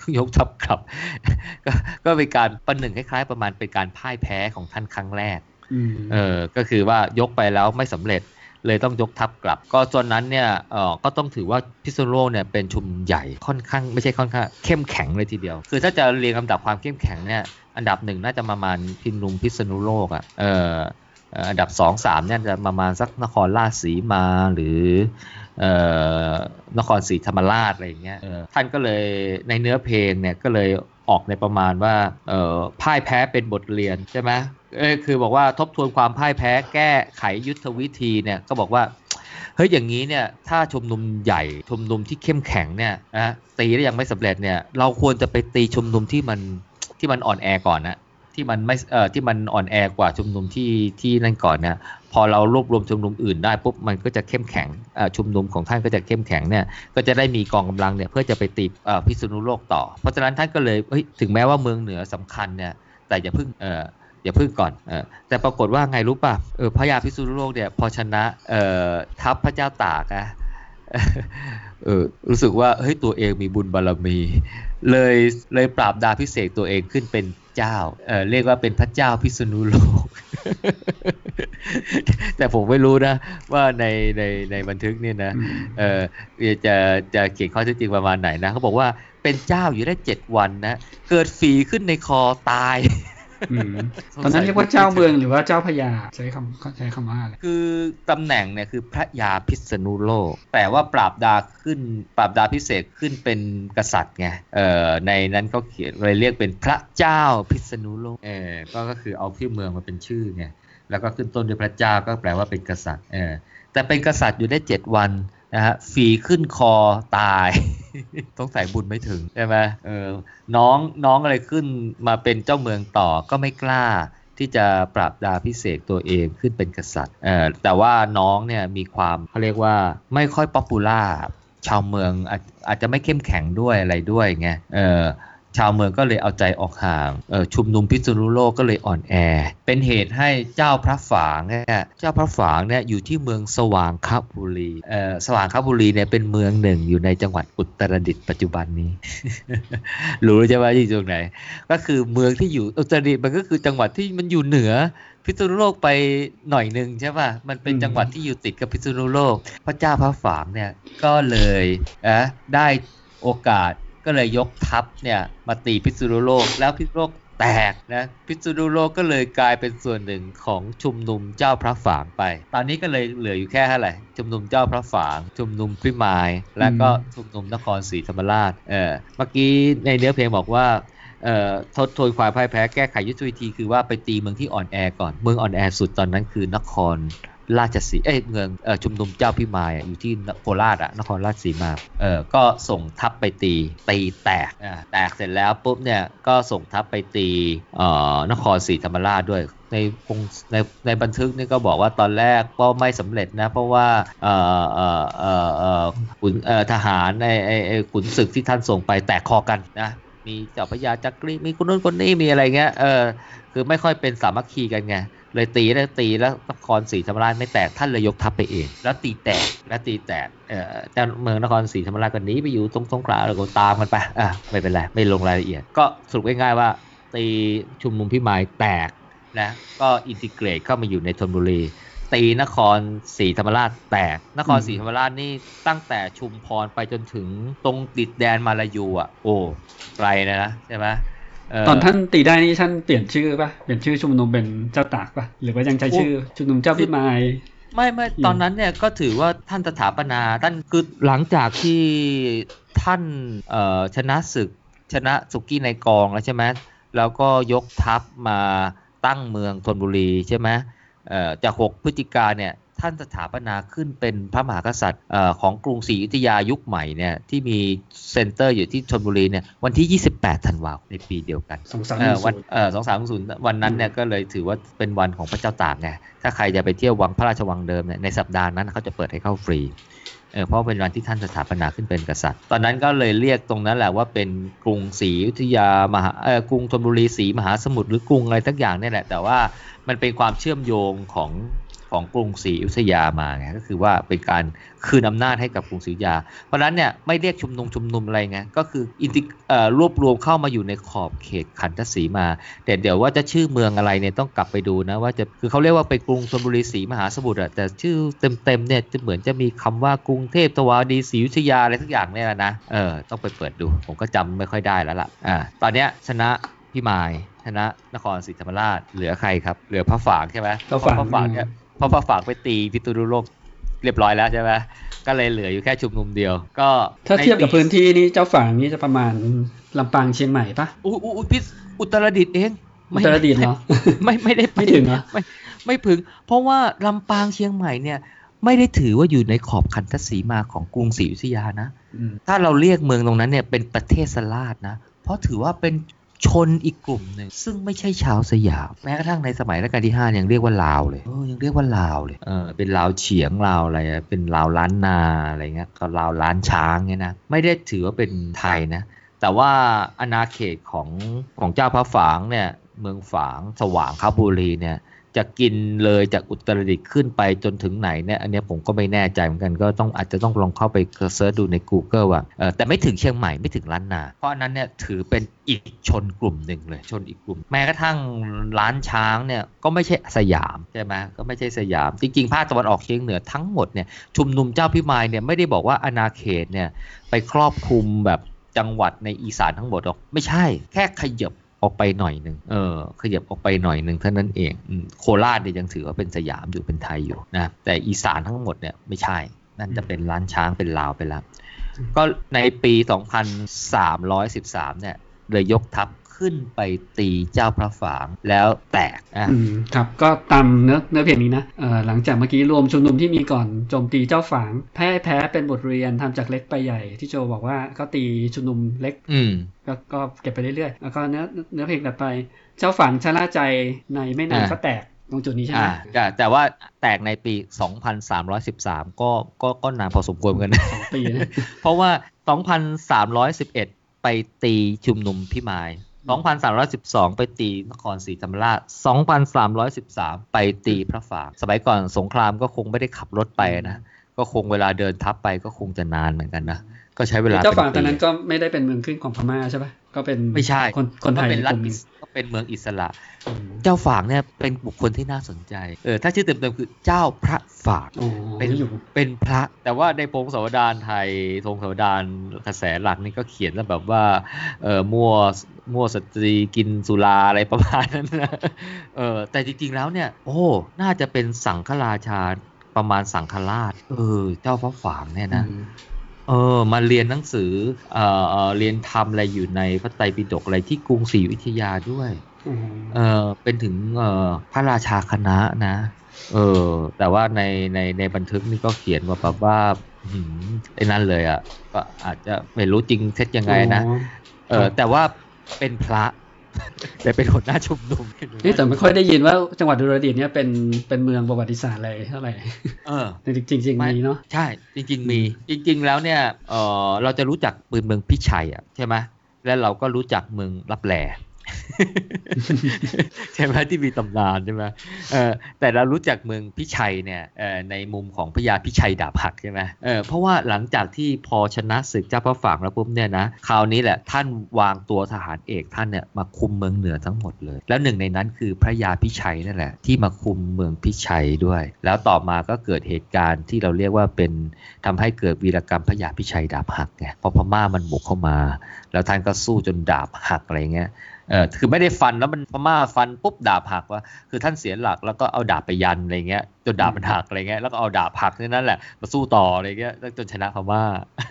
ก็เป็นการประหนึ่งคล้ายๆประมาณเป็นการพ่ายแพ้ของท่านครั้งแรกก็คือว่ายกไปแล้วไม่สำเร็จเลยต้องยกทัพกลับก็จนนั้นเนี่ยก็ต้องถือว่าพิษณุโลกเนี่ยเป็นชุมใหญ่ค่อนข้างไม่ใช่ค่อนข้างเข้มแข็งเลยทีเดียวคือถ้าจะเรียงลำดับความเข้มแข็งเนี่ยอันดับ1น่าจะประมาณพิษณุโลกอันดับ 2-3 เนี่ยจะประมาณสักนครราชสีมาหรือนครศรีธรรมราชอะไรอย่างเงี้ยท่านก็เลยในเนื้อเพลงเนี่ยก็เลยออกในประมาณว่าพ่ายแพ้เป็นบทเรียนใช่ไหมคือบอกว่าทบทวนความพ่ายแพ้แก้ไขยุทธวิธีเนี่ยก็บอกว่าเฮ้ยอย่างนี้เนี่ยถ้าชุมนุมใหญ่ชุมนุมที่เข้มแข็งเนี่ยตีได้ยังไม่สำเร็จเนี่ยเราควรจะไปตีชุมนุมที่มันอ่อนแอก่อนนะที่มันไม่ที่มันอ่อนแอกว่าชุมนุมที่นั่นก่อนเนี่ยพอเรารวบรวมชุมนุมอื่นได้ปุ๊บมันก็จะเข้มแข็งชุมนุมของท่านก็จะเข้มแข็งเนี่ยก็จะได้มีกองกำลังเนี่ยเพื่อจะไปตีพิษณุโลกต่อเพราะฉะนั้นท่านก็เลยถึงแม้ว่าเมืองเหนือสำคัญเนี่ยแต่อย่าเพิ่งก่อนแต่ปรากฏว่าไงรู้ป่ะพญาพิษณุโลกเนี่ยพอชนะทัพพระเจ้าตากรู้สึกว่าเฮ้ยตัวเองมีบุญบารมีเลยปราบดาพิเศษตัวเองขึ้นเป็นเจ้าเรียกว่าเป็นพระเจ้าพิษณุโลก แต่ผมไม่รู้นะว่าในบันทึกนี่นะจะเขียนข้อเท็จจริงประมาณไหนนะเขาบอกว่าเป็นเจ้าอยู่ได้7 วันนะเกิดฝีขึ้นในคอตายตอนนั้นเรียกว่าเจ้าเมืองหรือว่าเจ้าพญาใช้คำว่าอะไรคือตำแหน่งเนี่ยคือพระยาพิษณุโลกแต่ว่าปราบดาพิเศษขึ้นเป็นกษัตริย์ไงในนั้นก็เขียนเลยเรียกเป็นพระเจ้าพิษณุโลกก็คือเอาชื่อเมืองมาเป็นชื่อไงแล้วก็ขึ้นต้นด้วยพระเจ้าก็แปลว่าเป็นกษัตริย์แต่เป็นกษัตริย์อยู่ได้7 วันนะฮะฝีขึ้นคอตายต้องใส่บุญไม่ถึงใช่ไหมน้องอะไรขึ้นมาเป็นเจ้าเมืองต่อก็ไม่กล้าที่จะปราบดาพิเศษตัวเองขึ้นเป็นกษัตริย์แต่ว่าน้องเนี่ยมีความเขาเรียกว่าไม่ค่อยป๊อปปูล่าชาวเมืองอาจจะไม่เข้มแข็งด้วยอะไรด้วยไงชาวเมืองก็เลยเอาใจออกห่างชุมนุมพิษณุโลกก็เลยอ่อนแอเป็นเหตุให้เจ้าพระฝางเนี่ยอยู่ที่เมืองสว่างคบุรีสว่างคบุรีเนี่ยเป็นเมืองหนึ่งอยู่ในจังหวัดอุตรดิตถ์ปัจจุบันนี้ รู้ใช่ไหมอยู่ตรงไหนก็คือเมืองที่อยู่อุตรดิตถ์มันก็คือจังหวัดที่มันอยู่เหนือพิษณุโลกไปหน่อยนึงใช่ป่ะมันเป็นจังหวัดที่อยู่ติดกับพิษณุโลกพระเจ้าพระฝางเนี่ยก็เลยได้โอกาสก็เลยยกทัพเนี่ยมาตีพิษณุโลกแล้วพิษณุโลกแตกนะพิษณุโลกก็เลยกลายเป็นส่วนหนึ่งของชุมนุมเจ้าพระฝางไปตอนนี้ก็เลยเหลืออยู่แค่อะไรชุมนุมเจ้าพระฝางชุมนุมพิมายและก็ชุมนุมนครศรีธรรมราชเมื่อกี้ในเนื้อเพลงบอกว่าทดโทยควายพ่ายแพ้แก้ไขยุทธวิธีคือว่าไปตีเมืองที่อ่อนแอก่อนเมืองอ่อนแอสุดตอนนั้นคือนครราชสีเมืองชุมนุมเจ้าพิมายอยู่ที่โคราชนครราชสีมาก็ส่งทัพไปตีแตกเสร็จแล้วปุ๊บเนี่ยก็ส่งทัพไปตีนครศรีธรรมราชด้วยในบันทึกนี่ก็บอกว่าตอนแรกก็ไม่สำเร็จนะเพราะว่าทหารขุนศึกที่ท่านส่งไปแตกคอกันนะมีเจ้าพญาจักรีมีคนนู้นคนนี้มีอะไรเงี้ยคือไม่ค่อยเป็นสามัคคีกันไงเลยตีแล้วนครศรีธรรมราชไม่แตกท่านเลยยกทัพไปเองแล้วตีแตกเจ้าเมืองนครศรีธรรมราชก็หนีไปอยู่ตรงสงขลาแล้วก็ตามกันไปไม่เป็นไรไม่ลงรายละเอียดก็สรุปง่ายๆว่าตีชุมนุมพิมายแตกนะก็อินทิเกรตเข้ามาอยู่ในธนบุรีตีนครศรีธรรมราชแตกนครศรีธรรมราชนี่ตั้งแต่ชุมพรไปจนถึงตรงดินแดนมาลายูโอ้ไกลนะใช่ไหมตอนท่านตีได้นี่ท่านเปลี่ยนชื่อป่ะเปลี่ยนชื่อชุมนุมเป็นเจ้าตากป่ะหรือว่ายังใช้ชื่อชุมนุมเจ้าพิมายไม่ตอนนั้นเนี่ยก็ถือว่าท่านสถาปนาท่านคือหลังจากที่ท่านชนะสุกี้ในกองแล้วใช่ไหมแล้วก็ยกทัพมาตั้งเมืองธนบุรีใช่ไหมจาก6 พฤศจิกายนเนี่ยท่านสถาปนาขึ้นเป็นพระมหากษัตริย์ของกรุงศรีอยุธยายุคใหม่เนี่ยที่มีเซ็นเตอร์อยู่ที่ธนบุรีเนี่ยวันที่28 ธันวาคมในปีเดียวกัน2310วันนั้นเนี่ยก็เลยถือว่าเป็นวันของพระเจ้าตากไงถ้าใครจะไปเที่ยววังพระราชวังเดิมเนี่ยในสัปดาห์นั้นเขาจะเปิดให้เข้าฟรีเพราะเป็นวันที่ท่านสถาปนาขึ้นเป็นกษัตริย์ตอนนั้นก็เลยเรียกตรงนั้นแหละว่าเป็นกรุงศรีอยุธยากรุงธนบุรีศรีมหาสมุทรหรือกรุงอะไรทั้งอย่างนี่แหละแต่ว่ามันเป็นความเชื่อมโยงของกรุงศรีอยุธยามาไงก็คือว่าเป็นการคืนอำนาจให้กับกรุงศรีอยุธยาเพราะฉะนั้นเนี่ยไม่เรียกชุมนุมอะไรไงก็คือรวบรวมเข้ามาอยู่ในขอบเขตขันธสีมาแต่เดี๋ยวว่าจะชื่อเมืองอะไรเนี่ยต้องกลับไปดูนะว่าจะคือเขาเรียกว่าเป็นกรุงธนบุรีศรีมหาสมุทรแต่ชื่อเต็มเนี่ยจะเหมือนจะมีคำว่ากรุงเทพทวารดีศรีอยุธยาอะไรทุกอย่างเนี่ยนะต้องไปเปิดดูผมก็จำไม่ค่อยได้แล้วล่ะตอนเนี้ยชนะพิมายชนะนครศรีธรรมราชเหลือใครครับเหลือพระฝางใช่ไหมพระฝางเนี่ยพอพระฝางไปตีพิษณุโลกเรียบร้อยแล้วใช่ไหมก็เลยเหลืออยู่แค่ชุมนุมเดียวก็ถ้าเทียบกับพื้นที่นี้เจ้าฝางนี่จะประมาณลำปางเชียงใหม่ปะอุตรดิตถ์เองอุตรดิตถ์เหรอไม่ได้ไม่ถึงเหรอไม่ถึงเพราะว่าลำปางเชียงใหม่เนี่ยไม่ได้ถือว่าอยู่ในขอบขันธสีมาของกรุงศรีอยุธยานะถ้าเราเรียกเมืองตรงนั้นเนี่ยเป็นประเทศสลาดนะเพราะถือว่าเป็นชนอีกกลุ่มหนึ่งซึ่งไม่ใช่ชาวสยามแม้กระทั่งในสมัยรัชกาลที่5ยังเรียกว่าลาวเลยยังเรียกว่าลาวเลยเป็นลาวเฉียงลาวอะไรเป็นลาวล้านนาอะไรเงี้ยก็ลาวล้านช้างเนี่ยนะไม่ได้ถือว่าเป็นไทยนะแต่ว่าอาณาเขตของเจ้าพระฝางเนี่ยเมืองฝางสว่างคบุรีเนี่ยจะกินเลยจากอุตรดิตถ์ขึ้นไปจนถึงไหนเนี่ยอันนี้ผมก็ไม่แน่ใจเหมือนกันก็อาจจะต้องลองเข้าไปเซิร์ชดูใน Google ว่าแต่ไม่ถึงเชียงใหม่ไม่ถึงล้านนาเพราะอันนั้นเนี่ยถือเป็นอีกชนกลุ่มหนึ่งเลยชนอีกกลุ่มแม้กระทั่งล้านช้างเนี่ยก็ไม่ใช่สยามใช่ไหมก็ไม่ใช่สยามจริงๆภาคตะวันออกเฉียงเหนือทั้งหมดเนี่ยชุมนุมเจ้าพิมายเนี่ยไม่ได้บอกว่าอาณาเขตเนี่ยไปครอบคลุมแบบจังหวัดในอีสานทั้งหมดหรอกไม่ใช่แค่ขยับออกไปหน่อยหนึ่งขยับออกไปหน่อยหนึ่งเท่านั้นเองโคราชเนี่ยยังถือว่าเป็นสยามอยู่เป็นไทยอยู่นะแต่อีสานทั้งหมดเนี่ยไม่ใช่นั่นจะเป็นล้านช้างเป็นลาวไปแล้วก็ในปี 2313 เนี่ยเลยยกทัพขึ้นไปตีเจ้าพระฝางแล้วแตกครับก็ตามเนื้อเพลงนี้นะหลังจากเมื่อกี้รวมชุมนุมที่มีก่อนโจมตีเจ้าฝางแพ้เป็นบทเรียนทำจากเล็กไปใหญ่ที่โจบอกว่าก็ตีชุมนุมเล็กก็เก็บไปเรื่อยๆแล้วก็เนื้อเพลงต่อไปเจ้าฝางชะล่าใจในไม่นานก็แตกตรงจุดนี้ใช่ไหมแต่ว่าแตกในปี 2313 ก็นานพอสมควรเหมือนกัน 2 ปีนะเพราะว่า 2311 ไปตีชุมนุมพิมาย2312 ไปตีนครศรีธรรมราช2313 ไปตีพระฝางสมัยก่อนสงครามก็คงไม่ได้ขับรถไปนะก็คงเวลาเดินทัพไปก็คงจะนานเหมือนกันนะก็ใช้เวลาเจ้าฝางตอนนั้นก็ไม่ได้เป็นเมืองขึ้นของพม่าใช่ปะก็เป็นไม่ใช่คนไทยก็เป็นเมืองอิสระเจ้าฝางเนี่ยเป็นบุคคลที่น่าสนใจถ้าชื่อเต็มๆคือเจ้าพระฝางเป็นพระแต่ว่าในพงศาวดารไทยพงศาวดารกระแสหลักนี่ก็เขียนแล้วแบบว่ามั่วสตรีกินสุราอะไรประมาณนั้นนะแต่จริงๆแล้วเนี่ยน่าจะเป็นสังฆราชาประมาณสังฆราชเจ้าพระฝางเนี่ยนะมาเรียนหนังสือเรียนธรรมอะไรอยู่ในพระไตรปิฎกอะไรที่กรุงศรีอยุธยาด้วยเป็นถึงพระราชาคณะนะแต่ว่าในบันทึกนี่ก็เขียนว่าแบบว่าไอ้นั่นเลยอ่ะก็อาจจะไม่รู้จริงเท็จยังไงนะแต่ว่าเป็นพระแต่เป็นหัวหน้าชุมนุมนี่แต่ไม่ค่อยได้ยินว่าจังหวัดอุตรดิตถ์เนี่ยเป็นเมืองประวัติศาสตร์อะไรเท่าไหร่จริงมีเนาะใช่จริงๆมีจริงๆแล้วเนี่ยเราจะรู้จักปืนเมืองพิชัยอ่ะใช่ไหมและเราก็รู้จักเมืองลับแล ใช่ไหมที่มีตำนานใช่ไหมแต่เรารู้จักเมืองพิชัยเนี่ยในมุมของพญาพิชัยดาบหักใช่ไหมเพราะว่าหลังจากที่พอชนะศึกเจ้าพระฝางแล้วปุ๊บเนี่ยนะคราวนี้แหละท่านวางตัวทหารเอกท่านเนี่ยมาคุมเมืองเหนือทั้งหมดเลยแล้วหนึ่งในนั้นคือพระยาพิชัยนั่นแหละที่มาคุมเมืองพิชัยด้วยแล้วต่อมาก็เกิดเหตุการณ์ที่เราเรียกว่าเป็นทำให้เกิดวีรกรรมพญาพิชัยดาบหักไงพอพม่ามันบุกเข้ามาแล้วท่านก็สู้จนดาบหักอะไรเงี้ยคือไม่ได้ฟันแล้วมันพม่าฟันปุ๊บดาบหักว่าคือท่านเสียหลักแล้วก็เอาดาบไปยันอะไรเงี้ยจนดาบมันหักอะไรเงี้ยแล้วก็เอาดาบหักนั่นแหละมาสู้ต่ออะไรเงี้ยจนชนะพม่า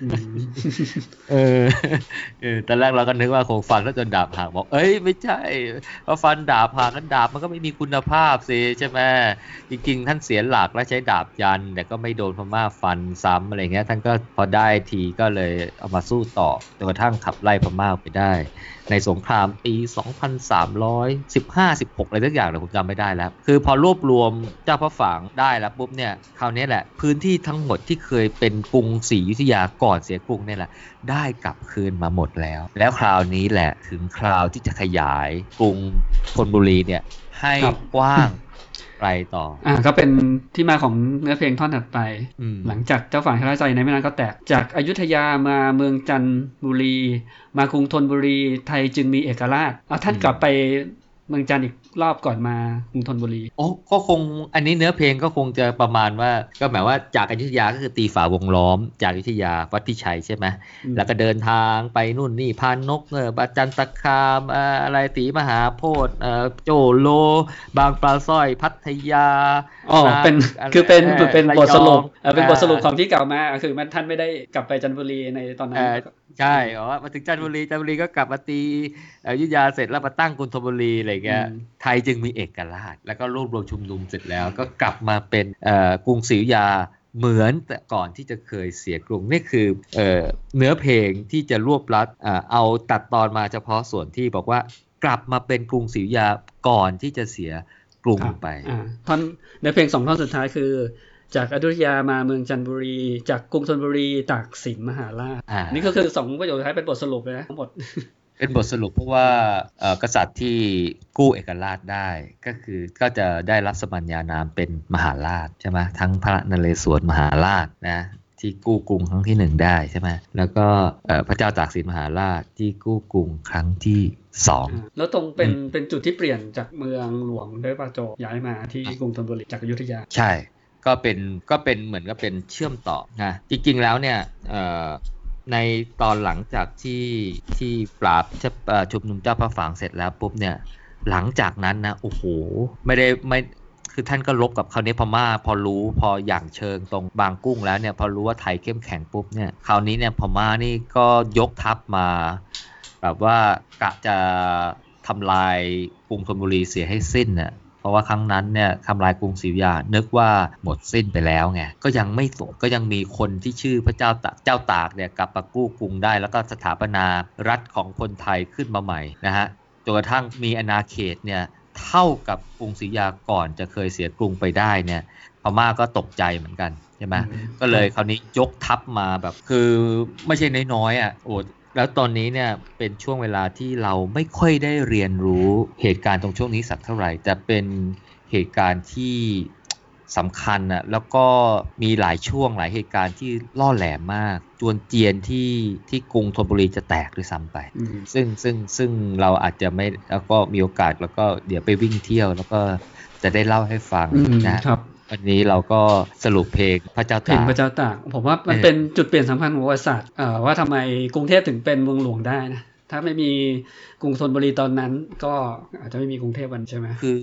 ตอนแรกเราก็นึกว่าคงฟันแล้วจนดาบหักบอกไม่ใช่เพราะฟันดาบหักนั้นดาบมันก็ไม่มีคุณภาพสิใช่ไหมจริงๆท่านเสียหลักแล้วใช้ดาบยันแต่ก็ไม่โดนพม่าฟันซ้ำอะไรเงี้ยท่านก็พอได้ทีก็เลยเอามาสู้ต่อจนกระทั่งขับไล่พม่าไปได้ในสงครามปี 2315-16 อะไรสักอย่างเลยผมจำไม่ได้แล้วคือพอรวบรวมเจ้าพระฝางได้แล้วปุ๊บเนี่ยคราวนี้แหละพื้นที่ทั้งหมดที่เคยเป็นกรุงศรีอยุธยาก่อนเสียกรุงเนี่ยแหละได้กลับคืนมาหมดแล้วคราวนี้แหละถึงคราวที่จะขยายกรุงธนบุรีเนี่ยให้กว้างไปต่อก็เป็นที่มาของเนื้อเพลงท่อนถัดไปหลังจากเจ้าฝางชะล่าใจในไม่นานก็แตกจากอยุธยามาเมืองจันทบุรีมากรุงธนบุรีไทยจึงมีเอกราชท่านกลับไปเมืองจันทร์อีกรอบก่อนมากรุงธนบุรีก็คงอันนี้เนื้อเพลงก็คงจะประมาณว่าก็หมายว่าจากอยุธยาก็คือตีฝ่าวงล้อมจากอยุธยาวัดพิชัยใช่ไหมแล้วก็เดินทางไปนู่นนี่พานนกบัจจันตคามอะไรตีมหาโพธิ์โจโลบางปลาสร้อยพัทยาเป็นบทสรุปเป็นบทสรุปของที่กล่าวมาคือมันท่านไม่ได้กลับไปจันทบุรีในตอนนั้นใช่มาถึงจันทบุรีก็กลับมาตีอยุธยาเสร็จแล้วมาตั้งกรุงธนบุรีอะไรเงี้ยไทยจึงมีเอกราชแล้วก็รวบรวมชุมนุมเสร็จแล้วก็กลับมาเป็นกรุงศรีอยุธยาเหมือนแต่ก่อนที่จะเคยเสียกรุงนี่คือเนื้อเพลงที่จะรวบรัดเอาตัดตอนมาเฉพาะส่วนที่บอกว่ากลับมาเป็นกรุงศรีอยุธยาก่อนที่จะเสียกรุงไปท่อนในเพลง2 ท่อนสุดท้ายคือจากอยุธยามาเมืองจันทบุรีจากกรุงธนบุรีตากสินมหาราชนี่ก็คือ2ประโยคสุดท้ายเป็นบทสรุปเลยนะทั้งหมดเป็นบทสรุปเพราะว่ากษัตริย์ที่กู้เอกราชได้ก็จะได้รับสมัญญานามเป็นมหาราชใช่ไหมทั้งพระนเรศวรมหาราชนะที่กู้กรุงครั้งที่1ได้ใช่ไหมแล้วก็พระเจ้าตากสินมหาราชที่กู้กรุงครั้งที่2 แล้วตรงเป็นจุดที่เปลี่ยนจากเมืองหลวงด้วยป่ะโจย้ายมาที่กรุงธนบุรีจากอยุธยาใช่ก็เป็นเหมือนกับเป็นเชื่อมต่อนะจริงๆแล้วเนี่ยในตอนหลังจากที่ปราบชุมนุมเจ้าพระฝางเสร็จแล้วปุ๊บเนี่ยหลังจากนั้นนะโอ้โหไม่คือท่านก็ลบกับคราวนี้พม่าพออย่างเชิงตรงบางกุ้งแล้วเนี่ยพอรู้ว่าไทยเข้มแข็งปุ๊บเนี่ยคราวนี้เนี่ยพม่านี่ก็ยกทัพมาแบบว่ากะจะทำลายกรุงธนบุรีเสียให้สิ้นน่ะเพราะว่าครั้งนั้นเนี่ยทำลายกรุงศรีอยุธยานึกว่าหมดสิ้นไปแล้วไงก็ยังไม่สก็ยังมีคนที่ชื่อพระเจ้าตากเนี่ยกลับมากู้กรุงได้แล้วก็สถาปนารัฐของคนไทยขึ้นมาใหม่นะฮะจนกระทั่งมีอาณาเขตเนี่ยเท่ากับกรุงศรีอยุธยาก่อนจะเคยเสียกรุงไปได้เนี่ยพม่าก็ตกใจเหมือนกันใช่ไหมก็เลยคราวนี้ยกทัพมาแบบคือไม่ใช่น้อยๆอ่ะโอ้แล้วตอนนี้เนี่ยเป็นช่วงเวลาที่เราไม่ค่อยได้เรียนรู้เหตุการณ์ตรงช่วงนี้สักเท่าไหร่แต่เป็นเหตุการณ์ที่สำคัญอ่ะแล้วก็มีหลายช่วงหลายเหตุการณ์ที่ล่อแหลมมากจวนเจียนที่กรุงธนบุรีจะแตกด้วยซ้ำไปซึ่งเราอาจจะไม่แล้วก็มีโอกาสแล้วก็เดี๋ยวไปวิ่งเที่ยวแล้วก็จะได้เล่าให้ฟังนะครับวันนี้เราก็สรุปเพลงพระเจ้าตากเพลงพระเจ้าตากผมว่ามันเป็นจุดเปลี่ยนสำคัญของประวัติศาสตร์ว่าทำไมกรุงเทพถึงเป็นเมืองหลวงได้นะถ้าไม่มีกรุงธนบุรีตอนนั้นก็อาจจะไม่มีกรุงเทพวันใช่ไหมคือ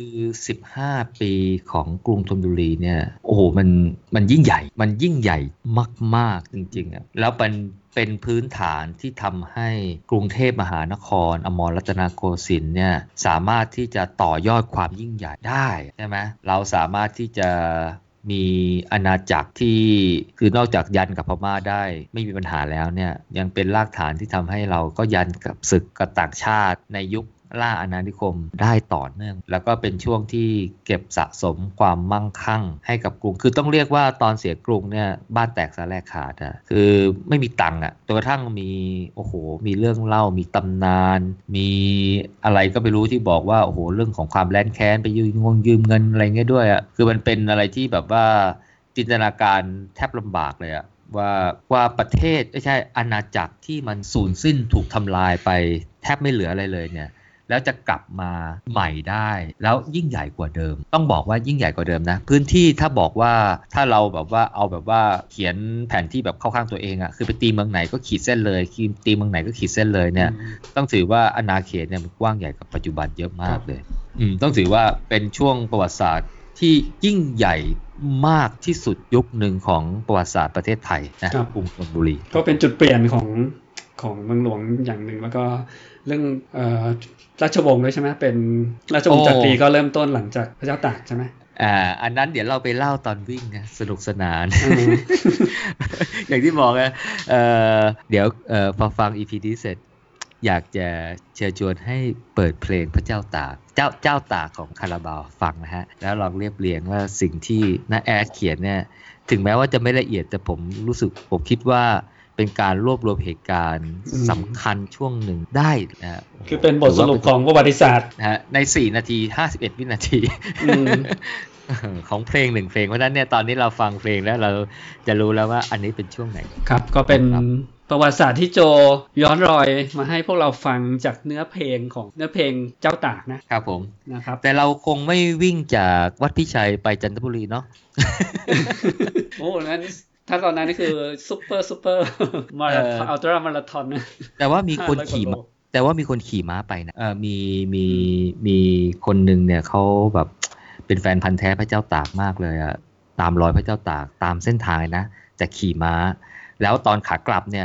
15 ปีของกรุงธนบุรีเนี่ยโอ้โหมันยิ่งใหญ่มากๆจริงๆอ่ะแล้วเป็นพื้นฐานที่ทำให้กรุงเทพมหานครอมรรัตนโกสินทร์เนี่ยสามารถที่จะต่อยอดความยิ่งใหญ่ได้ใช่ไหมเราสามารถที่จะมีอาณาจักรที่คือนอกจากยันกับพม่าได้ไม่มีปัญหาแล้วเนี่ยยังเป็นรากฐานที่ทำให้เราก็ยันกับศึกกับต่างชาติในยุคล่าอาณานิคมได้ต่อเนื่องแล้วก็เป็นช่วงที่เก็บสะสมความมั่งคั่งให้กับกรุงคือต้องเรียกว่าตอนเสียกรุงเนี่ยบ้านแตกสาแลกขาดอ่ะคือไม่มีตังค์อ่ะจนกระทั่งมีโอ้โหมีเรื่องเล่ามีตำนานมีอะไรก็ไม่รู้ที่บอกว่าโอ้โหเรื่องของความแร้นแค้นไปยืมเงินอะไรเงี้ยด้วยอ่ะคือมันเป็นอะไรที่แบบว่าจินตนาการแทบลำบากเลยอ่ะว่าประเทศไม่ใช่อาณาจักรที่มันสูญสิ้นถูกทำลายไปแทบไม่เหลืออะไรเลยเนี่ยแล้วจะกลับมาใหม่ได้แล้วยิ่งใหญ่กว่าเดิมต้องบอกว่ายิ่งใหญ่กว่าเดิมนะพื้นที่ถ้าบอกว่าถ้าเราแบบว่าเอาแบบว่าเขียนแผนที่แบบเข้าข้างตัวเองอ่ะคือไปตีเมืองไหนก็ขีดเส้นเลยตีเมืองไหนก็ขีดเส้นเลยเนี่ยต้องถือว่าอาณาเขตเนี่ยมันกว้างใหญ่กับปัจจุบันเยอะมากเลยต้องถือว่าเป็นช่วงประวัติศาสตร์ที่ยิ่งใหญ่มากที่สุดยุคหนึ่งของประวัติศาสตร์ประเทศไทยนะกรุงธนบุรีก็เป็นจุดเปลี่ยนของเมืองหลวงอย่างหนึ่งแล้วก็เรื่องราชวงศ์ด้วยใช่ไหมเป็นราชวงศ์จักรีก็เริ่มต้นหลังจากพระเจ้าตากใช่ไหมอันนั้นเดี๋ยวเราไปเล่าตอนวิ่งนะสนุกสนาน อย่างที่บอกนะเดี๋ยวพอฟัง EP นี้เสร็จอยากจะเชิญชวนให้เปิดเพลงพระเจ้าตากเจ้าตากของคาราบาวฟังนะฮะแล้วลองเรียบเรียงว่าสิ่งที่น้าแอดเขียนเนี่ยถึงแม้ว่าจะไม่ละเอียดแต่ผมคิดว่าเป็นการรวบรวมเหตุการณ์สำคัญช่วงหนึ่งได้นะคือเป็นบทสรุปของประวัติศาสตร์นะใน4 นาที 51 วินาทีของเพลง1เพลงเพราะนั้นเนี่ยตอนนี้เราฟังเพลงแล้วเราจะรู้แล้วว่าอันนี้เป็นช่วงไหนครับก็เป็นประวัติศาสตร์ที่โจย้อนรอยมาให้พวกเราฟังจากเนื้อเพลงเจ้าตากนะครับผมนะครับแต่เราคงไม่วิ่งจากวัดพิชัยไปจันทบุรีเนาะโอ้นั้นถ้าตอนนั้นนี่คือซุปเปอร์มาราธอนอัลตร้ามาราธอนนะแต่ว่ามีคนขี่ม้าไปนะมีคนหนึ่งเนี่ยเขาแบบเป็นแฟนพันธุ์แท้พระเจ้าตากมากเลยอะตามรอยพระเจ้าตากตามเส้นทางนะจะขี่ม้าแล้วตอนขากลับเนี่ย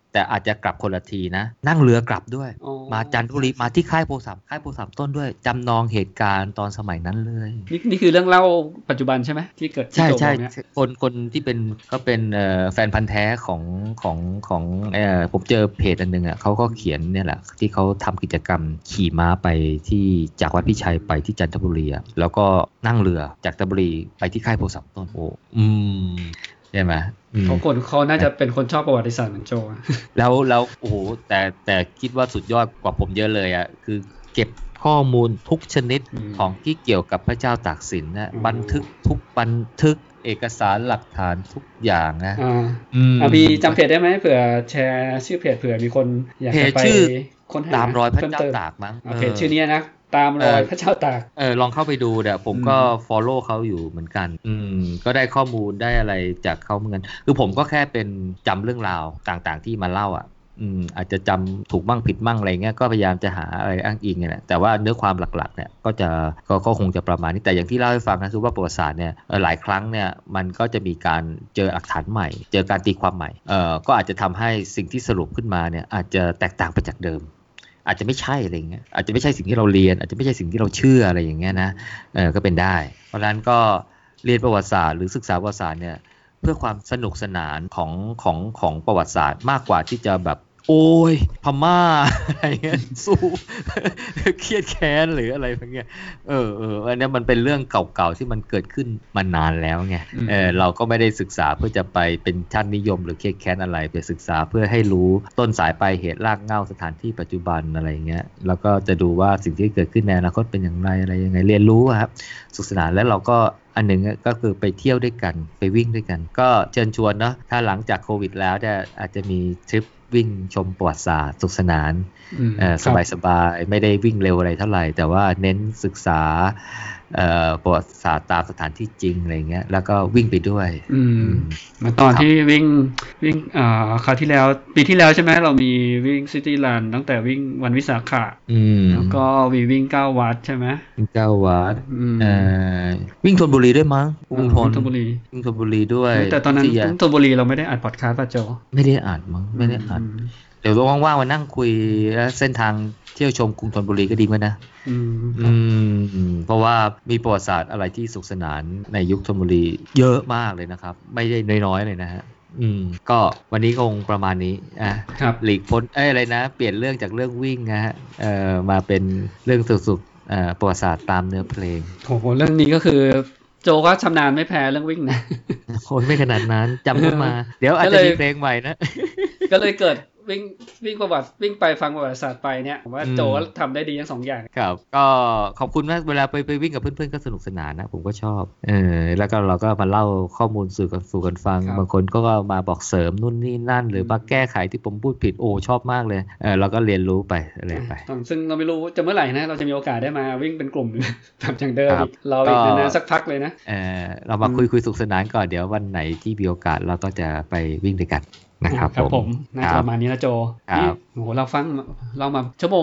แต่อาจจะกลับคนละทีนะนั่งเรือกลับด้วยมาจันทบุรีมาที่ค่ายโพสามต้นด้วยจำลองเหตุการณ์ตอนสมัยนั้นเลยนี่คือเรื่องเล่าปัจจุบันใช่ไหมที่เกิดใช่คนที่เป็นก็เป็นแฟนพันธ์แท้ของผมเจอเพจอันนึงอ่ะเขาก็เขียนเนี่ยแหละที่เขาทำกิจกรรมขี่ม้าไปที่จากวัดพิชัยไปที่จันทบุรีแล้วก็นั่งเรือจากจันทบุรีไปที่ค่ายโพสามต้นโอ้ใช่ไหมเขาน่าจะเป็นคนชอบประวัติศาสตร์เหมือนโจแล้วโอ้โหแต่คิดว่าสุดยอดกว่าผมเยอะเลยอ่ะคือเก็บข้อมูลทุกชนิดของที่เกี่ยวกับพระเจ้าตากสินนะบันทึกทุกบันทึกเอกสารหลักฐานทุกอย่างนะมีจำเพจได้ไหมเผื่อแชร์ชื่อเพจเผื่อมีคนอยากจะไปค้นหาตามรอยพระเจ้าตากมั้งเพจชื่อนี้นะตามรอยพระเจ้าตากลองเข้าไปดูเดี๋ยวผมก็ follow เขาอยู่เหมือนกันก็ได้ข้อมูลได้อะไรจากเขาเหมือนกันคือผมก็แค่เป็นจำเรื่องราวต่างๆที่มาเล่าอาจจะจำถูกบ้างผิดบ้างอะไรเงี้ยก็พยายามจะหาอะไรอ้างอิงเนี่ยแหละแต่ว่าเนื้อความหลักๆเนี่ยก็คงจะประมาณนี้แต่อย่างที่เล่าให้ฟังนะคือว่าประวัติศาสตร์เนี่ยหลายครั้งเนี่ยมันก็จะมีการเจอหลักฐานใหม่เจอการตีความใหม่ก็อาจจะทำให้สิ่งที่สรุปขึ้นมาเนี่ยอาจจะแตกต่างไปจากเดิมอาจจะไม่ใช่อะไรเงี้ยอาจจะไม่ใช่สิ่งที่เราเรียนอาจจะไม่ใช่สิ่งที่เราเชื่ออะไรอย่างเงี้ยนะก็เป็นได้เพราะฉะนั้นก็เรียนประวัติศาสตร์หรือศึกษาประวัติศาสตร์เนี่ยเพื่อความสนุกสนานของประวัติศาสตร์มากกว่าที่จะแบบโอ้ยพม่าอะไรเงี้ยสู้เครียดแค้นหรืออะไรแบบเงี้ยอันนี้มันเป็นเรื่องเก่าๆที่มันเกิดขึ้นมานานแล้วไงเราก็ไม่ได้ศึกษาเพื่อจะไปเป็นชาตินิยมหรือเครียดแค้นอะไรไปศึกษาเพื่อให้รู้ต้นสายปลายเหตุรากเหง้าสถานที่ปัจจุบันอะไรเงี้ยแล้วก็จะดูว่าสิ่งที่เกิดขึ้นในอนาคตเป็นอย่างไรอะไรยังไงเรียนรู้ครับศึกษาแล้วเราก็อันหนึ่งก็คือไปเที่ยวด้วยกันไปวิ่งด้วยกันก็เชิญชวนเนาะถ้าหลังจากโควิดแล้วเนี่ยอาจจะมีทริปวิ่งชมประวัติศาสตร์สุขสนานสบายๆไม่ได้วิ่งเร็วอะไรเท่าไหร่แต่ว่าเน้นศึกษาประวัติศาสตร์ตามสถานที่จริงอะไรเงี้ยแล้วก็วิ่งไปด้วยมาตอนที่วิ่งคราวที่แล้วปีที่แล้วใช่ไหมเรามีวิ่งซิตี้รันตั้งแต่วิ่งวันวิสาขะแล้วก็วิ่ง9 วัดใช่ไหมวิ่ง9 วัดวิ่งธนบุรีด้วยมั้งวิ่งธนบุรีด้วยแต่ตอนนั้นธนบุรีเราไม่ได้อัดพอดคาสต์ป่ะโจไม่ได้อัดมั้งไม่ได้อัดเดี๋ยวว่างๆมานั่งคุยเส้นทางเที่ยวชมกรุงธนบุรีก็ดีมั้ยนะเพราะว่ามีประวัติศาสตร์อะไรที่สุขสนานในยุคธนบุรีเยอะมากเลยนะครับไม่ได้น้อยๆเลยนะฮะก็วันนี้คงประมาณนี้หลีกพ้นอะไรนะเปลี่ยนเรื่องจากเรื่องวิ่งนะฮะมาเป็นเรื่องสุขประวัติศาสตร์ตามเนื้อเพลงโหเรื่องนี้ก็คือโจก็ชำนาญไม่แพ้เรื่องวิ่งนะคนไม่ขนาดนั้นจำขึ้นมาเดี๋ยวอาจจะมีเพลงใหม่นะก็เลยเกิดวิ่งประวัติวิ่งไปฟังประวัติศาสตร์ไปเนี่ยผมว่าโจทำได้ดีทั้ง2อย่างครับก็ขอบคุณมากเวลาไปวิ่งกับเพื่อนๆก็สนุกสนานนะผมก็ชอบแล้วก็เราก็มาเล่าข้อมูลสู่กันฟังบางคนก็มาบอกเสริมนู่นนี่นั่นหรือมาแก้ไขที่ผมพูดผิดชอบมากเลยเราก็เรียนรู้ไปอะไรไปซึ่งเราไม่รู้จะเมื่อไหร่นะเราจะมีโอกาสได้มาวิ่งเป็นกลุ่มทำอย่างเดิมเราอีกนานสักพักเลยนะเรามาคุยสุขสนานก่อนเดี๋ยววันไหนที่มีโอกาสเราก็จะไปวิ่งด้วยกันนะครับผมน่าจะประมาณนี้นะโจโอ้โหเรามาชั่วโมง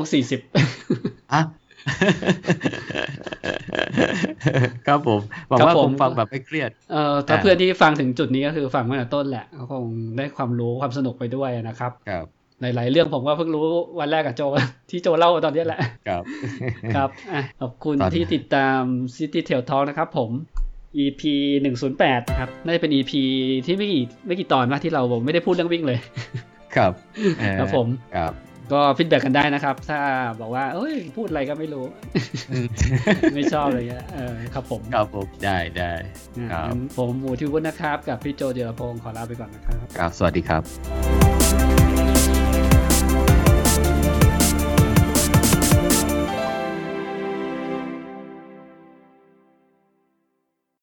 40 ครับผมหวังว่าผมฟังแบบไม่เครียดถ้าเพื่อนที่ฟังถึงจุดนี้ก็คือฟังมาตั้งแต่ต้นแหละก็คงได้ความรู้ความสนุกไปด้วยนะครับหลายๆเรื่องผมก็เพิ่งรู้วันแรกกับโจที่โจเล่าตอนนี้แหละครับขอบคุณที่ติดตาม City Tail Talk นะครับผมEP 108ครับน่าจะเป็น EP ที่ไม่กี่ตอนว่าที่เราไม่ได้พูดเรื่องวิ่งเลยครับครับผมครับก็ฟีดแบ็กกันได้นะครับถ้าบอกว่าเอ้ยพูดอะไรก็ไม่รู้ไม่ชอบอะไรเงี้ยครับผมได้ครับผมหมูทิววุฒินะครับกับพี่โจเจรพงศ์ขอลาไปก่อนนะครับครับสวัสดีครับ